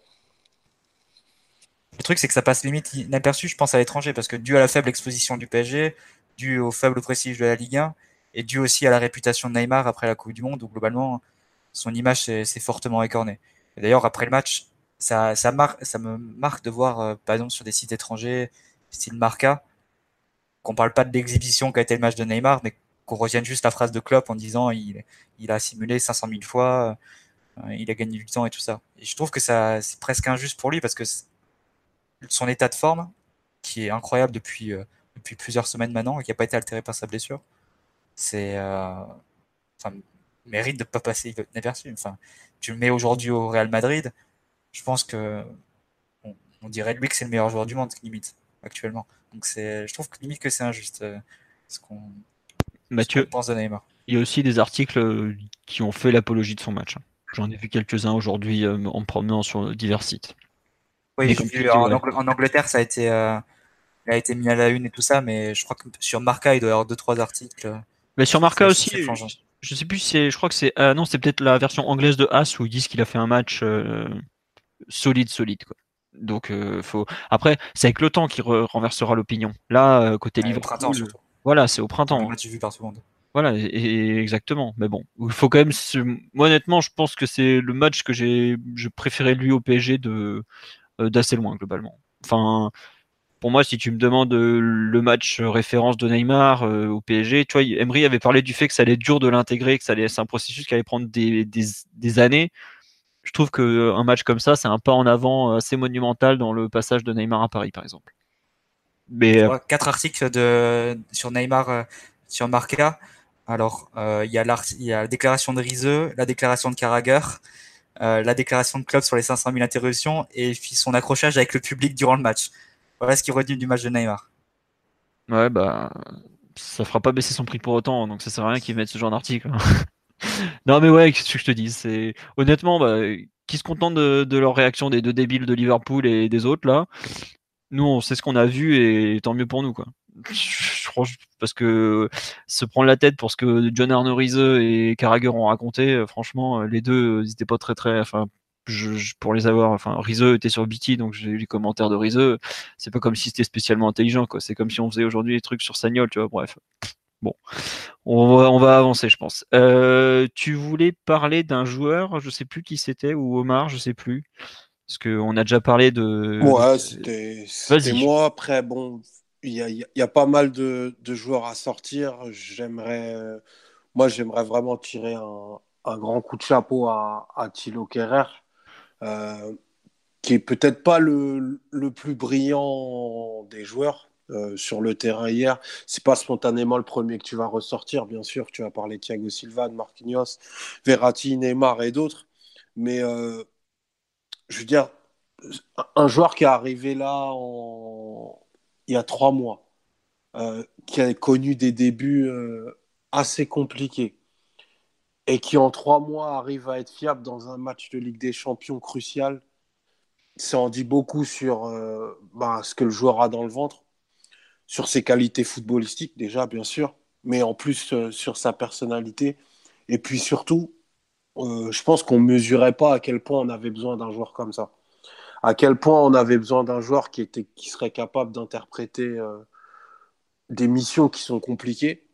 Le truc, c'est que ça passe limite inaperçu, je pense, à l'étranger, parce que dû à la faible exposition du P S G, dû au faible prestige de la Ligue un, et dû aussi à la réputation de Neymar après la Coupe du Monde, où globalement, son image s'est s'est fortement écornée. Et d'ailleurs, après le match, ça, ça, mar- ça me marque de voir, euh, par exemple, sur des sites étrangers, style Marca, qu'on parle pas de l'exhibition qu'a été le match de Neymar, mais qu'on retienne juste la phrase de Klopp en disant il, il a simulé cinq cent mille fois, euh, il a gagné du temps et tout ça. Et je trouve que ça, c'est presque injuste pour lui parce que son état de forme, qui est incroyable depuis, euh, depuis plusieurs semaines maintenant et qui n'a pas été altéré par sa blessure, c'est, euh, enfin, mérite de ne pas passer inaperçu. Enfin, tu le mets aujourd'hui au Real Madrid, je pense que on, on dirait de lui que c'est le meilleur joueur du monde, limite, actuellement. Donc c'est, je trouve que limite que c'est injuste euh, ce qu'on, ce qu'on Mathieu, pense de Neymar. il y a aussi des articles euh, qui ont fait l'apologie de son match. J'en ai vu quelques-uns aujourd'hui euh, en me promenant sur divers sites. Oui, Mais j'ai comme tu vu dis, en, ouais. Angl- en Angleterre, ça a été, euh, il a été mis à la une et tout ça, mais je crois que sur Marca, il doit y avoir deux trois articles euh, Mais sur sur Marca ces, sur aussi, ces changements. je, je sais plus si c'est, je crois que c'est, ah non, c'est peut-être la version anglaise de As où ils disent qu'il a fait un match euh, solide, solide, quoi. Donc, euh, faut. Après, c'est avec le temps qu'il re- renversera l'opinion. Là, euh, côté Ouais, au printemps Liverpool, surtout. voilà, c'est au Dans les printemps, hein. matchs vus par tout le monde. Voilà, et, et exactement. Mais bon, il faut quand même. Se... Moi, honnêtement, je pense que c'est le match que j'ai, je préférais lui au P S G de euh, d'assez loin globalement. Enfin, pour moi, si tu me demandes euh, le match référence de Neymar euh, au P S G, tu vois, Emery avait parlé du fait que ça allait être dur de l'intégrer, que ça allait, c'est un processus qui allait prendre des, des, des années. Je trouve que euh, un match comme ça, c'est un pas en avant assez monumental dans le passage de Neymar à Paris, par exemple. Mais Je euh, vois quatre articles de, sur Neymar euh, sur Marca. Alors, euh, il y a l'art- il y a la déclaration de Rizeux, la déclaration de Carragher, euh, la déclaration de Klopp sur les cinq cent mille interruptions et puis son accrochage avec le public durant le match. Voilà ce qui est retenu du match de Neymar. ouais, bah, ça fera pas baisser son prix pour autant, donc ça sert à rien qu'ils mettent ce genre d'article. Non, mais ouais, qu'est-ce que je te dis, c'est honnêtement, bah, qui se contente de, de leur réaction des deux débiles de Liverpool et des autres là. Nous, on sait ce qu'on a vu et tant mieux pour nous, quoi. je crois parce que se prendre la tête pour ce que John Arne Riise et Carragher ont raconté, franchement, les deux, ils étaient pas très très, enfin, je, je, pour les avoir, enfin, Riise était sur B T, donc j'ai eu les commentaires de Riise. C'est pas comme si c'était spécialement intelligent, quoi. C'est comme si on faisait aujourd'hui des trucs sur Sagnol, tu vois. Bref. Bon, on va, on va avancer, je pense. Euh, tu voulais parler d'un joueur, je sais plus qui c'était, ou Omar, je sais plus. Parce qu'on a déjà parlé de. Ouais, c'était, c'était Vas-y. moi. Après, bon, il y a, il y a pas mal de, de joueurs à sortir. J'aimerais, euh, moi, j'aimerais vraiment tirer un, un grand coup de chapeau à, à Thilo Kehrer, euh, qui est peut-être pas le, le plus brillant des joueurs euh, sur le terrain hier. C'est pas spontanément le premier que tu vas ressortir, bien sûr. Tu vas parler de Thiago Silva, de Marquinhos, Verratti, Neymar et d'autres. Mais euh, je veux dire, un joueur qui est arrivé là en... il y a trois mois, euh, qui a connu des débuts euh, assez compliqués et qui en trois mois arrive à être fiable dans un match de Ligue des Champions crucial, ça en dit beaucoup sur euh, bah, ce que le joueur a dans le ventre, sur ses qualités footballistiques déjà, bien sûr, mais en plus euh, sur sa personnalité. Et puis surtout, euh, je pense qu'on ne mesurait pas à quel point on avait besoin d'un joueur comme ça. À quel point on avait besoin d'un joueur qui, était, qui serait capable d'interpréter euh, des missions qui sont compliquées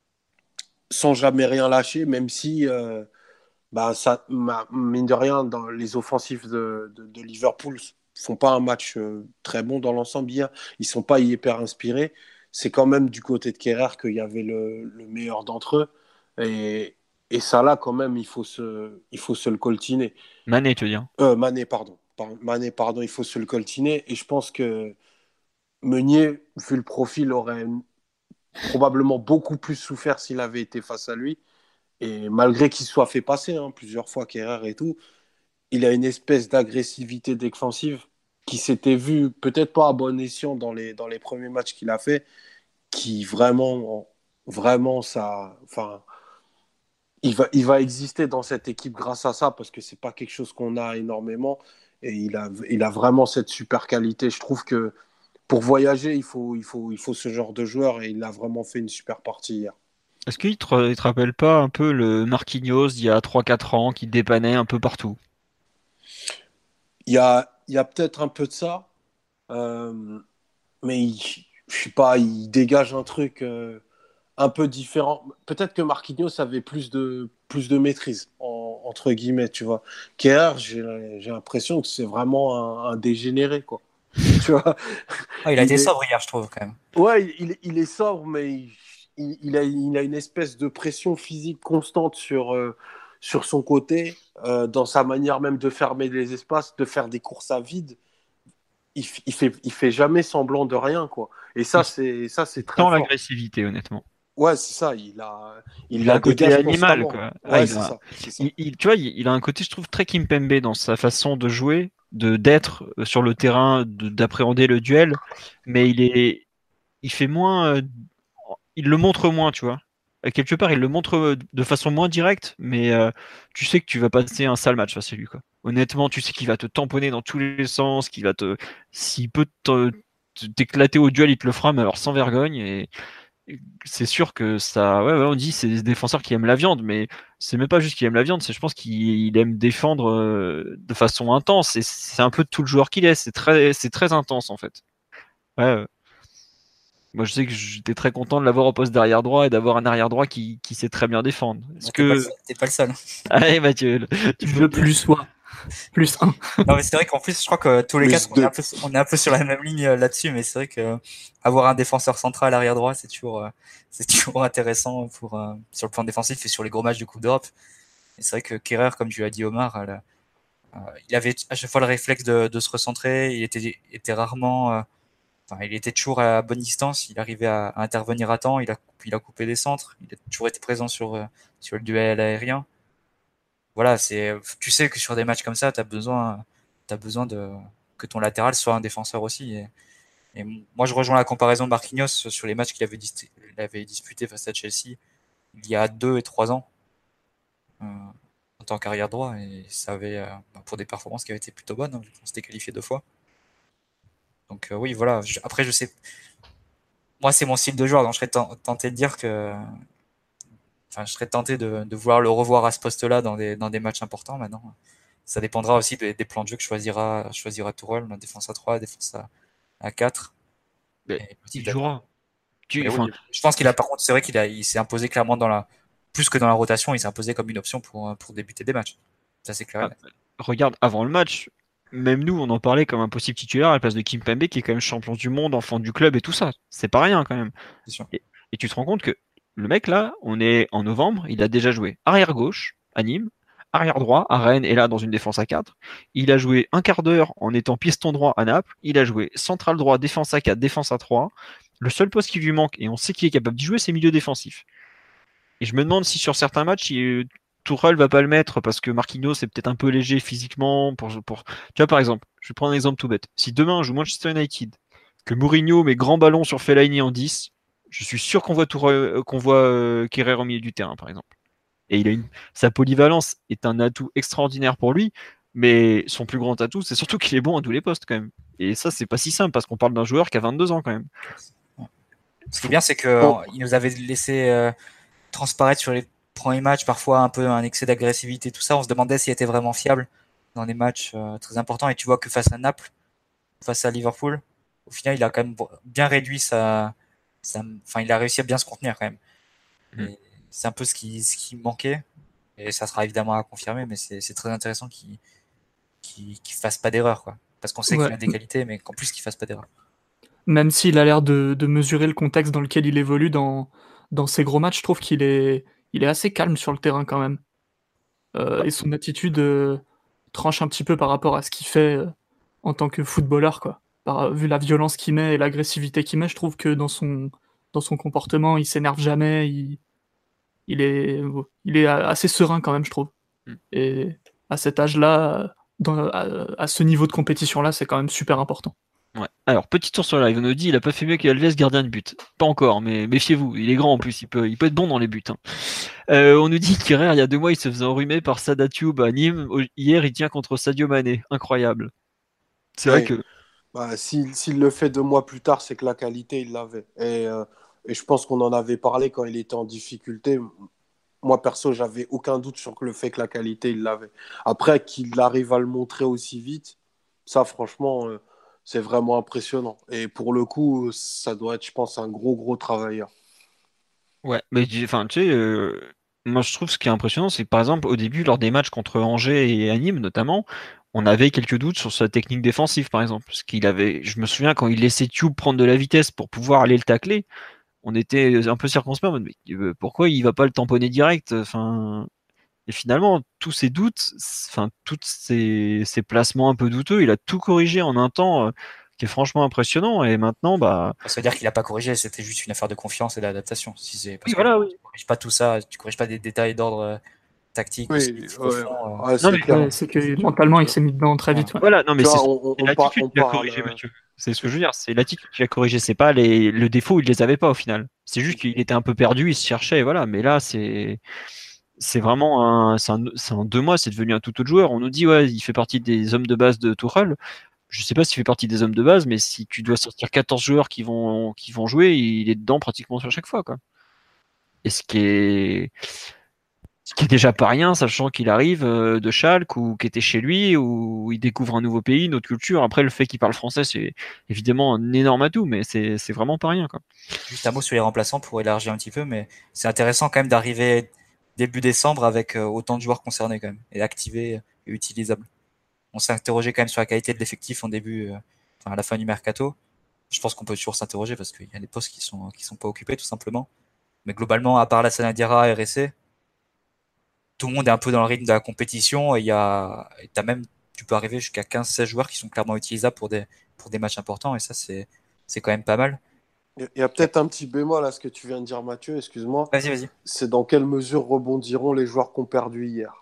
sans jamais rien lâcher, même si, euh, bah, ça, mine de rien, dans les offensifs de, de, de Liverpool font pas un match euh, très bon dans l'ensemble hier. Ils sont pas hyper inspirés. C'est quand même du côté de Kehrer qu'il y avait le, le meilleur d'entre eux. Et, et ça, là, quand même, il faut se, il faut se le coltiner. Mané, tu veux dire euh, Mané, pardon. Mané, pardon, il faut se le coltiner. Et je pense que Meunier, vu le profil, aurait probablement beaucoup plus souffert s'il avait été face à lui. Et malgré qu'il soit fait passer hein, plusieurs fois, Kehrer et tout, il a une espèce d'agressivité défensive qui s'était vue peut-être pas à bon escient dans les, dans les premiers matchs qu'il a fait, qui vraiment, vraiment, ça, enfin, il va, il va exister dans cette équipe grâce à ça parce que c'est pas quelque chose qu'on a énormément et il a, il a vraiment cette super qualité. Je trouve que pour voyager, il faut, il faut, il faut ce genre de joueur et il a vraiment fait une super partie hier. Est-ce qu'il te, il te rappelle pas un peu le Marquinhos d'il y a trois quatre ans qui dépannait un peu partout? Il y a, il y a peut-être un peu de ça, euh, mais il, je sais pas, il dégage un truc euh, un peu différent. Peut-être que Marquinhos avait plus de, plus de maîtrise, en- entre guillemets, tu vois. Kerr, j'ai, j'ai l'impression que c'est vraiment un, un dégénéré, quoi. Tu vois, Ah, il a il été est, sobre hier, je trouve, quand même. ouais, il, il est sobre, mais il, il- il a, il a une espèce de pression physique constante sur, euh, sur son côté, euh, dans sa manière même de fermer les espaces, de faire des courses à vide. Il, f- il fait, il fait jamais semblant de rien, quoi. Et ça, Il c'est, ça, c'est très sent fort. l'agressivité, honnêtement. Ouais, c'est ça. Il a, il Il a la un côté dégage animal, constamment. quoi. Ah, Ouais, il c'est a, ça, c'est ça. il, il- tu vois, il, il a un côté, je trouve, très Kimpembe dans sa façon de jouer, de d'être euh, sur le terrain, de- d'appréhender le duel, mais il est, il fait moins, euh, il le montre moins, tu vois. Euh, Quelque part, il le montre euh, de façon moins directe, mais euh, tu sais que tu vas passer un sale match face à lui, quoi. Honnêtement, tu sais qu'il va te tamponner dans tous les sens, qu'il va te, s'il peut te- te- t'éclater au duel, il te le fera, mais alors sans vergogne. Et c'est sûr que ça, ouais, ouais, on dit c'est des défenseurs qui aiment la viande, mais c'est même pas juste qu'il aime la viande, c'est je pense qu'il aime défendre euh, de façon intense. Et c'est un peu tout le joueur qu'il est. C'est très, c'est très intense en fait. Ouais, ouais. Moi, je sais que j'étais très content de l'avoir au poste d'arrière droit et d'avoir un arrière droit qui, qui sait très bien défendre. Est-ce Bah, t'es pas le que, seul. T'es pas le seul. allez Mathieu, tu peux Je me dire. plus ouais. Plus un. Non, mais c'est vrai qu'en plus, je crois que tous les quatre, Plus on est un deux. peu, on est un peu sur la même ligne euh, là-dessus, mais c'est vrai que euh, avoir un défenseur central arrière droit, c'est toujours, euh, c'est toujours intéressant pour, euh, sur le plan défensif et sur les gros matchs de Coupe d'Europe. Et c'est vrai que Kerrer, comme tu l'as dit Omar, euh, là, euh, il avait à chaque fois le réflexe de, de se recentrer, il était, était rarement, euh, enfin, il était toujours à bonne distance, il arrivait à, à intervenir à temps, il a, il a coupé des centres, il a toujours été présent sur, euh, sur le duel aérien. Voilà, c'est, tu sais que sur des matchs comme ça, t'as besoin, t'as besoin de, que ton latéral soit un défenseur aussi. Et, et moi, je rejoins la comparaison de Marquinhos sur les matchs qu'il avait, dis- il avait disputé face à Chelsea il y a deux et trois ans, euh, en tant qu'arrière droit, et ça avait, euh, bah, pour des performances qui avaient été plutôt bonnes, hein, vu qu'on s'était qualifié deux fois. Donc euh, oui, voilà. Je- après, je sais, moi, c'est mon style de joueur, donc je serais tenté de dire que, enfin, je serais tenté de, de vouloir le revoir à ce poste-là dans des, dans des matchs importants. Maintenant, ça dépendra aussi des, des plans de jeu que choisira, choisira Tourelle, la défense à trois, la défense à, à quatre. Mais Et il peut-être. jouera. Tu, Mais enfin, oui, je pense qu'il a, par contre, c'est vrai qu'il a, il s'est imposé clairement dans la, plus que dans la rotation, il s'est imposé comme une option pour, pour débuter des matchs. Ça, c'est clair. ah, regarde, avant le match, même nous, on en parlait comme un possible titulaire à la place de Kim Pembe, qui est quand même champion du monde, enfant du club et tout ça. C'est pas rien quand même. C'est sûr. Et, et tu te rends compte que le mec là, on est en novembre, il a déjà joué arrière gauche à Nîmes, arrière droit à Rennes et là dans une défense à quatre. Il a joué un quart d'heure en étant piston droit à Naples. Il a joué central droit, défense à quatre, défense à trois. Le seul poste qui lui manque, et on sait qu'il est capable d'y jouer, c'est milieu défensif. Et je me demande si sur certains matchs, il, Tourelle va pas le mettre parce que Marquinhos c'est peut-être un peu léger physiquement. Pour, pour... Tu vois, par exemple, je vais prendre un exemple tout bête. Si demain on joue Manchester United, que Mourinho met grand ballon sur Fellaini en dix, je suis sûr qu'on voit, Tourelle, qu'on voit euh, Kerrer au milieu du terrain, par exemple. Et il a une... sa polyvalence est un atout extraordinaire pour lui, mais son plus grand atout, c'est surtout qu'il est bon à tous les postes quand même. Et ça, c'est pas si simple parce qu'on parle d'un joueur qui a vingt-deux ans quand même. Ce qui est bien, c'est qu'il Bon. nous avait laissé euh, transparaître sur les premiers matchs parfois un peu un excès d'agressivité, tout ça. On se demandait s'il était vraiment fiable dans des matchs euh, très importants. Et tu vois que face à Naples, face à Liverpool, au final, il a quand même bien réduit sa, sa... enfin, il a réussi à bien se contenir quand même. Mm. Et c'est un peu ce qui, ce qui manquait. Et ça sera évidemment à confirmer, mais c'est, c'est très intéressant qu'il, qu'il, qu'il fasse pas d'erreur, quoi. Parce qu'on sait Ouais. qu'il a des qualités, mais qu'en plus qu'il fasse pas d'erreur. Même s'il a l'air de, de mesurer le contexte dans lequel il évolue dans, dans ses gros matchs, je trouve qu'il est, il est assez calme sur le terrain quand même. Euh, et son attitude euh, tranche un petit peu par rapport à ce qu'il fait euh, en tant que footballeur, quoi. Par, vu la violence qu'il met et l'agressivité qu'il met, je trouve que dans son, dans son comportement, il s'énerve jamais, il, il, est, il est assez serein quand même, je trouve. Mm. Et à cet âge-là, dans, à, à ce niveau de compétition-là, c'est quand même super important. Ouais. Alors, petit tour sur live, on nous dit il a pas fait mieux qu'Alves gardien de but. Pas encore, mais méfiez-vous, il est grand en plus, il peut, il peut être bon dans les buts. Hein. Euh, on nous dit qu'Herrera, il y a deux mois, il se faisait enrhumer par Sada Thioub à Nîmes. Hier, il tient contre Sadio Mané. Incroyable. C'est vrai Ouais. que. Bah, s'il, s'il le fait deux mois plus tard, c'est que la qualité, il l'avait. Et, euh, et je pense qu'on en avait parlé quand il était en difficulté. Moi, perso, j'avais aucun doute sur le fait que la qualité, il l'avait. Après, qu'il arrive à le montrer aussi vite, ça, franchement, euh, c'est vraiment impressionnant. Et pour le coup, ça doit être, je pense, un gros, gros travailleur. Ouais, mais tu- enfin, tu sais, euh, moi je trouve ce qui est impressionnant, c'est que par exemple, au début, lors des matchs contre Angers et à Nîmes notamment, on avait quelques doutes sur sa technique défensive, par exemple. Parce qu'il avait, je me souviens quand il laissait Thioub prendre de la vitesse pour pouvoir aller le tacler, on était un peu circonspect en mode, mais euh, pourquoi il va pas le tamponner direct? Enfin, et finalement, tous ces doutes, enfin, tous ces, ces placements un peu douteux, il a tout corrigé en un temps euh, qui est franchement impressionnant. Et maintenant, bah, Ça veut dire qu'il a pas corrigé, c'était juste une affaire de confiance et d'adaptation. Si c'est parce oui, que voilà, oui. tu corriges pas tout ça, tu corriges pas des détails d'ordre euh, tactique ou Oui, stylistique au ouais, fond. euh, ouais, Non, c'est mais clair. Ouais, c'est que mentalement, il s'est mis dedans très vite. Ouais. voilà, non, mais Tu c'est vois, on, c'est on, par- l'attitude on qui a parle. corrigé euh, Mathieu. C'est ce que je veux dire, c'est l'attitude qui a corrigé, c'est pas les, le défaut, il les avait pas au final. C'est juste qu'il était un peu perdu, il se cherchait, et voilà. Mais là, c'est c'est vraiment un, c'est un, c'est en deux mois, c'est devenu un tout autre joueur. On nous dit, ouais, il fait partie des hommes de base de Tuchel. Je sais pas s'il fait partie des hommes de base, mais si tu dois sortir quatorze joueurs qui vont, qui vont jouer, il est dedans pratiquement sur chaque fois, quoi. Et ce qui est, ce qui est déjà pas rien, sachant qu'il arrive euh, de Schalke ou qui était chez lui, où il découvre un nouveau pays, une autre culture. Après, le fait qu'il parle français, c'est évidemment un énorme atout, mais c'est c'est vraiment pas rien, quoi. Juste un mot sur les remplaçants pour élargir un petit peu, mais c'est intéressant quand même d'arriver début décembre avec euh, autant de joueurs concernés quand même et activés et utilisables. On s'est interrogé quand même sur la qualité de l'effectif en début, euh, enfin à la fin du mercato. Je pense qu'on peut toujours s'interroger parce qu'il y a des postes qui sont qui sont pas occupés tout simplement. Mais globalement, à part la Sanadira R S C, tout le monde est un peu dans le rythme de la compétition et il y a, et t'as même, tu peux arriver jusqu'à quinze seize joueurs qui sont clairement utilisables pour des, pour des matchs importants et ça, c'est, c'est quand même pas mal. Il y a peut-être un petit bémol à ce que tu viens de dire, Mathieu, excuse-moi. Vas-y, vas-y. C'est dans quelle mesure rebondiront les joueurs qu'on perdu hier.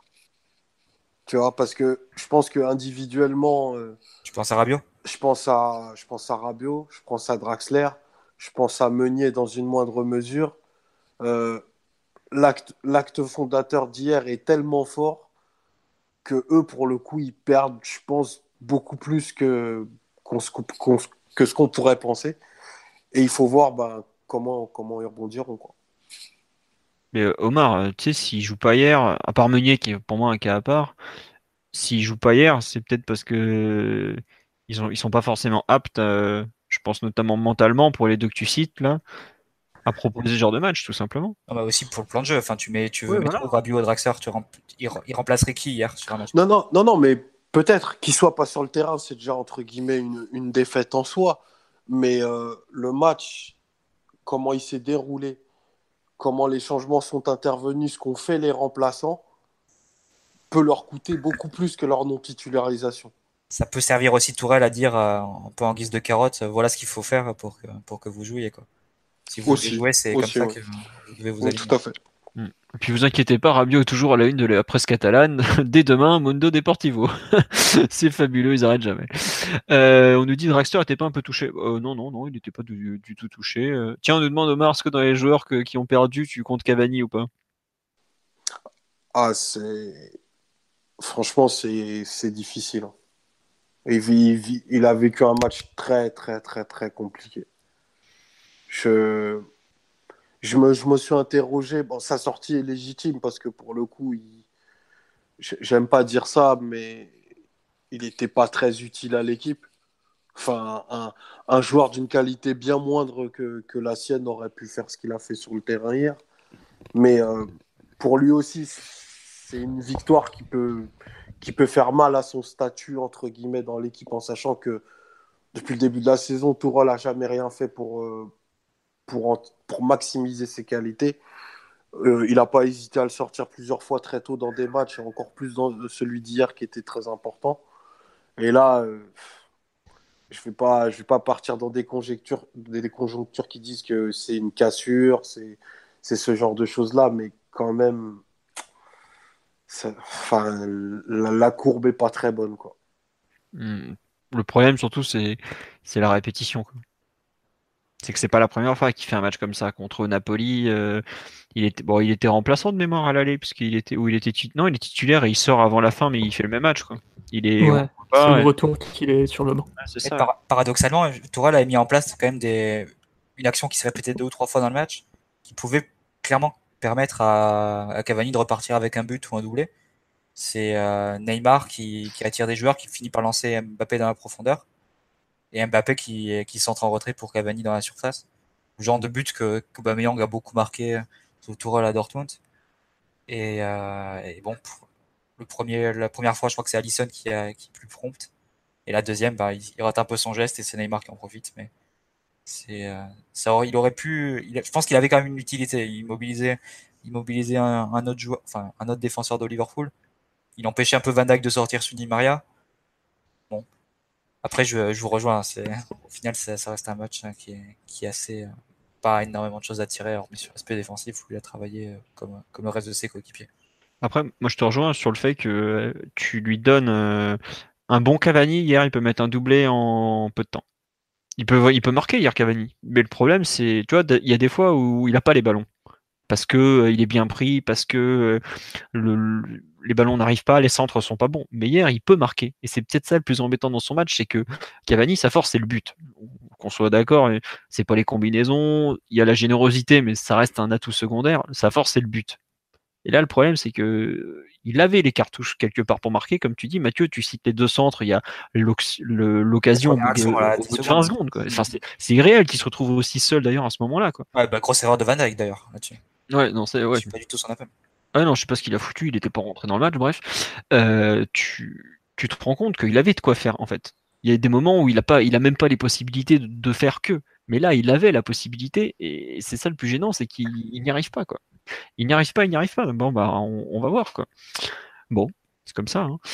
Tu vois, parce que je pense que individuellement, euh, Tu penses à Rabiot? je pense à, je pense à Rabiot, je pense à Draxler, je pense à Meunier dans une moindre mesure. Euh, l'acte, l'acte fondateur d'hier est tellement fort que eux, pour le coup, ils perdent, je pense, beaucoup plus que, qu'on se- qu'on- que ce qu'on pourrait penser. Et il faut voir ben, comment, comment ils rebondiront, quoi. Mais euh, Omar, euh, tu sais, s'il joue pas hier, à part Meunier qui est pour moi un cas à part, s'il joue pas hier, c'est peut-être parce que euh, ils ont, ils sont pas forcément aptes, euh, je pense notamment mentalement pour les deux que tu cites là, à proposer ce genre de match, tout simplement. Non, bah aussi pour le plan de jeu. Enfin, tu mets, tu veux Ouais, mettre voilà. Rabiot, Draxler, tu rem- il, il remplacerait qui hier sur un match? Non, non, non, non, mais peut-être qu'il soit pas sur le terrain, c'est déjà entre guillemets une, une défaite en soi. Mais euh, le match, comment il s'est déroulé, comment les changements sont intervenus, ce qu'ont fait les remplaçants, peut leur coûter beaucoup plus que leur non-titularisation. Ça peut servir aussi Tourelle à dire euh, un peu en guise de carotte, euh, voilà ce qu'il faut faire pour que, pour que vous jouiez, quoi. Si vous voulez Aussi, jouer, c'est comme aussi, ça oui. que vous devez vous Oui, aligner. tout à fait. Mm. Et puis vous inquiétez pas, Rabiot est toujours à la une de la presse catalane. Dès demain, Mundo Deportivo. C'est fabuleux, ils arrêtent jamais. Euh, on nous dit Draxler était pas un peu touché. Euh, non, non, non, il n'était pas du, du tout touché. Euh, tiens, on nous demande Omar, est-ce que dans les joueurs que- qui ont perdu, tu comptes Cavani ou pas? Ah, c'est. Franchement, c'est c'est difficile, hein. Il, vit- il vit- il a vécu un match très, très, très, très compliqué. Je, je me, je me suis interrogé. Bon, sa sortie est légitime parce que pour le coup, il, je- j'aime pas dire ça, mais il n'était pas très utile à l'équipe. Enfin, un, un joueur d'une qualité bien moindre que, que la sienne aurait pu faire ce qu'il a fait sur le terrain hier. Mais euh, pour lui aussi, c'est une victoire qui peut, qui peut faire mal à son statut, entre guillemets, dans l'équipe, en sachant que depuis le début de la saison, Tourelle n'a jamais rien fait pour, euh, pour, en- pour maximiser ses qualités. Euh, il n'a pas hésité à le sortir plusieurs fois très tôt dans des matchs, et encore plus dans celui d'hier qui était très important. Et là, euh, je ne vais pas, je vais pas partir dans des conjectures, des, des conjonctures qui disent que c'est une cassure, c'est, c'est ce genre de choses-là, mais quand même, ça- enfin, la, la courbe n'est pas très bonne, quoi. Hmm. Le problème surtout, c'est c'est la répétition, quoi. C'est que c'est pas la première fois qu'il fait un match comme ça contre Napoli. euh, il était bon, il était remplaçant de mémoire à l'aller puisqu'il était ou il était tit- non, il est titulaire et il sort avant la fin, mais il fait le même match, quoi. Il est on Ouais, le voit c'est pas. au et- retour qu'il est sur le banc. ouais, c'est Et ça. par- paradoxalement, Tourelle avait mis en place quand même des, une action qui se répétait deux ou trois fois dans le match, qui pouvait clairement permettre à, à Cavani de repartir avec un but ou un doublé. C'est euh, Neymar qui, qui attire des joueurs, qui finit par lancer Mbappé dans la profondeur, et Mbappé qui, qui centre en retrait pour Cavani dans la surface. Le genre de but que qu'Aubameyang a beaucoup marqué sous Tourelle à Dortmund. Et, euh, et bon, pour le premier, la première fois, je crois que c'est Alisson qui, a, qui est plus prompt. Et la deuxième, bah, il, il rate un peu son geste et c'est Neymar qui en profite. Mais c'est, euh, ça aurait, il aurait pu. Il, je pense qu'il avait quand même une utilité. Il mobilisait, il mobilisait un, un autre joueur, enfin un autre défenseur de Liverpool. Il empêchait un peu Van Dijk de sortir sur Di Maria. Bon, après je, je vous rejoins. C'est, au final, ça, ça reste un match hein, qui est, qui est assez euh, pas énormément de choses à tirer. Mais sur l'aspect défensif, où il a travaillé euh, comme, comme le reste de ses coéquipiers. Après, moi je te rejoins sur le fait que euh, tu lui donnes euh, un bon Cavani hier, il peut mettre un doublé en peu de temps. Il peut il peut marquer hier Cavani, mais le problème c'est, tu vois, il y a des fois où il a pas les ballons parce que euh, il est bien pris, parce que euh, le, le- les ballons n'arrivent pas, les centres sont pas bons. Mais hier, il peut marquer. Et c'est peut-être ça le plus embêtant dans son match, c'est que Cavani, sa force, c'est le but. Qu'on soit d'accord, c'est pas les combinaisons, il y a la générosité, mais ça reste un atout secondaire. Sa force, c'est le but. Et là, le problème, c'est que il avait les cartouches quelque part pour marquer, comme tu dis, Mathieu. Tu cites les deux centres, il y a l'oc- le- l'occasion au Première bout action de, à la au dix bout de vingt secondes. secondes. Quoi. Enfin, c'est c'est irréel qu'il se retrouve aussi seul d'ailleurs à ce moment-là. Quoi. Ouais, bah, grosse erreur de Van Dijk d'ailleurs là-dessus. Ouais, non, c'est Je ouais. suis pas du tout son appel. Ah non, je sais pas ce qu'il a foutu, il n'était pas rentré dans le match, bref. Euh, tu, tu te rends compte qu'il avait de quoi faire, en fait. Il y a des moments où il a pas, il a même pas les possibilités de, de faire que. Mais là, il avait la possibilité, et c'est ça le plus gênant, c'est qu'il il n'y arrive pas, quoi. Il n'y arrive pas, il n'y arrive pas. Bon, bah, on, on va voir, quoi. Bon, c'est comme ça, hein.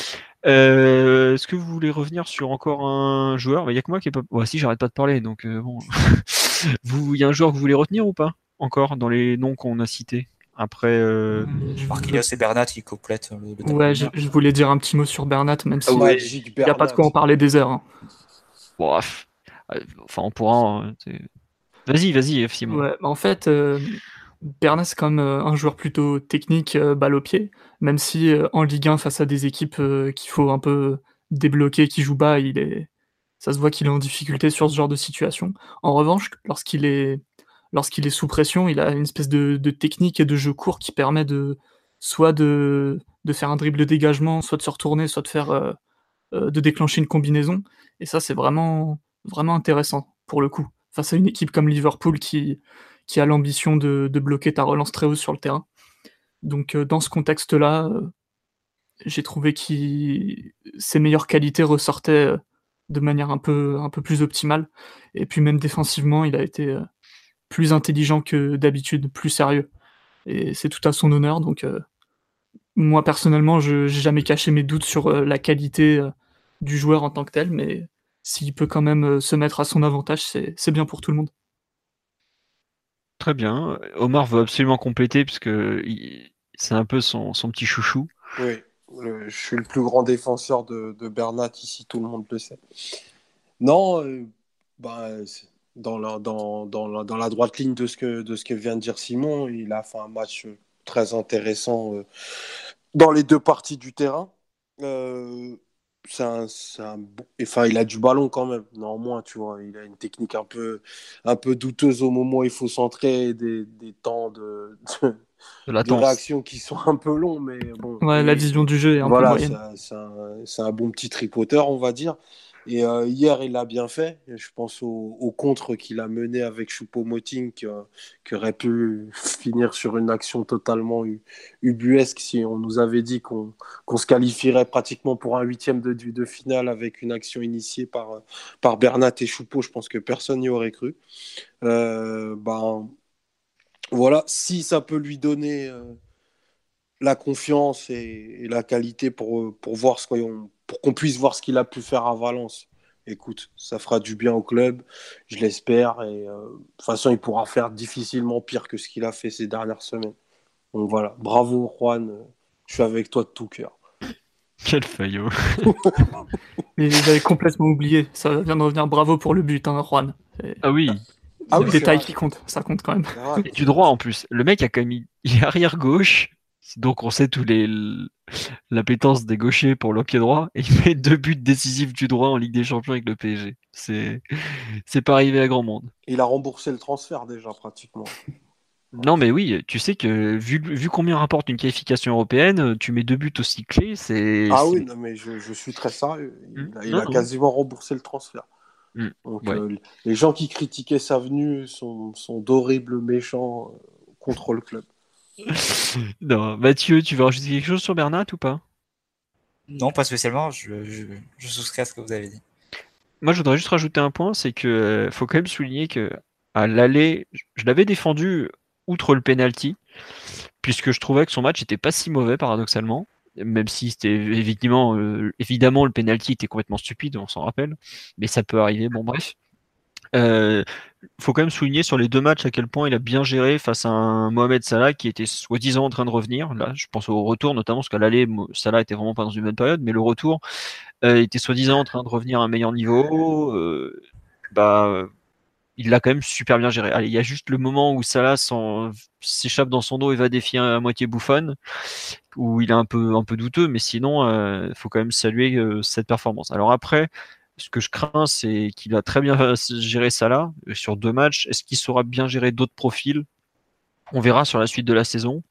Euh, est-ce que vous voulez revenir sur encore un joueur? Il y a que moi qui est pas. Ouais, si, j'arrête pas de parler, donc euh, bon. Vous, il y a un joueur que vous voulez retenir ou pas? Encore dans les noms qu'on a cités. Après, euh... Je- Marquinhos et Bernat qui complètent le, le tableau. Ouais, je, je voulais dire un petit mot sur Bernat, même Ah si ouais. Magique il n'y a pas de Bernat. quoi en parler des heures, hein. bref. Euh, Enfin, on pourra. euh, c'est- Vas-y, vas-y, Simon. Ouais, bah en fait, euh, Bernat, c'est quand même euh, un joueur plutôt technique, euh, balle au pied, même si euh, en Ligue un, face à des équipes euh, qu'il faut un peu débloquer, qui jouent bas, il est... Ça se voit qu'il est en difficulté sur ce genre de situation. En revanche, lorsqu'il est, lorsqu'il est sous pression, il a une espèce de, de technique et de jeu court qui permet de soit de, de faire un dribble dégagement, soit de se retourner, soit de faire euh, euh, de déclencher une combinaison. Et ça, c'est vraiment, vraiment intéressant pour le coup. Face à une équipe comme Liverpool qui, qui a l'ambition de, de bloquer ta relance très haut sur le terrain. Donc euh, dans ce contexte-là, euh, j'ai trouvé que ses meilleures qualités ressortaient euh, de manière un peu, un peu plus optimale. Et puis même défensivement, il a été euh, plus intelligent que d'habitude, plus sérieux. Et c'est tout à son honneur. Donc euh, moi personnellement, je n'ai jamais caché mes doutes sur euh, la qualité euh, du joueur en tant que tel, mais s'il peut quand même euh, se mettre à son avantage, c'est, c'est bien pour tout le monde. Très bien. Omar veut absolument compléter puisque il- c'est un peu son, son petit chouchou. Oui, le- je suis le plus grand défenseur de, de Bernat ici, tout le monde le sait. Non, euh, bah, c'est- dans la, dans, dans la, dans la droite ligne de ce, que, de ce que vient de dire Simon, il a fait un match euh, très intéressant euh, dans les deux parties du terrain. Euh, c'est un, c'est un bon- enfin, il a du ballon quand même, néanmoins, tu vois. Il a une technique un peu, un peu douteuse au moment où il faut centrer, des, des temps de, de, De de latence. réaction qui sont un peu longs, mais bon. Ouais, la Et vision du jeu est un peu voilà, c'est moyenne. un, c'est un- c'est un bon petit tripoteur, on va dire. Et euh, hier, il l'a bien fait. Je pense au, au contre qu'il a mené avec Choupo-Moting, qui, euh, qui aurait pu finir sur une action totalement u- ubuesque si on nous avait dit qu'on qu'on se qualifierait pratiquement pour un huitième de, de, de finale avec une action initiée par, par Bernat et Choupo. Je pense que personne n'y aurait cru. Euh, ben, voilà, si ça peut lui donner euh, la confiance et, et la qualité pour, pour, voir ce qu'on, pour qu'on puisse voir ce qu'il a pu faire à Valence. Écoute, ça fera du bien au club, je l'espère. Et euh, de toute façon, il pourra faire difficilement pire que ce qu'il a fait ces dernières semaines. Donc voilà, bravo Juan, je suis avec toi de tout cœur. Quel faillot. Mais j'avais complètement oublié. Ça vient de revenir. Bravo pour le but, hein, Juan. C'est Ah oui. Ah le oui, détail c'est qui vrai. compte. Ça compte quand même. C'est vrai. Et du droit en plus. Le mec a quand même mis- il est arrière gauche. Donc on sait tous les l'appétence des gauchers pour le pied droit et il met deux buts décisifs du droit en Ligue des Champions avec le P S G. C'est c'est pas arrivé à grand monde. Il a remboursé le transfert déjà pratiquement. Non mais oui, tu sais que vu, vu combien rapporte une qualification européenne, tu mets deux buts aussi clés, c'est Ah oui, c'est- non, mais je, je suis très sérieux. Hmm. Il a, il Non, a non. quasiment remboursé le transfert. Hmm. Donc Ouais. euh, les gens qui critiquaient sa venue sont, sont d'horribles méchants euh, contre le club. Non, Mathieu, tu veux rajouter quelque chose sur Bernat ou pas? Non, pas spécialement. Je, je, je souscris à ce que vous avez dit. Moi, je voudrais juste rajouter un point, c'est que euh, faut quand même souligner que à l'aller, je je l'avais défendu outre le penalty, puisque je trouvais que son match était pas si mauvais paradoxalement, même si c'était évidemment, euh, évidemment le penalty était complètement stupide, on s'en rappelle, mais ça peut arriver. Bon, bref. Euh, faut quand même souligner sur les deux matchs à quel point il a bien géré face à un Mohamed Salah qui était soi-disant en train de revenir. Là, je pense au retour notamment, parce qu'à l'aller, Mo- Salah était vraiment pas dans une bonne période, mais le retour euh, était soi-disant en train de revenir à un meilleur niveau. Euh, bah, euh, il l'a quand même super bien géré. Allez, il y a juste le moment où Salah s'en- s'échappe dans son dos et va défier à moitié Buffon, où il est un peu, un peu douteux, mais sinon, il faut quand même saluer euh, cette performance. Alors après, ce que je crains, c'est qu'il a très bien géré Salah euh, sur deux matchs. Est-ce qu'il saura bien gérer d'autres profils? On verra sur la suite de la saison.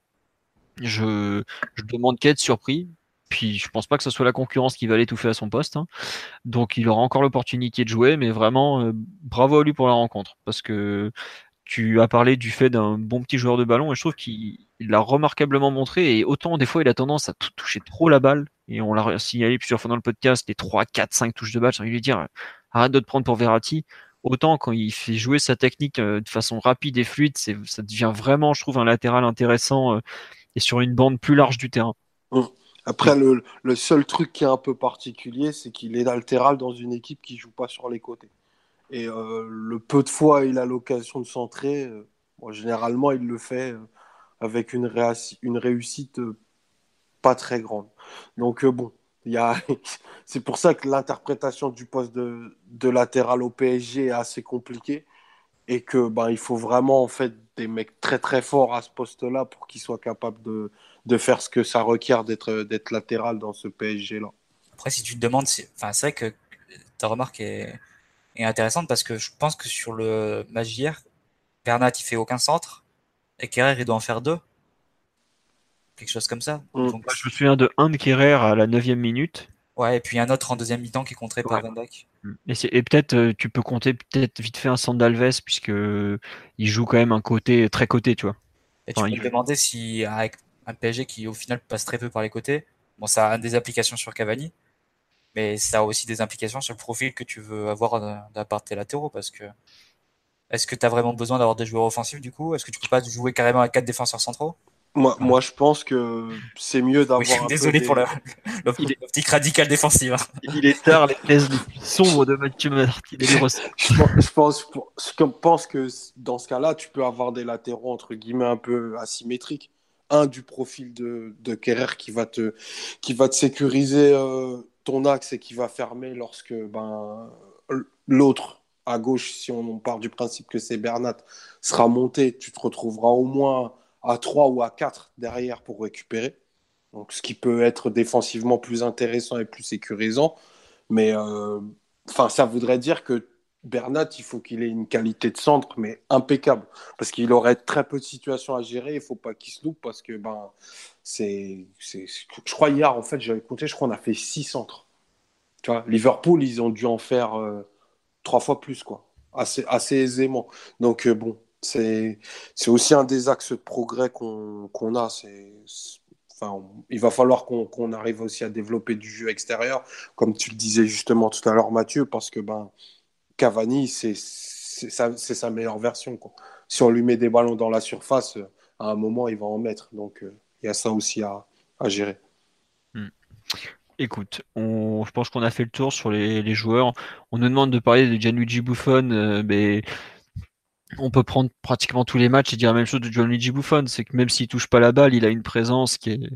Je, je demande qu'à être surpris. Puis je pense pas que ce soit la concurrence qui va l'étouffer à son poste, hein. Donc il aura encore l'opportunité de jouer, mais vraiment euh, bravo à lui pour la rencontre. Parce que tu as parlé du fait d'un bon petit joueur de ballon et je trouve qu'il il l'a remarquablement montré. Et autant des fois il a tendance à t- toucher trop la balle, et on l'a signalé plusieurs fois dans le podcast, les trois, quatre, cinq touches de balle, j'ai envie de lui dire arrête de te prendre pour Verratti. Autant quand il fait jouer sa technique euh, de façon rapide et fluide, c'est, ça devient vraiment, je trouve, un latéral intéressant euh, et sur une bande plus large du terrain. Hum. Après, le, le seul truc qui est un peu particulier, c'est qu'il est latéral dans une équipe qui joue pas sur les côtés. Et euh, le peu de fois où il a l'occasion de centrer, euh, bon, généralement, il le fait euh, avec une, réassi- une réussite euh, pas très grande. Donc, euh, bon, il y a... c'est pour ça que l'interprétation du poste de, de latéral au P S G est assez compliquée et que ben, il faut vraiment en fait des mecs très très forts à ce poste-là pour qu'ils soient capables de, de faire ce que ça requiert d'être, d'être latéral dans ce P S G-là. Après, si tu te demandes, si... enfin, c'est vrai que ta remarque est, est intéressante parce que je pense que sur le match d'hier, Bernat il fait aucun centre et Kerrer il doit en faire deux. Quelque chose comme ça. Mm. Donc, Moi, je me souviens de un de Kerrer à la neuvième minute. ouais, et puis un autre en deuxième mi-temps qui est contré par Ouais. Van Dijk. Et, c'est- et peut-être euh, tu peux compter peut-être vite fait un centre d'Alves puisque euh, il joue quand même un côté très côté, tu vois. Et Enfin, tu peux il- te demander si avec un P S G qui au final passe très peu par les côtés, bon ça a des applications sur Cavani, mais ça a aussi des implications sur le profil que tu veux avoir d'un d'un part de tes latéraux parce que est-ce que tu as vraiment besoin d'avoir des joueurs offensifs du coup? Est-ce que tu peux pas jouer carrément avec quatre défenseurs centraux? Moi, Ouais. moi, je pense que c'est mieux Oui, d'avoir un désolé peu pour des... la- l'optique radicale défensive. Hein. il est tard, les thèses les plus sombres de Mathieu Martinelli ressort. Je pense, je pense, je pense que dans ce cas-là, tu peux avoir des latéraux entre guillemets un peu asymétriques. Un du profil de, de Kerrer qui va te, qui va te sécuriser euh, ton axe et qui va fermer lorsque ben, l'autre à gauche, si on part du principe que c'est Bernat, sera monté. Tu te retrouveras au moins à trois ou à quatre derrière pour récupérer. Donc, ce qui peut être défensivement plus intéressant et plus sécurisant. Mais euh, enfin, ça voudrait dire que Bernat, il faut qu'il ait une qualité de centre, mais impeccable. Parce qu'il aurait très peu de situations à gérer. Il ne faut pas qu'il se loupe parce que ben, c'est, c'est, je crois hier, en fait, j'avais compté, je crois qu'on a fait six centres. Tu vois, Liverpool, ils ont dû en faire euh, trois fois plus, quoi. Assez, assez aisément. Donc, euh, bon, c'est, c'est aussi un des axes de progrès qu'on, qu'on a. C'est, c'est- enfin, il va falloir qu'on, qu'on arrive aussi à développer du jeu extérieur, comme tu le disais justement tout à l'heure, Mathieu, parce que ben, Cavani, c'est, c'est, sa, c'est sa meilleure version, quoi. Si on lui met des ballons dans la surface, euh, à un moment, il va en mettre. Donc, euh, il y a ça aussi à, à gérer. Hmm. Écoute, on, je pense qu'on a fait le tour sur les, les joueurs. On nous demande de parler de Gianluigi Buffon, euh, mais on peut prendre pratiquement tous les matchs et dire la même chose de Gianluigi Buffon, c'est que même s'il touche pas la balle, il a une présence qui est,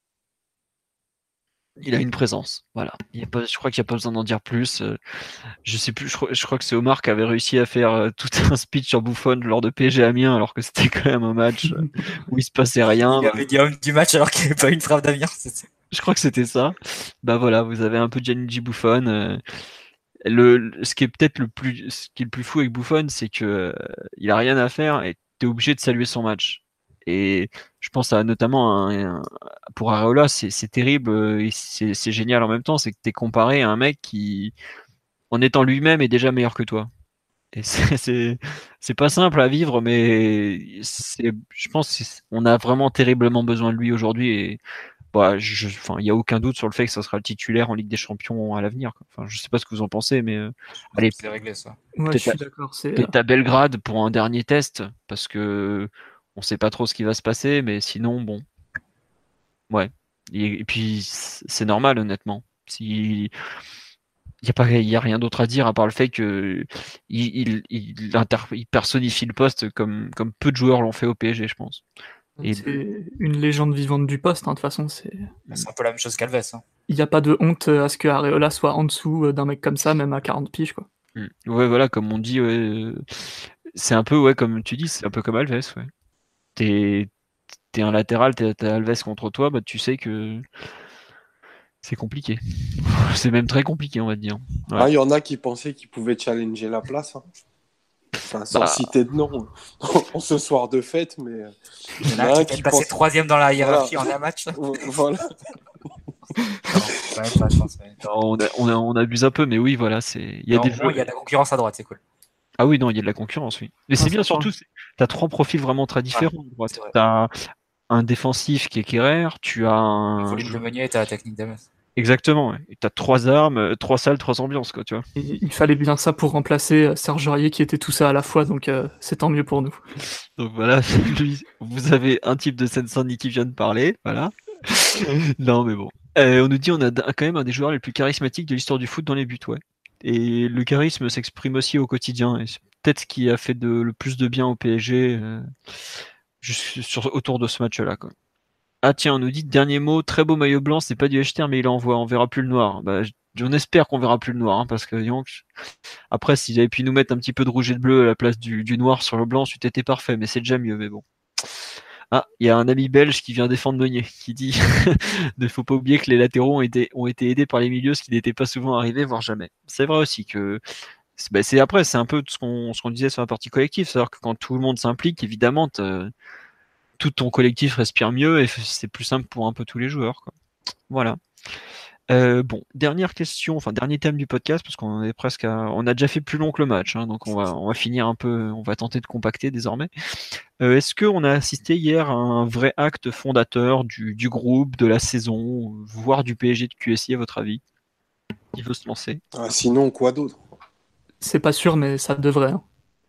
il a une présence. Voilà. Il y a pas, je crois qu'il n'y a pas besoin d'en dire plus. Euh, Je sais plus. Je crois, je crois que c'est Omar qui avait réussi à faire euh, tout un speech sur Buffon lors de P S G Amiens, alors que c'était quand même un match euh, où il se passait rien. Il avait dit homme du match alors qu'il n'y avait pas une frappe d'Amiens. Je crois que c'était ça. Bah voilà, vous avez un peu Gianluigi Buffon. euh, Le, le- ce qui est peut-être le plus, ce qui est le plus fou avec Buffon, c'est que euh, il a rien à faire et t'es obligé de saluer son match. Et je pense à notamment un, un- pour Areola, c'est c'est terrible euh, et c'est c'est génial en même temps, c'est que t'es comparé à un mec qui, en étant lui-même, est déjà meilleur que toi. Et c'est c'est c'est pas simple à vivre, mais c'est, je pense, qu'on a vraiment terriblement besoin de lui aujourd'hui. Et bah, je, enfin, il y a aucun doute sur le fait que ça sera le titulaire en Ligue des Champions à l'avenir, quoi. Enfin, je sais pas ce que vous en pensez, mais euh, allez, C'est réglé ça. Ouais, je peut-être suis à, d'accord. C'est, euh, peut-être à Belgrade pour un dernier test, parce que on sait pas trop ce qui va se passer, mais sinon, bon, ouais. Et, et puis c'est normal, honnêtement. Si il y a pas, il y a rien d'autre à dire à part le fait que il, il, il, inter- il personnifie le poste comme comme peu de joueurs l'ont fait au P S G, je pense. Et c'est une légende vivante du poste, hein, de toute façon. C'est... C'est un peu la même chose qu'Alves. Hein. Il n'y a pas de honte à ce que Areola soit en dessous euh, d'un mec comme ça, même à quarante piges, quoi. Mm. Ouais, voilà, comme on dit, ouais, euh, c'est un peu, ouais, comme tu dis, c'est un peu comme Alves, ouais. T'es, t'es un latéral, t'as t'as Alves contre toi, bah tu sais que c'est compliqué. C'est même très compliqué, on va dire. Ouais. Ah, il y en a qui pensaient qu'ils pouvaient challenger la place, hein. Enfin, sans Bah, citer de nom, en ce soir de fête, mais euh, Il y en il y a en un a un qui est qui passé pense. troisième dans la hiérarchie Voilà. en un match. Non, Voilà. quand même pas, je pense. Mais... non, on, a- on, a- on abuse un peu, mais oui, voilà, c'est. Il y a Mais des au jeux. moins, il y a de la concurrence à droite, c'est cool. Ah oui, non, il y a de la concurrence, oui. Mais Non, c'est bien ça surtout, change. c'est- t'as trois profils vraiment très différents. à droite. c'est vrai. T'as un défensif qui est Kerrer, tu as Le un. volume de Meunier et la technique d'Ames. Exactement, ouais. Et t'as trois armes, euh, trois salles, trois ambiances, quoi, tu vois. Et il fallait bien ça pour remplacer euh, Serge Aurier qui était tout ça à la fois, donc euh, c'est tant mieux pour nous. Donc voilà, lui, vous avez un type de Seine-Saint-Denis qui vient de parler, voilà. Non, mais bon. Euh, on nous dit on a d- quand même un des joueurs les plus charismatiques de l'histoire du foot dans les buts, ouais. Et le charisme s'exprime aussi au quotidien. Et c'est peut-être ce qui a fait de, le plus de bien au P S G euh, juste sur, autour de ce match-là, quoi. Ah tiens, on nous dit dernier mot, très beau maillot blanc, c'est pas du Echter, mais il envoie, on verra plus le noir. Bah, j- on espère qu'on verra plus le noir, hein, parce que donc, après, s'ils avaient pu nous mettre un petit peu de rouge et de bleu à la place du, du noir sur le blanc, c'était parfait, mais c'est déjà mieux, mais bon. Ah, il y a un ami belge qui vient défendre Meunier, qui dit ne faut pas oublier que les latéraux ont été, ont été aidés par les milieux, ce qui n'était pas souvent arrivé, voire jamais. C'est vrai aussi que c'est, bah, c'est après, c'est un peu ce qu'on, ce qu'on disait sur la partie collective, c'est-à-dire que quand tout le monde s'implique, évidemment, tout ton collectif respire mieux et c'est plus simple pour un peu tous les joueurs, quoi. Voilà. Euh, bon, dernière question, enfin dernier thème du podcast, parce qu'on est presque à, on a déjà fait plus long que le match, hein, donc on va, on va finir un peu, on va tenter de compacter désormais. Euh, est-ce qu'on a assisté hier à un vrai acte fondateur du, du groupe, de la saison, voire du P S G de Q S I à votre avis? Qui veut se lancer? Ah, sinon, quoi d'autre? C'est pas sûr, mais ça devrait. Hein.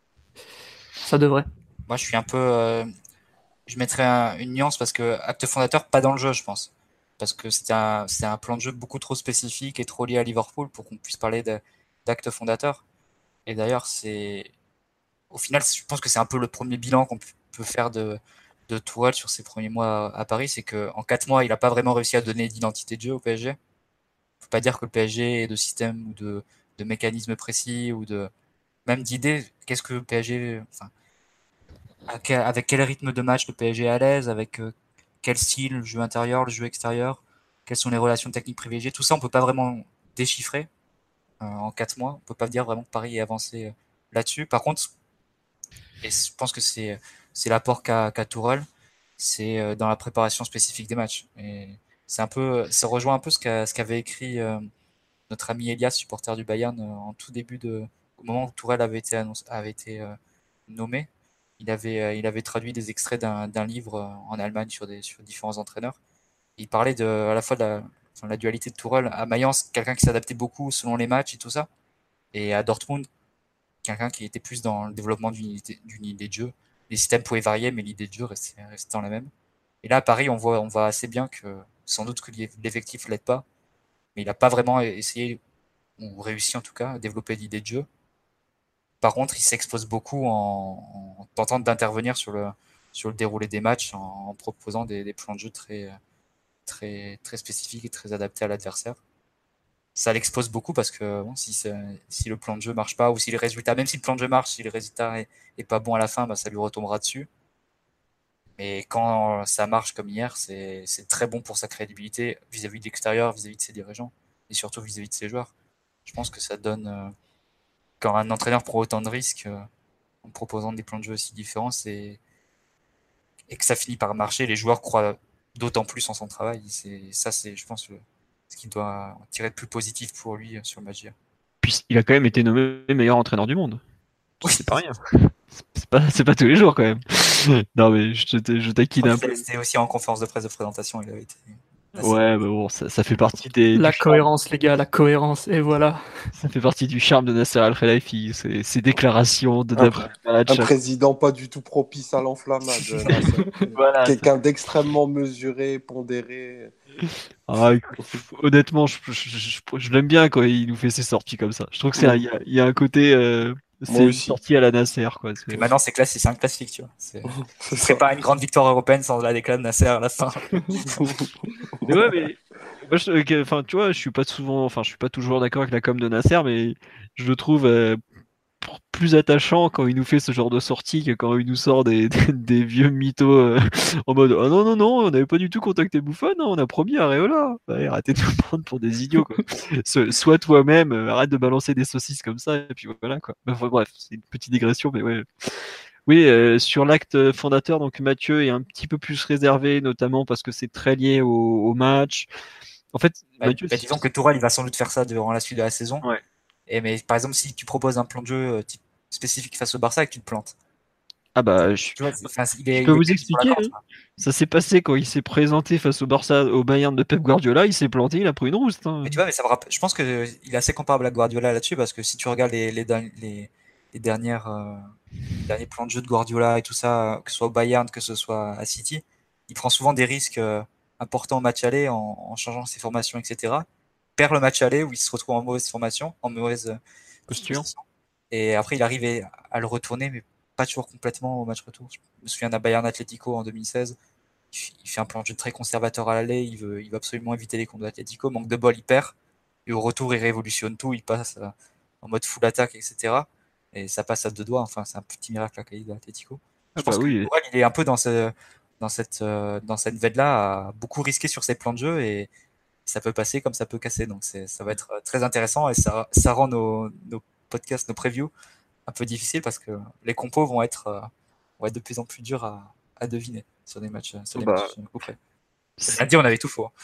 Ça devrait. Moi, je suis un peu. Euh, je mettrais un- une nuance parce que acte fondateur, pas dans le jeu, je pense. Parce que c'était un, c'est un plan de jeu beaucoup trop spécifique et trop lié à Liverpool pour qu'on puisse parler de- d'acte fondateur. Et d'ailleurs, c'est. Au final, je pense que c'est un peu le premier bilan qu'on peut faire de, de Tourelle sur ses premiers mois à Paris. C'est qu'en quatre mois, il n'a pas vraiment réussi à donner d'identité de jeu au P S G. Faut pas dire que le P S G est de système ou de, de mécanismes précis ou de même d'idées. Qu'est-ce que le P S G, enfin, avec quel rythme de match le P S G est à l'aise, avec euh, quel style, le jeu intérieur, le jeu extérieur, quelles sont les relations techniques privilégiées. Tout ça, on peut pas vraiment déchiffrer euh, en quatre mois. On peut pas dire vraiment que Paris est avancé euh, là-dessus. Par contre, et je pense que c'est c'est l'apport qu'a qu'a Tourelle, c'est euh, dans la préparation spécifique des matchs. Et c'est un peu, ça rejoint un peu ce qu'a ce qu'avait écrit euh, notre ami Elias, supporter du Bayern, euh, en tout début de, au moment où Tourelle avait été annoncé, avait été euh, nommé. Il avait, euh, il avait traduit des extraits d'un, d'un livre euh, en Allemagne sur des, sur différents entraîneurs. Il parlait de, à la fois de la, enfin, la dualité de Tourelle à Mayence, quelqu'un qui s'adaptait beaucoup selon les matchs et tout ça, et à Dortmund, quelqu'un qui était plus dans le développement d'une idée, d'une idée de jeu. Les systèmes pouvaient varier, mais l'idée de jeu restait, restait la même. Et là, à Paris, on voit, on voit assez bien que, sans doute que l'effectif l'aide pas, mais il n'a pas vraiment essayé, ou réussi en tout cas, à développer l'idée de jeu. Par contre, il s'expose beaucoup en, en tentant d'intervenir sur le, sur le déroulé des matchs, en, en proposant des, des plans de jeu très, très, très spécifiques et très adaptés à l'adversaire. Ça l'expose beaucoup parce que bon, si, si le plan de jeu marche pas, ou si les résultats, même si le plan de jeu marche, si le résultat est, est pas bon à la fin, bah, ça lui retombera dessus. Mais quand ça marche comme hier, c'est, c'est très bon pour sa crédibilité vis-à-vis de l'extérieur, vis-à-vis de ses dirigeants, et surtout vis-à-vis de ses joueurs. Je pense que ça donne, euh, quand un entraîneur prend autant de risques euh, en proposant des plans de jeu aussi différents, c'est... et que ça finit par marcher, les joueurs croient d'autant plus en son travail. C'est... Ça, c'est, je pense, le... ce qu'il doit tirer de plus positif pour lui sur le match d'hier. Puis il a quand même été nommé meilleur entraîneur du monde. Oui. C'est pas rien. C'est pas, c'est pas tous les jours quand même. Non mais je, te, je taquine un peu. C'était aussi en conférence de presse de présentation, il avait été... Ouais, bah bon, ça, ça fait partie des. La du cohérence, les gars, la cohérence, et voilà. Ça fait partie du charme de Nasser Al-Khelaifi, ses, ses déclarations de Un, d'après le match. un président pas du tout propice à l'enflammade. Voilà, quelqu'un d'extrêmement mesuré, pondéré. Ah, écoute, honnêtement, je, je, je, je l'aime bien quand il nous fait ses sorties comme ça. Je trouve que c'est, il y a, il y a un côté, euh, c'est une sortie à la Nasser, quoi. Et maintenant, c'est classique, c'est un classique, tu vois. C'est, ce serait pas une grande victoire européenne sans la déclare de Nasser à la fin. Mais ouais, mais moi, je, enfin, tu vois, je suis pas souvent, enfin, je suis pas toujours d'accord avec la com de Nasser, mais je le trouve euh, plus attachant quand il nous fait ce genre de sortie que quand il nous sort des, des, des vieux mythos euh, en mode ah non non non, on n'avait pas du tout contacté Buffon, hein, on a promis Areola. Ouais, arrêtez de nous prendre pour des idiots, quoi. Sois toi-même, euh, arrête de balancer des saucisses comme ça et puis voilà, quoi. Enfin, bref, c'est une petite digression, mais ouais. Oui, euh, sur l'acte fondateur, donc Mathieu est un petit peu plus réservé, notamment parce que c'est très lié au, au match. En fait, bah, Mathieu, bah, disons que Tourelle, il va sans doute faire ça durant la suite de la saison. Ouais. Et mais par exemple, si tu proposes un plan de jeu type spécifique face au Barça et que tu te plantes. Ah bah, je, tu vois, enfin, il est, je peux il est vous expliquer. corde, hein. Ça s'est passé quand il s'est présenté face au Barça, au Bayern de Pep Guardiola, il s'est planté, il a pris une rouste. Hein. Mais tu vois, mais ça me rappelle, je pense que il est assez comparable à Guardiola là-dessus parce que si tu regardes les, les, les, les dernières euh, les derniers plans de jeu de Guardiola et tout ça, que ce soit au Bayern, que ce soit à City, il prend souvent des risques euh, importants au match aller en, en changeant ses formations, et cetera. Perd le match aller où il se retrouve en mauvaise formation, en mauvaise euh, posture. Et après, il arrive à le retourner, mais pas toujours complètement au match retour. Je me souviens d'un Bayern Atlético en deux mille seize. Il fait un plan de jeu très conservateur à l'aller. Il veut, il veut absolument éviter les contre d'Atlético. Manque de bol, il perd. Et au retour, il révolutionne tout. Il passe en mode full attaque, et cetera. Et ça passe à deux doigts. Enfin, c'est un petit miracle à la qualité d'Atlético. Je Ah pense bah que oui. il est un peu dans ce, dans cette, euh, dans cette veine-là, a beaucoup risqué sur ses plans de jeu et ça peut passer comme ça peut casser. Donc c'est, ça va être très intéressant et ça, ça rend nos, nos podcasts, nos previews un peu difficiles parce que les compos vont être, euh, vont être de plus en plus durs à, à deviner sur des matchs, sur des Bah, matchs couperets. Lundi, on avait tout faux.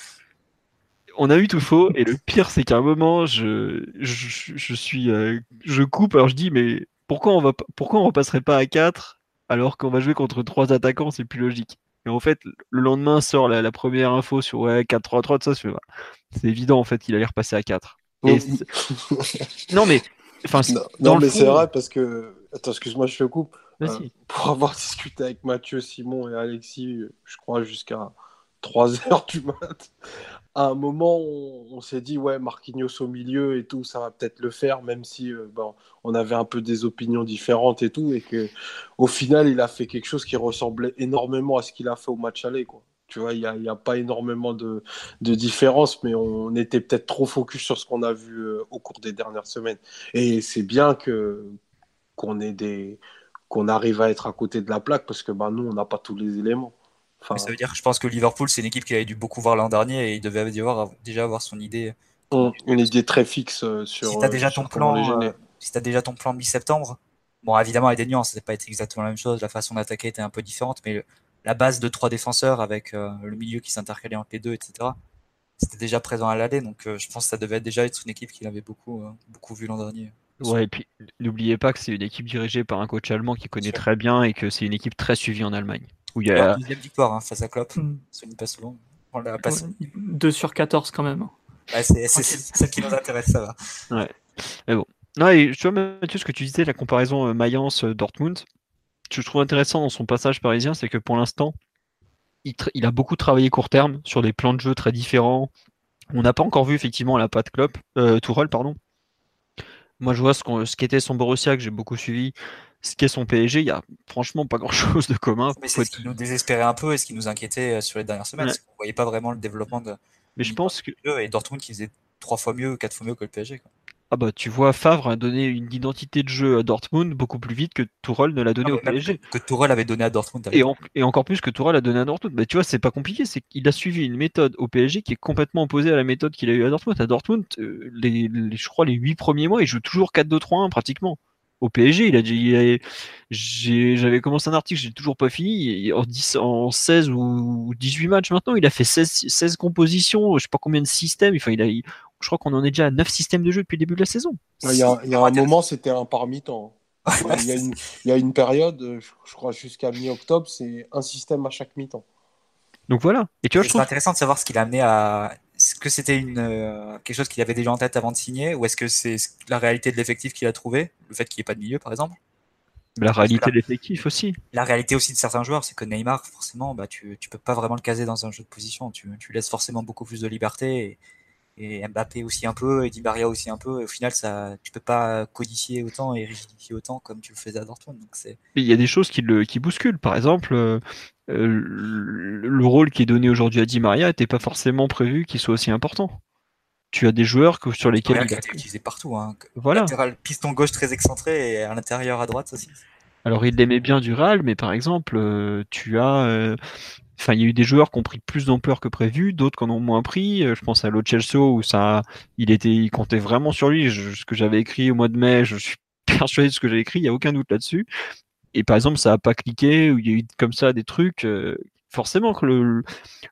On a eu tout faux, et le pire, c'est qu'à un moment, je, je, je suis, euh, je coupe, alors je dis, mais pourquoi on va, p- pourquoi on repasserait pas à quatre alors qu'on va jouer contre trois attaquants, c'est plus logique. Et en fait, le lendemain sort la, la première info sur ouais, quatre trois trois, tout ça, c'est c'est évident en fait qu'il allait repasser à quatre. Et Non, c'est- non mais, enfin, c'est- non, dans non, le mais c'est fond, vrai parce que. Attends, excuse-moi, je te coupe. Euh, vas-y. pour avoir discuté avec Mathieu, Simon et Alexis, je crois jusqu'à trois heures du mat, à un moment, on, on s'est dit, ouais, Marquinhos au milieu et tout, ça va peut-être le faire, même si euh, bon, on avait un peu des opinions différentes et tout, et que au final, il a fait quelque chose qui ressemblait énormément à ce qu'il a fait au match aller, quoi. Tu vois, il n'y a, il y a pas énormément de, de différence, mais on était peut-être trop focus sur ce qu'on a vu euh, au cours des dernières semaines. Et c'est bien que qu'on ait des qu'on arrive à être à côté de la plaque parce que bah, nous, on n'a pas tous les éléments. Mais Enfin, ça veut dire que je pense que Liverpool, c'est une équipe qu'il avait dû beaucoup voir l'an dernier et il devait y avoir, déjà avoir son idée. Comment on- les jouer, une parce que idée très fixe euh, si sur, tu as euh, déjà ton sur comment les plan, euh, gêner. si t'as déjà ton plan de mi-septembre, bon, évidemment, avec des nuances, ça n'a pas été exactement la même chose, la façon d'attaquer était un peu différente, mais le- la base de trois défenseurs avec euh, le milieu qui s'intercalait entre les deux, et cetera, c'était déjà présent à l'aller, donc euh, je pense que ça devait déjà être une équipe qu'il avait beaucoup, euh, beaucoup vu l'an dernier. Ouais, et puis n'oubliez pas que c'est une équipe dirigée par un coach allemand qui connaît Sûr. très bien et que c'est une équipe très suivie en Allemagne. Où il y D'ailleurs, a... deuxième victoire hein, face à Klopp, Mm. Sony pas souvent. On l'a passé. Ouais, deux sur quatorze quand même. Ouais, c'est c'est- c'est celle qui nous intéresse, ça va. Ouais. Mais bon. Non, et tu vois, Mathieu, ce que tu disais, la comparaison euh, Mayence-Dortmund, ce que je trouve intéressant dans son passage parisien, c'est que pour l'instant, il, tra- il a beaucoup travaillé court terme sur des plans de jeu très différents. On n'a pas encore vu effectivement la patte Klopp, euh, Tourelle, pardon. Moi, je vois ce, qu'on- ce qu'était son Borussia, que j'ai beaucoup suivi, ce qu'est son P S G, il y a franchement pas grand-chose de commun. Mais Faut c'est ce être- qui nous désespérait un peu et ce qui nous inquiétait euh, sur les dernières semaines, Ouais. c'est qu'on voyait pas vraiment le développement de, Mais au je niveau pense que du jeu et Dortmund qui faisait trois fois mieux, quatre fois mieux que le P S G. Quoi. ah bah, tu vois, Favre a donné une identité de jeu à Dortmund beaucoup plus vite que Tourelle ne l'a donné Non, au mais même que, P S G. que Tourelle avait donné à Dortmund à Et, l'époque. en- et encore plus que Tourelle a donné à Dortmund. Bah, tu vois, c'est pas compliqué, c'est qu'il a suivi une méthode au P S G qui est complètement opposée à la méthode qu'il a eue à Dortmund. À Dortmund, euh, les, les- je crois les huit premiers mois, il joue toujours quatre deux trois un pratiquement. Au P S G, il a, il a- j'ai- j'avais commencé un article, j'ai toujours pas fini. Et En, dix en seize ou dix-huit matchs maintenant, il a fait seize, seize compositions, je sais pas combien de systèmes. Enfin, il a, il- je crois qu'on en est déjà à neuf systèmes de jeu depuis le début de la saison. Il y a, il y a un moment, c'était un par mi-temps. Il y a, il y a une, il y a une période, euh, je, je crois jusqu'à mi-octobre, c'est un système à chaque mi-temps. Donc voilà. Et tu vois, je C'est trouve intéressant de savoir ce qu'il a amené à. Est-ce que c'était une, euh, quelque chose qu'il avait déjà en tête avant de signer ou est-ce que c'est la réalité de l'effectif qu'il a trouvé, le fait qu'il n'y ait pas de milieu par exemple? la Parce que réalité la, de l'effectif aussi. la réalité aussi de certains joueurs, c'est que Neymar, forcément, bah, tu, tu peux pas vraiment le caser dans un jeu de position. Tu, tu laisses forcément beaucoup plus de liberté et, et Mbappé aussi un peu, et Di Maria aussi un peu. Et au final, ça, tu peux pas codifier autant et rigidifier autant comme tu le faisais à Dortmund. Donc c'est Il y a des choses qui le qui bousculent. Par exemple, euh, euh, le le rôle qui est donné aujourd'hui à Di Maria n'était pas forcément prévu qu'il soit aussi important. Tu as des joueurs que, sur lesquels Maria il qui a... a été utilisé partout. Hein. Voilà. Latéral, piston gauche très excentré et à l'intérieur à droite aussi. Alors il l'aimait bien du Real, mais par exemple, euh, tu as... euh, Enfin, il y a eu des joueurs qui ont pris plus d'ampleur que prévu, d'autres qui en ont moins pris. Euh, Je pense à Lo Celso où ça, il était, il comptait vraiment sur lui. Je- ce que j'avais écrit au mois de mai, je suis persuadé de ce que j'ai écrit, il n'y a aucun doute là-dessus. Et par exemple, ça a pas cliqué, ou il y a eu comme ça des trucs. euh, forcément que le,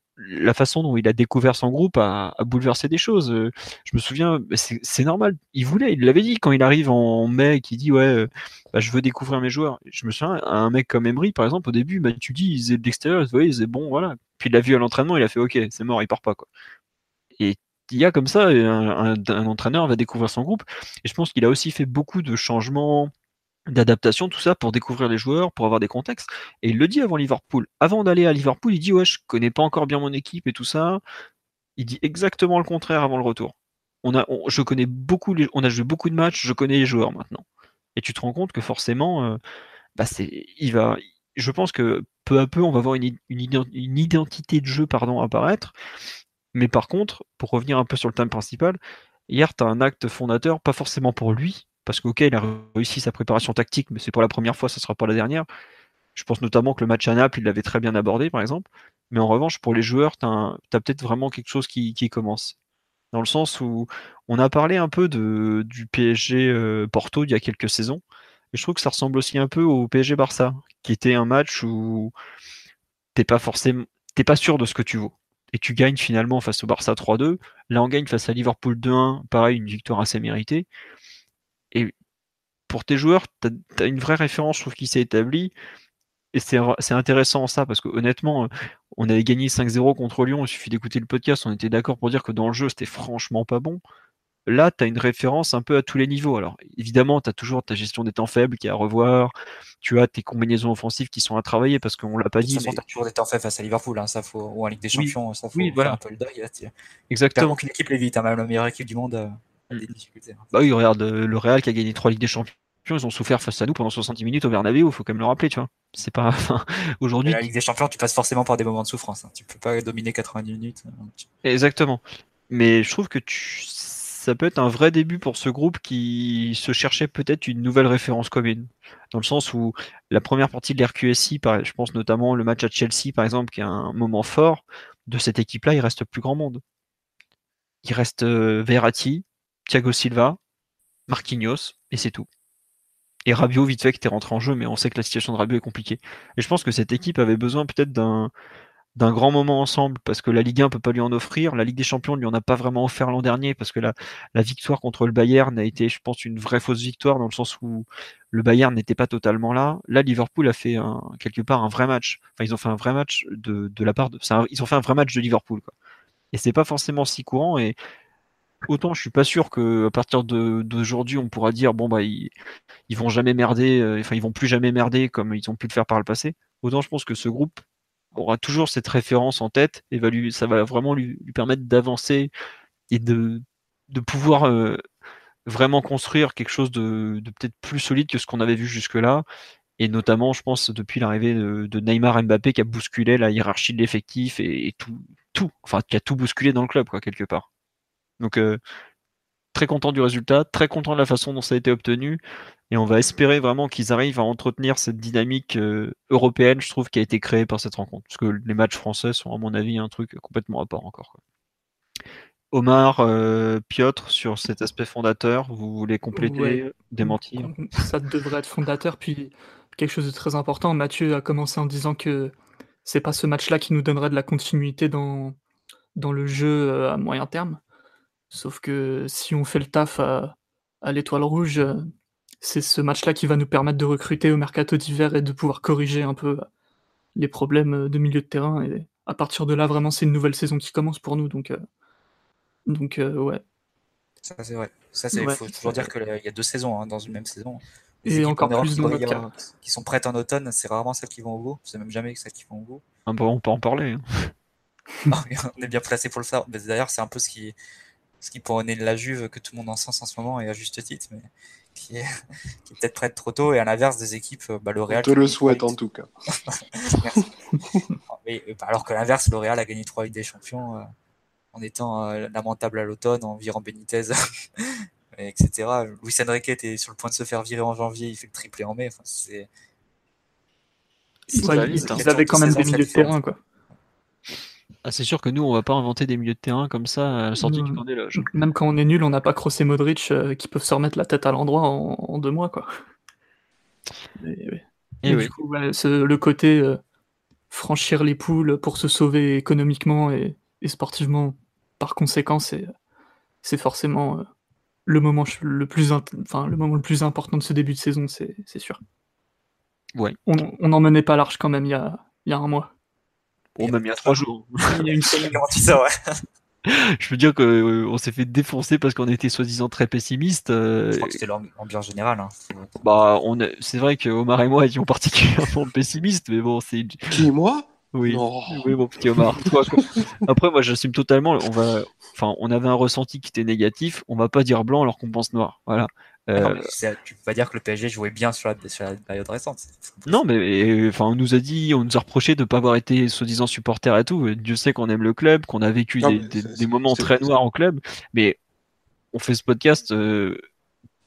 la façon dont il a découvert son groupe a, a bouleversé des choses. Euh, Je me souviens, bah, c'est c'est normal. Il voulait, il l'avait dit quand il arrive en mai, et qu'il dit ouais, euh, bah, je veux découvrir mes joueurs. Je me souviens, un mec comme Emery, par exemple, au début, bah, tu dis, il faisait de l'extérieur, il se voyait, il faisait bon, voilà. Puis il l'a vu à l'entraînement, il a fait ok, c'est mort, il part pas quoi. Et il y a comme ça, un, un, un entraîneur va découvrir son groupe. Et je pense qu'il a aussi fait beaucoup de changements d'adaptation, tout ça pour découvrir les joueurs, pour avoir des contextes. Et il le dit avant Liverpool. Avant d'aller à Liverpool, il dit ouais, je connais pas encore bien mon équipe et tout ça. Il dit exactement le contraire avant le retour. On a, on- je connais beaucoup, les- on a joué beaucoup de matchs, je connais les joueurs maintenant. Et tu te rends compte que forcément, euh, bah c'est, il va, je pense que peu à peu, on va voir une, i- une, ident- une identité de jeu, pardon, apparaître. Mais par contre, pour revenir un peu sur le thème principal, hier, tu as un acte fondateur, pas forcément pour lui, parce qu'ok, il a réussi sa préparation tactique, mais c'est pour la première fois, ça sera pas la dernière. Je pense notamment que le match à Naples, il l'avait très bien abordé, par exemple. Mais en revanche, pour les joueurs, tu as peut-être vraiment quelque chose qui, qui commence. Dans le sens où on a parlé un peu de, du P S G euh, Porto il y a quelques saisons. Et je trouve que ça ressemble aussi un peu au P S G Barça, qui était un match où t'es pas forcément, t'es pas sûr de ce que tu vaux. Et tu gagnes finalement face au Barça trois deux. Là, on gagne face à Liverpool deux un. Pareil, une victoire assez méritée. Et pour tes joueurs, t'as, t'as une vraie référence, je trouve, qui s'est établie. Et c'est, c'est intéressant ça, parce que honnêtement, on avait gagné cinq zéro contre Lyon, il suffit d'écouter le podcast, on était d'accord pour dire que dans le jeu, c'était franchement pas bon. Là, tu as une référence un peu à tous les niveaux. Alors, évidemment, tu as toujours ta gestion des temps faibles qui est à revoir. Tu as tes combinaisons offensives qui sont à travailler parce qu'on l'a pas dit. De toute façon, Mais... tu as toujours des temps faibles face à Liverpool, hein, ça faut... ou en Ligue des Oui. Champions, ça faut Oui, faire voilà. un peu le deuil. Là, Exactement. qu'une équipe l'évite, hein, même la meilleure équipe du monde a Mm. des difficultés. Hein. Bah oui, regarde, le Real qui a gagné trois Ligues des Champions, ils ont souffert face à nous pendant soixante-dix minutes au Bernabéu, il faut quand même le rappeler, tu vois. C'est pas. Enfin, aujourd'hui. La Ligue des Champions, tu passes forcément par des moments de souffrance. Hein. Tu peux pas dominer quatre-vingt-dix minutes. Exactement. Mais je trouve que tu... ça peut être un vrai début pour ce groupe qui se cherchait peut-être une nouvelle référence commune. Dans le sens où la première partie de l'R Q S I, je pense notamment le match à Chelsea, par exemple, qui est un moment fort de cette équipe-là, il reste plus grand monde. Il reste Verratti, Thiago Silva, Marquinhos, et c'est tout. Et Rabiot, vite fait, qui était rentré en jeu, mais on sait que la situation de Rabiot est compliquée. Et je pense que cette équipe avait besoin peut-être d'un d'un grand moment ensemble, parce que la Ligue un peut pas lui en offrir, la Ligue des Champions ne lui en a pas vraiment offert l'an dernier, parce que la, la victoire contre le Bayern a été, je pense, une vraie fausse victoire, dans le sens où le Bayern n'était pas totalement là. Là, Liverpool a fait un, quelque part un vrai match. Enfin, ils ont fait un vrai match de, de la part de... Un, ils ont fait un vrai match de Liverpool, quoi. Et c'est pas forcément si courant, et autant je suis pas sûr qu'à partir de, d'aujourd'hui, on pourra dire, bon, bah, ils, ils vont jamais merder, euh, enfin, ils vont plus jamais merder comme ils ont pu le faire par le passé. Autant je pense que ce groupe aura toujours cette référence en tête et va lui, ça va vraiment lui, lui permettre d'avancer et de, de pouvoir euh, vraiment construire quelque chose de, de peut-être plus solide que ce qu'on avait vu jusque-là. Et notamment, je pense, depuis l'arrivée de, de Neymar Mbappé qui a bousculé la hiérarchie de l'effectif et, et tout, tout, enfin, qui a tout bousculé dans le club, quoi, quelque part. Donc, euh, très content du résultat, très content de la façon dont ça a été obtenu. Et on va espérer vraiment qu'ils arrivent à entretenir cette dynamique euh, européenne, je trouve, qui a été créée par cette rencontre. Parce que les matchs français sont, à mon avis, un truc complètement à part encore. Quoi. Omar, euh, Piotr, sur cet aspect fondateur, vous voulez compléter, Ouais. démentir? Ça devrait être fondateur. Puis, quelque chose de très important, Mathieu a commencé en disant que c'est pas ce match-là qui nous donnerait de la continuité dans, dans le jeu à moyen terme. Sauf que si on fait le taf à, à l'Étoile Rouge, c'est ce match-là qui va nous permettre de recruter au mercato d'hiver et de pouvoir corriger un peu les problèmes de milieu de terrain. Et à partir de là, vraiment, c'est une nouvelle saison qui commence pour nous. Donc, euh, donc euh, ouais. Ça, c'est vrai. Ça, c'est, il Ouais, faut toujours c'est- dire qu'il y a deux saisons hein, dans une même saison. Les Et équipes encore en Europe plus qui, dans notre brillent, cas. qui sont prêtes en automne, c'est rarement celles qui vont au bout. C'est même jamais celles qui vont au bout. Ah bah, on peut en parler. Hein. On est bien placé pour le savoir. Mais d'ailleurs, c'est un peu ce qui, ce qui pourrait naître la Juve que tout le monde encense en ce moment et à juste titre, mais qui est, qui est peut-être prête trop tôt. Et à l'inverse des équipes, bah, le Real. On te le qui souhaite trois- en tout cas. Mais, alors que l'inverse, le Real a gagné trois Ligues des Champions euh, en étant euh, lamentable à l'automne, en virant Benitez, et cetera. Luis Enrique était sur le point de se faire virer en janvier, il fait le triplé en mai. Enfin, c'est... Ouais, Ça ils, vite, hein. ils avaient quand même des milieux de terrain, quoi. Ah, c'est sûr que nous, on va pas inventer des milieux de terrain comme ça à la sortie du Nous, camp des loges. Même quand on est nul, on n'a pas Kroos et Modric euh, qui peuvent se remettre la tête à l'endroit en, en deux mois, quoi. Et, ouais. Et Et oui. du coup, ouais, ce- le côté euh, franchir les poules pour se sauver économiquement et, et sportivement, par conséquent, c'est, c'est forcément euh, le moment ch- le plus, int- enfin, le moment le plus important de ce début de saison, c'est, c'est sûr. Ouais. On on n'en menait pas large quand même il y a, il y a un mois. Bon, même il y a trois jours. Il y a une semaine. Comment tu sais, ouais. Je veux dire qu'on s'est fait défoncer parce qu'on était soi-disant très pessimiste. euh, Je crois que c'était l'ambi- l'ambiance générale. Hein. Faut- Bah, on a- c'est vrai que Omar et moi étions particulièrement pessimistes, mais bon, c'est Qui, moi? oui, Non. oui, mon petit Omar. Toi, quoi. Après, moi, j'assume totalement. On va, enfin, on avait un ressenti qui était négatif. On va pas dire blanc alors qu'on pense noir. Voilà. Euh, Ah non, mais c'est- tu peux pas dire que le P S G jouait bien sur la, sur la période récente. C'est- Non, mais enfin, on nous a dit, on nous a reproché de ne pas avoir été soi-disant supporter et tout. Dieu sait qu'on aime le club, qu'on a vécu Non, des, mais des- c'est- des moments c'est- très noirs au club, mais on fait ce podcast euh,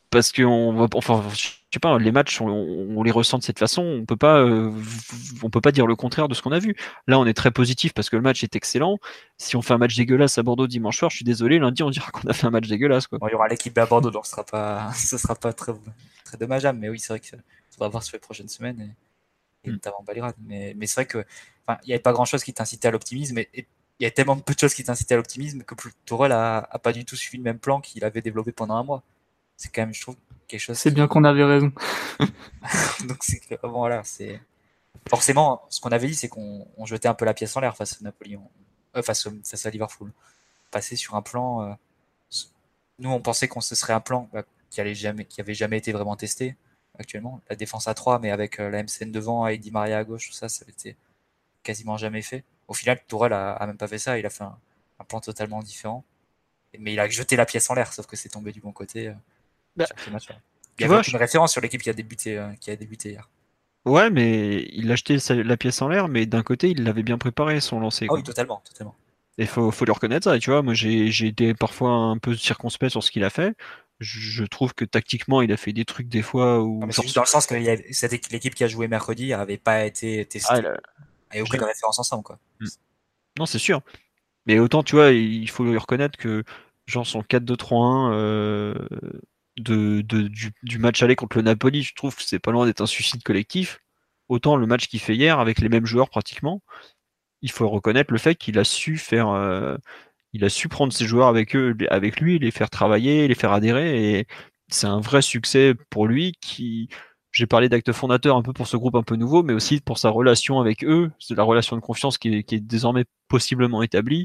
parce que on va, enfin, je sais pas, les matchs, on, on les ressent de cette façon. On peut pas, euh, on peut pas dire le contraire de ce qu'on a vu. Là, on est très positif parce que le match est excellent. Si on fait un match dégueulasse à Bordeaux dimanche soir, je suis désolé, lundi, on dira qu'on a fait un match dégueulasse, quoi. Bon, il y aura l'équipe à Bordeaux, donc ce sera pas, ce sera pas très, très dommageable. Mais oui, c'est vrai qu'il faudra voir sur les prochaines semaines et, et Mm. notamment Belgrade. Mais, mais c'est vrai que, enfin, il n'y avait pas grand chose qui t'incitait à l'optimisme et, et il y a tellement peu de choses qui t'incitaient à l'optimisme que Tourelle a, a pas du tout suivi le même plan qu'il avait développé pendant un mois. C'est quand même, je trouve, quelque chose C'est qui, bien qu'on avait raison. donc c'est que, bon, voilà, c'est, forcément, ce qu'on avait dit, c'est qu'on on jetait un peu la pièce en l'air face à Napoli, euh, face, au- face à Liverpool. Passer sur un plan, euh, nous, on pensait qu'on ce serait un plan bah, qui allait jamais, qui avait jamais été vraiment testé actuellement. La défense à trois, mais avec euh, la M C N devant et Di Maria à gauche, tout ça, ça avait été quasiment jamais fait. Au final, Tourelle a, a même pas fait ça. Il a fait un, un plan totalement différent. Mais il a jeté la pièce en l'air, sauf que c'est tombé du bon côté euh, Bah, sur ce match-là. Il y tu avait vois, aucune je- référence sur l'équipe qui a débuté, euh, qui a débuté hier. ouais, mais il a jeté sa- la pièce en l'air, mais d'un côté, il l'avait bien préparé son lancer, Ah oui, quoi. totalement, totalement. Et faut, faut lui reconnaître ça. Et tu vois, moi, j'ai, j'ai été parfois un peu circonspect sur ce qu'il a fait. Je, je trouve que tactiquement, il a fait des trucs des fois Non, où, mais c'est genre, juste dans le sens que il y avait- cette équipe- l'équipe qui a joué mercredi n'avait pas été ah, testée il a- et je aucune l'ai- référence ensemble, quoi. Hmm. Non, c'est sûr. Mais autant, tu vois, il faut lui reconnaître que, genre, son quatre deux trois un euh, de, de- du, du match aller contre le Napoli, je trouve que c'est pas loin d'être un suicide collectif. Autant le match qu'il fait hier avec les mêmes joueurs pratiquement, il faut reconnaître le fait qu'il a su faire, euh, il a su prendre ses joueurs avec eux, avec lui, les faire travailler, les faire adhérer, et c'est un vrai succès pour lui qui, j'ai parlé d'acte fondateur un peu pour ce groupe un peu nouveau, mais aussi pour sa relation avec eux, c'est la relation de confiance qui est, qui est désormais possiblement établie,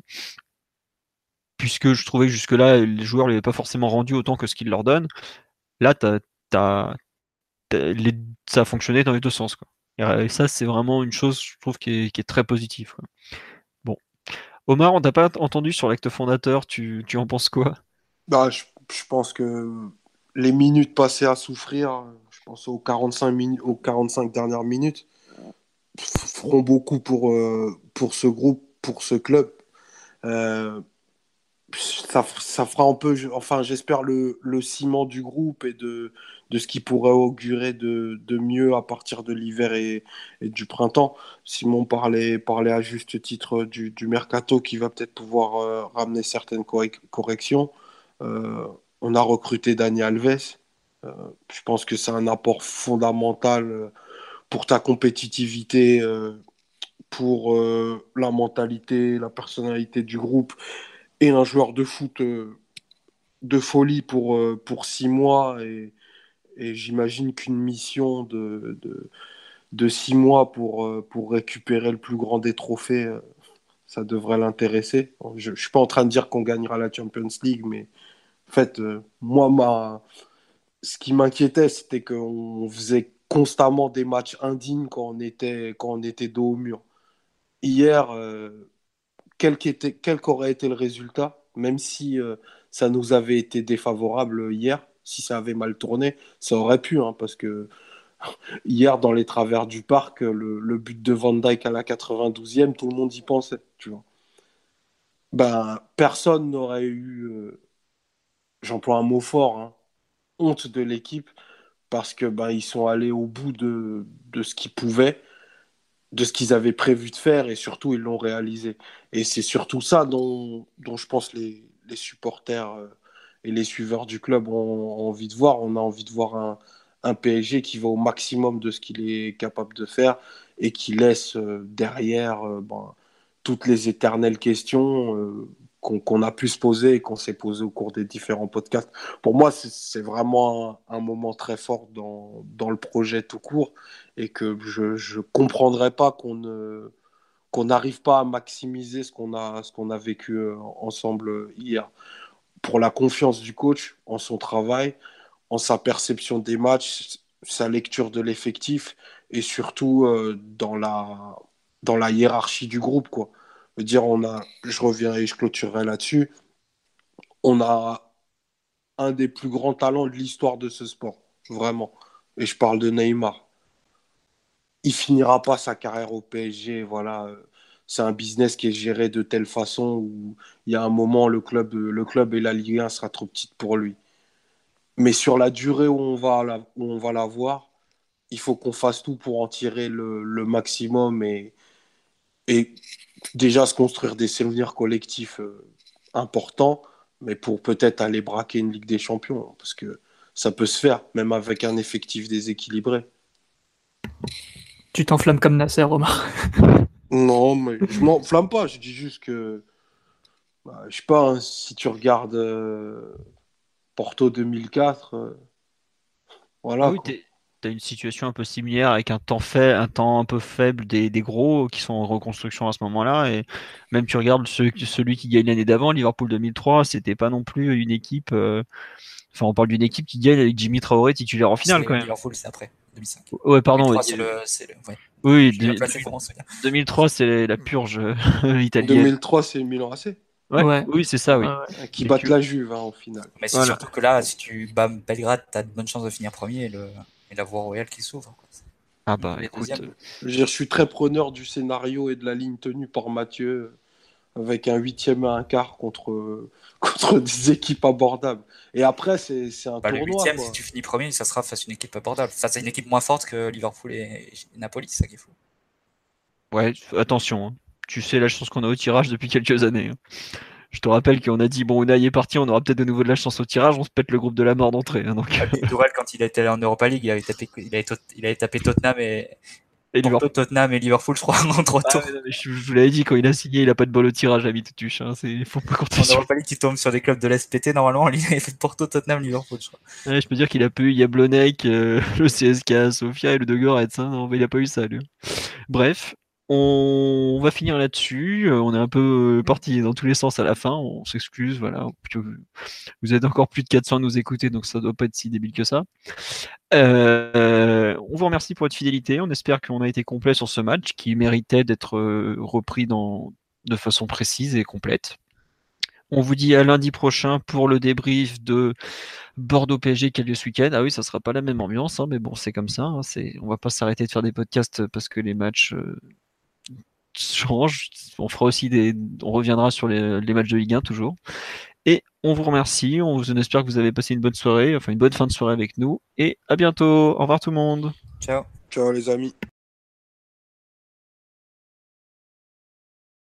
puisque je trouvais que jusque-là, les joueurs ne lui avaient pas forcément rendu autant que ce qu'il leur donne. Là, t'as, t'as, t'as- les- ça a fonctionné dans les deux sens, quoi. Et euh, ça, c'est vraiment une chose, je trouve, qui est, qui est très positive, quoi. Bon. Omar, on t'a pas entendu sur l'acte fondateur, tu, tu en penses quoi? Bah, je, je pense que les minutes passées à souffrir, je pense aux quarante-cinq minutes, aux quarante-cinq dernières minutes, f- feront beaucoup pour, euh, pour ce groupe, pour ce club. Euh, ça, ça fera un peu, enfin, j'espère, le, le ciment du groupe et de, de ce qui pourrait augurer de, de mieux à partir de l'hiver et, et du printemps. Simon parlait, parlait à juste titre du, du mercato qui va peut-être pouvoir euh, ramener certaines correc- corrections. Euh, on a recruté Dani Alves. Euh, je pense que c'est un apport fondamental euh, pour ta compétitivité, euh, pour euh, la mentalité, la personnalité du groupe et un joueur de foot euh, de folie pour, euh, pour six mois. Et, et j'imagine qu'une mission de, de, de six mois pour, euh, pour récupérer le plus grand des trophées, euh, ça devrait l'intéresser. Je ne suis pas en train de dire qu'on gagnera la Champions League, mais en fait, euh, moi, ma, ce qui m'inquiétait, c'était qu'on faisait constamment des matchs indignes quand on était, quand on était dos au mur. Hier, euh, quel qu'était, quel qu'aurait été le résultat, même si euh, ça nous avait été défavorable hier, si ça avait mal tourné, ça aurait pu, hein, parce que hier, dans les travers du parc, le, le but de Van Dijk à la quatre-vingt-douzième, tout le monde y pensait, tu vois. Ben, personne n'aurait eu, euh, j'emploie un mot fort, hein, honte de l'équipe, parce que ben, ils sont allés au bout de, de ce qu'ils pouvaient, de ce qu'ils avaient prévu de faire, et surtout, ils l'ont réalisé. Et c'est surtout ça dont, dont je pense les, les supporters euh, et les suiveurs du club ont, ont envie de voir. On a envie de voir un, un P S G qui va au maximum de ce qu'il est capable de faire et qui laisse euh, derrière euh, ben, toutes les éternelles questions euh, qu'on qu'on a pu se poser et qu'on s'est posé au cours des différents podcasts. Pour moi, c'est c'est vraiment un, un moment très fort dans, dans le projet tout court et que je ne comprendrais pas qu'on ne qu'on n'arrive pas à maximiser ce qu'on a, ce qu'on a vécu euh, ensemble hier. Pour la confiance du coach en son travail, en sa perception des matchs, sa lecture de l'effectif et surtout euh, dans, la, dans la hiérarchie du groupe, quoi. Je veux dire, on a, je reviens et je clôturerai là-dessus, on a un des plus grands talents de l'histoire de ce sport, vraiment. Et je parle de Neymar. Il finira pas sa carrière au P S G, voilà. euh, C'est un business qui est géré de telle façon où il y a un moment le club, le club et la Ligue un sera trop petite pour lui. Mais sur la durée où on va la, où on va la voir, il faut qu'on fasse tout pour en tirer le, le maximum et, et déjà se construire des souvenirs collectifs euh, importants, mais pour peut-être aller braquer une Ligue des Champions, hein, parce que ça peut se faire, même avec un effectif déséquilibré. Tu t'enflammes comme Nasser, Omar. Non, mais je m'enflamme pas, je dis juste que, bah, je sais pas, hein, si tu regardes euh, Porto deux mille quatre, euh, Ah voilà oui, quoi. t'es- t'as une situation un peu similaire avec un temps fait, un temps un peu faible des, des gros qui sont en reconstruction à ce moment-là. Et même tu regardes ce- celui qui gagne l'année d'avant, Liverpool deux mille trois, c'était pas non plus une équipe. euh, Enfin, on parle d'une équipe qui gagne avec Jimmy Traoré titulaire en finale C'est quand même. Liverpool, c'est après, deux mille cinq. Ouais, pardon. ouais, deux mille trois, c'est le, c'est le, ouais. Oui, Je l'ai deux- placé comment, c'est bien. deux mille trois, c'est la purge euh, italienne. deux mille trois, c'est Milan A C, Ouais, Ouais. oui, c'est ça, oui. Ouais, ouais. hein, qui Les battent cu- la Juve hein, au final. Mais c'est Voilà. surtout que là, si tu bats Belgrade, t'as de bonnes chances de finir premier et, le, et la voie royale qui s'ouvre, quoi. Ah bah Et écoute, deuxième. euh, Je veux dire, je suis très preneur du scénario et de la ligne tenue par Mathieu, avec un huitième et un quart contre, contre des équipes abordables. Et après, c'est c'est un Bah, le tournoi, huitième, quoi. si tu finis premier, ça sera face à une équipe abordable. Face à une équipe moins forte que Liverpool et, et Napoli, c'est ça qui est fou. ouais, attention, hein. Tu sais la chance qu'on a au tirage depuis quelques années, hein. Je te rappelle qu'on a dit, bon, Unai est parti, on aura peut-être de nouveau de la chance au tirage, on se pète le groupe de la mort d'entrée, hein, donc. Et puis Tourelle, quand il était en Europa League, il avait tapé, il avait, tot- il avait tapé Tottenham et Et Porto, Liverpool. Tottenham et Liverpool, je crois, en trois Ah tours. ouais, non, mais je, je vous l'avais dit, quand il a signé, il a pas de bol au tirage, ami Tutuche, hein, c'est, faut pas compter En sur lui. Europa League, il tombe sur des clubs de l'S P T, normalement, il avait fait Porto, Tottenham, Liverpool, je crois. Ouais, je peux dire qu'il a pas eu Yablonec, euh, le C S K A Sofia et le De Goretz, hein, non, mais il a pas eu ça, lui. Bref, on va finir là-dessus. Euh, On est un peu euh, parti dans tous les sens à la fin. On s'excuse, voilà. Puis, euh, Vous êtes encore plus de quatre cents à nous écouter, donc ça doit pas être si débile que ça. Euh, on vous remercie pour votre fidélité. On espère qu'on a été complet sur ce match qui méritait d'être euh, repris dans, de façon précise et complète. On vous dit à lundi prochain pour le débrief de Bordeaux-P S G qui a lieu ce week-end. Ah oui, ça sera pas la même ambiance, hein, mais bon, c'est comme ça. Hein, c'est... On va pas s'arrêter de faire des podcasts parce que les matchs euh, changent. On fera aussi des... On reviendra sur les, les matchs de Ligue un toujours. Et on vous remercie. On, vous... on espère que vous avez passé une bonne soirée, enfin une bonne fin de soirée avec nous. Et à bientôt. Au revoir tout le monde. Ciao. Ciao les amis.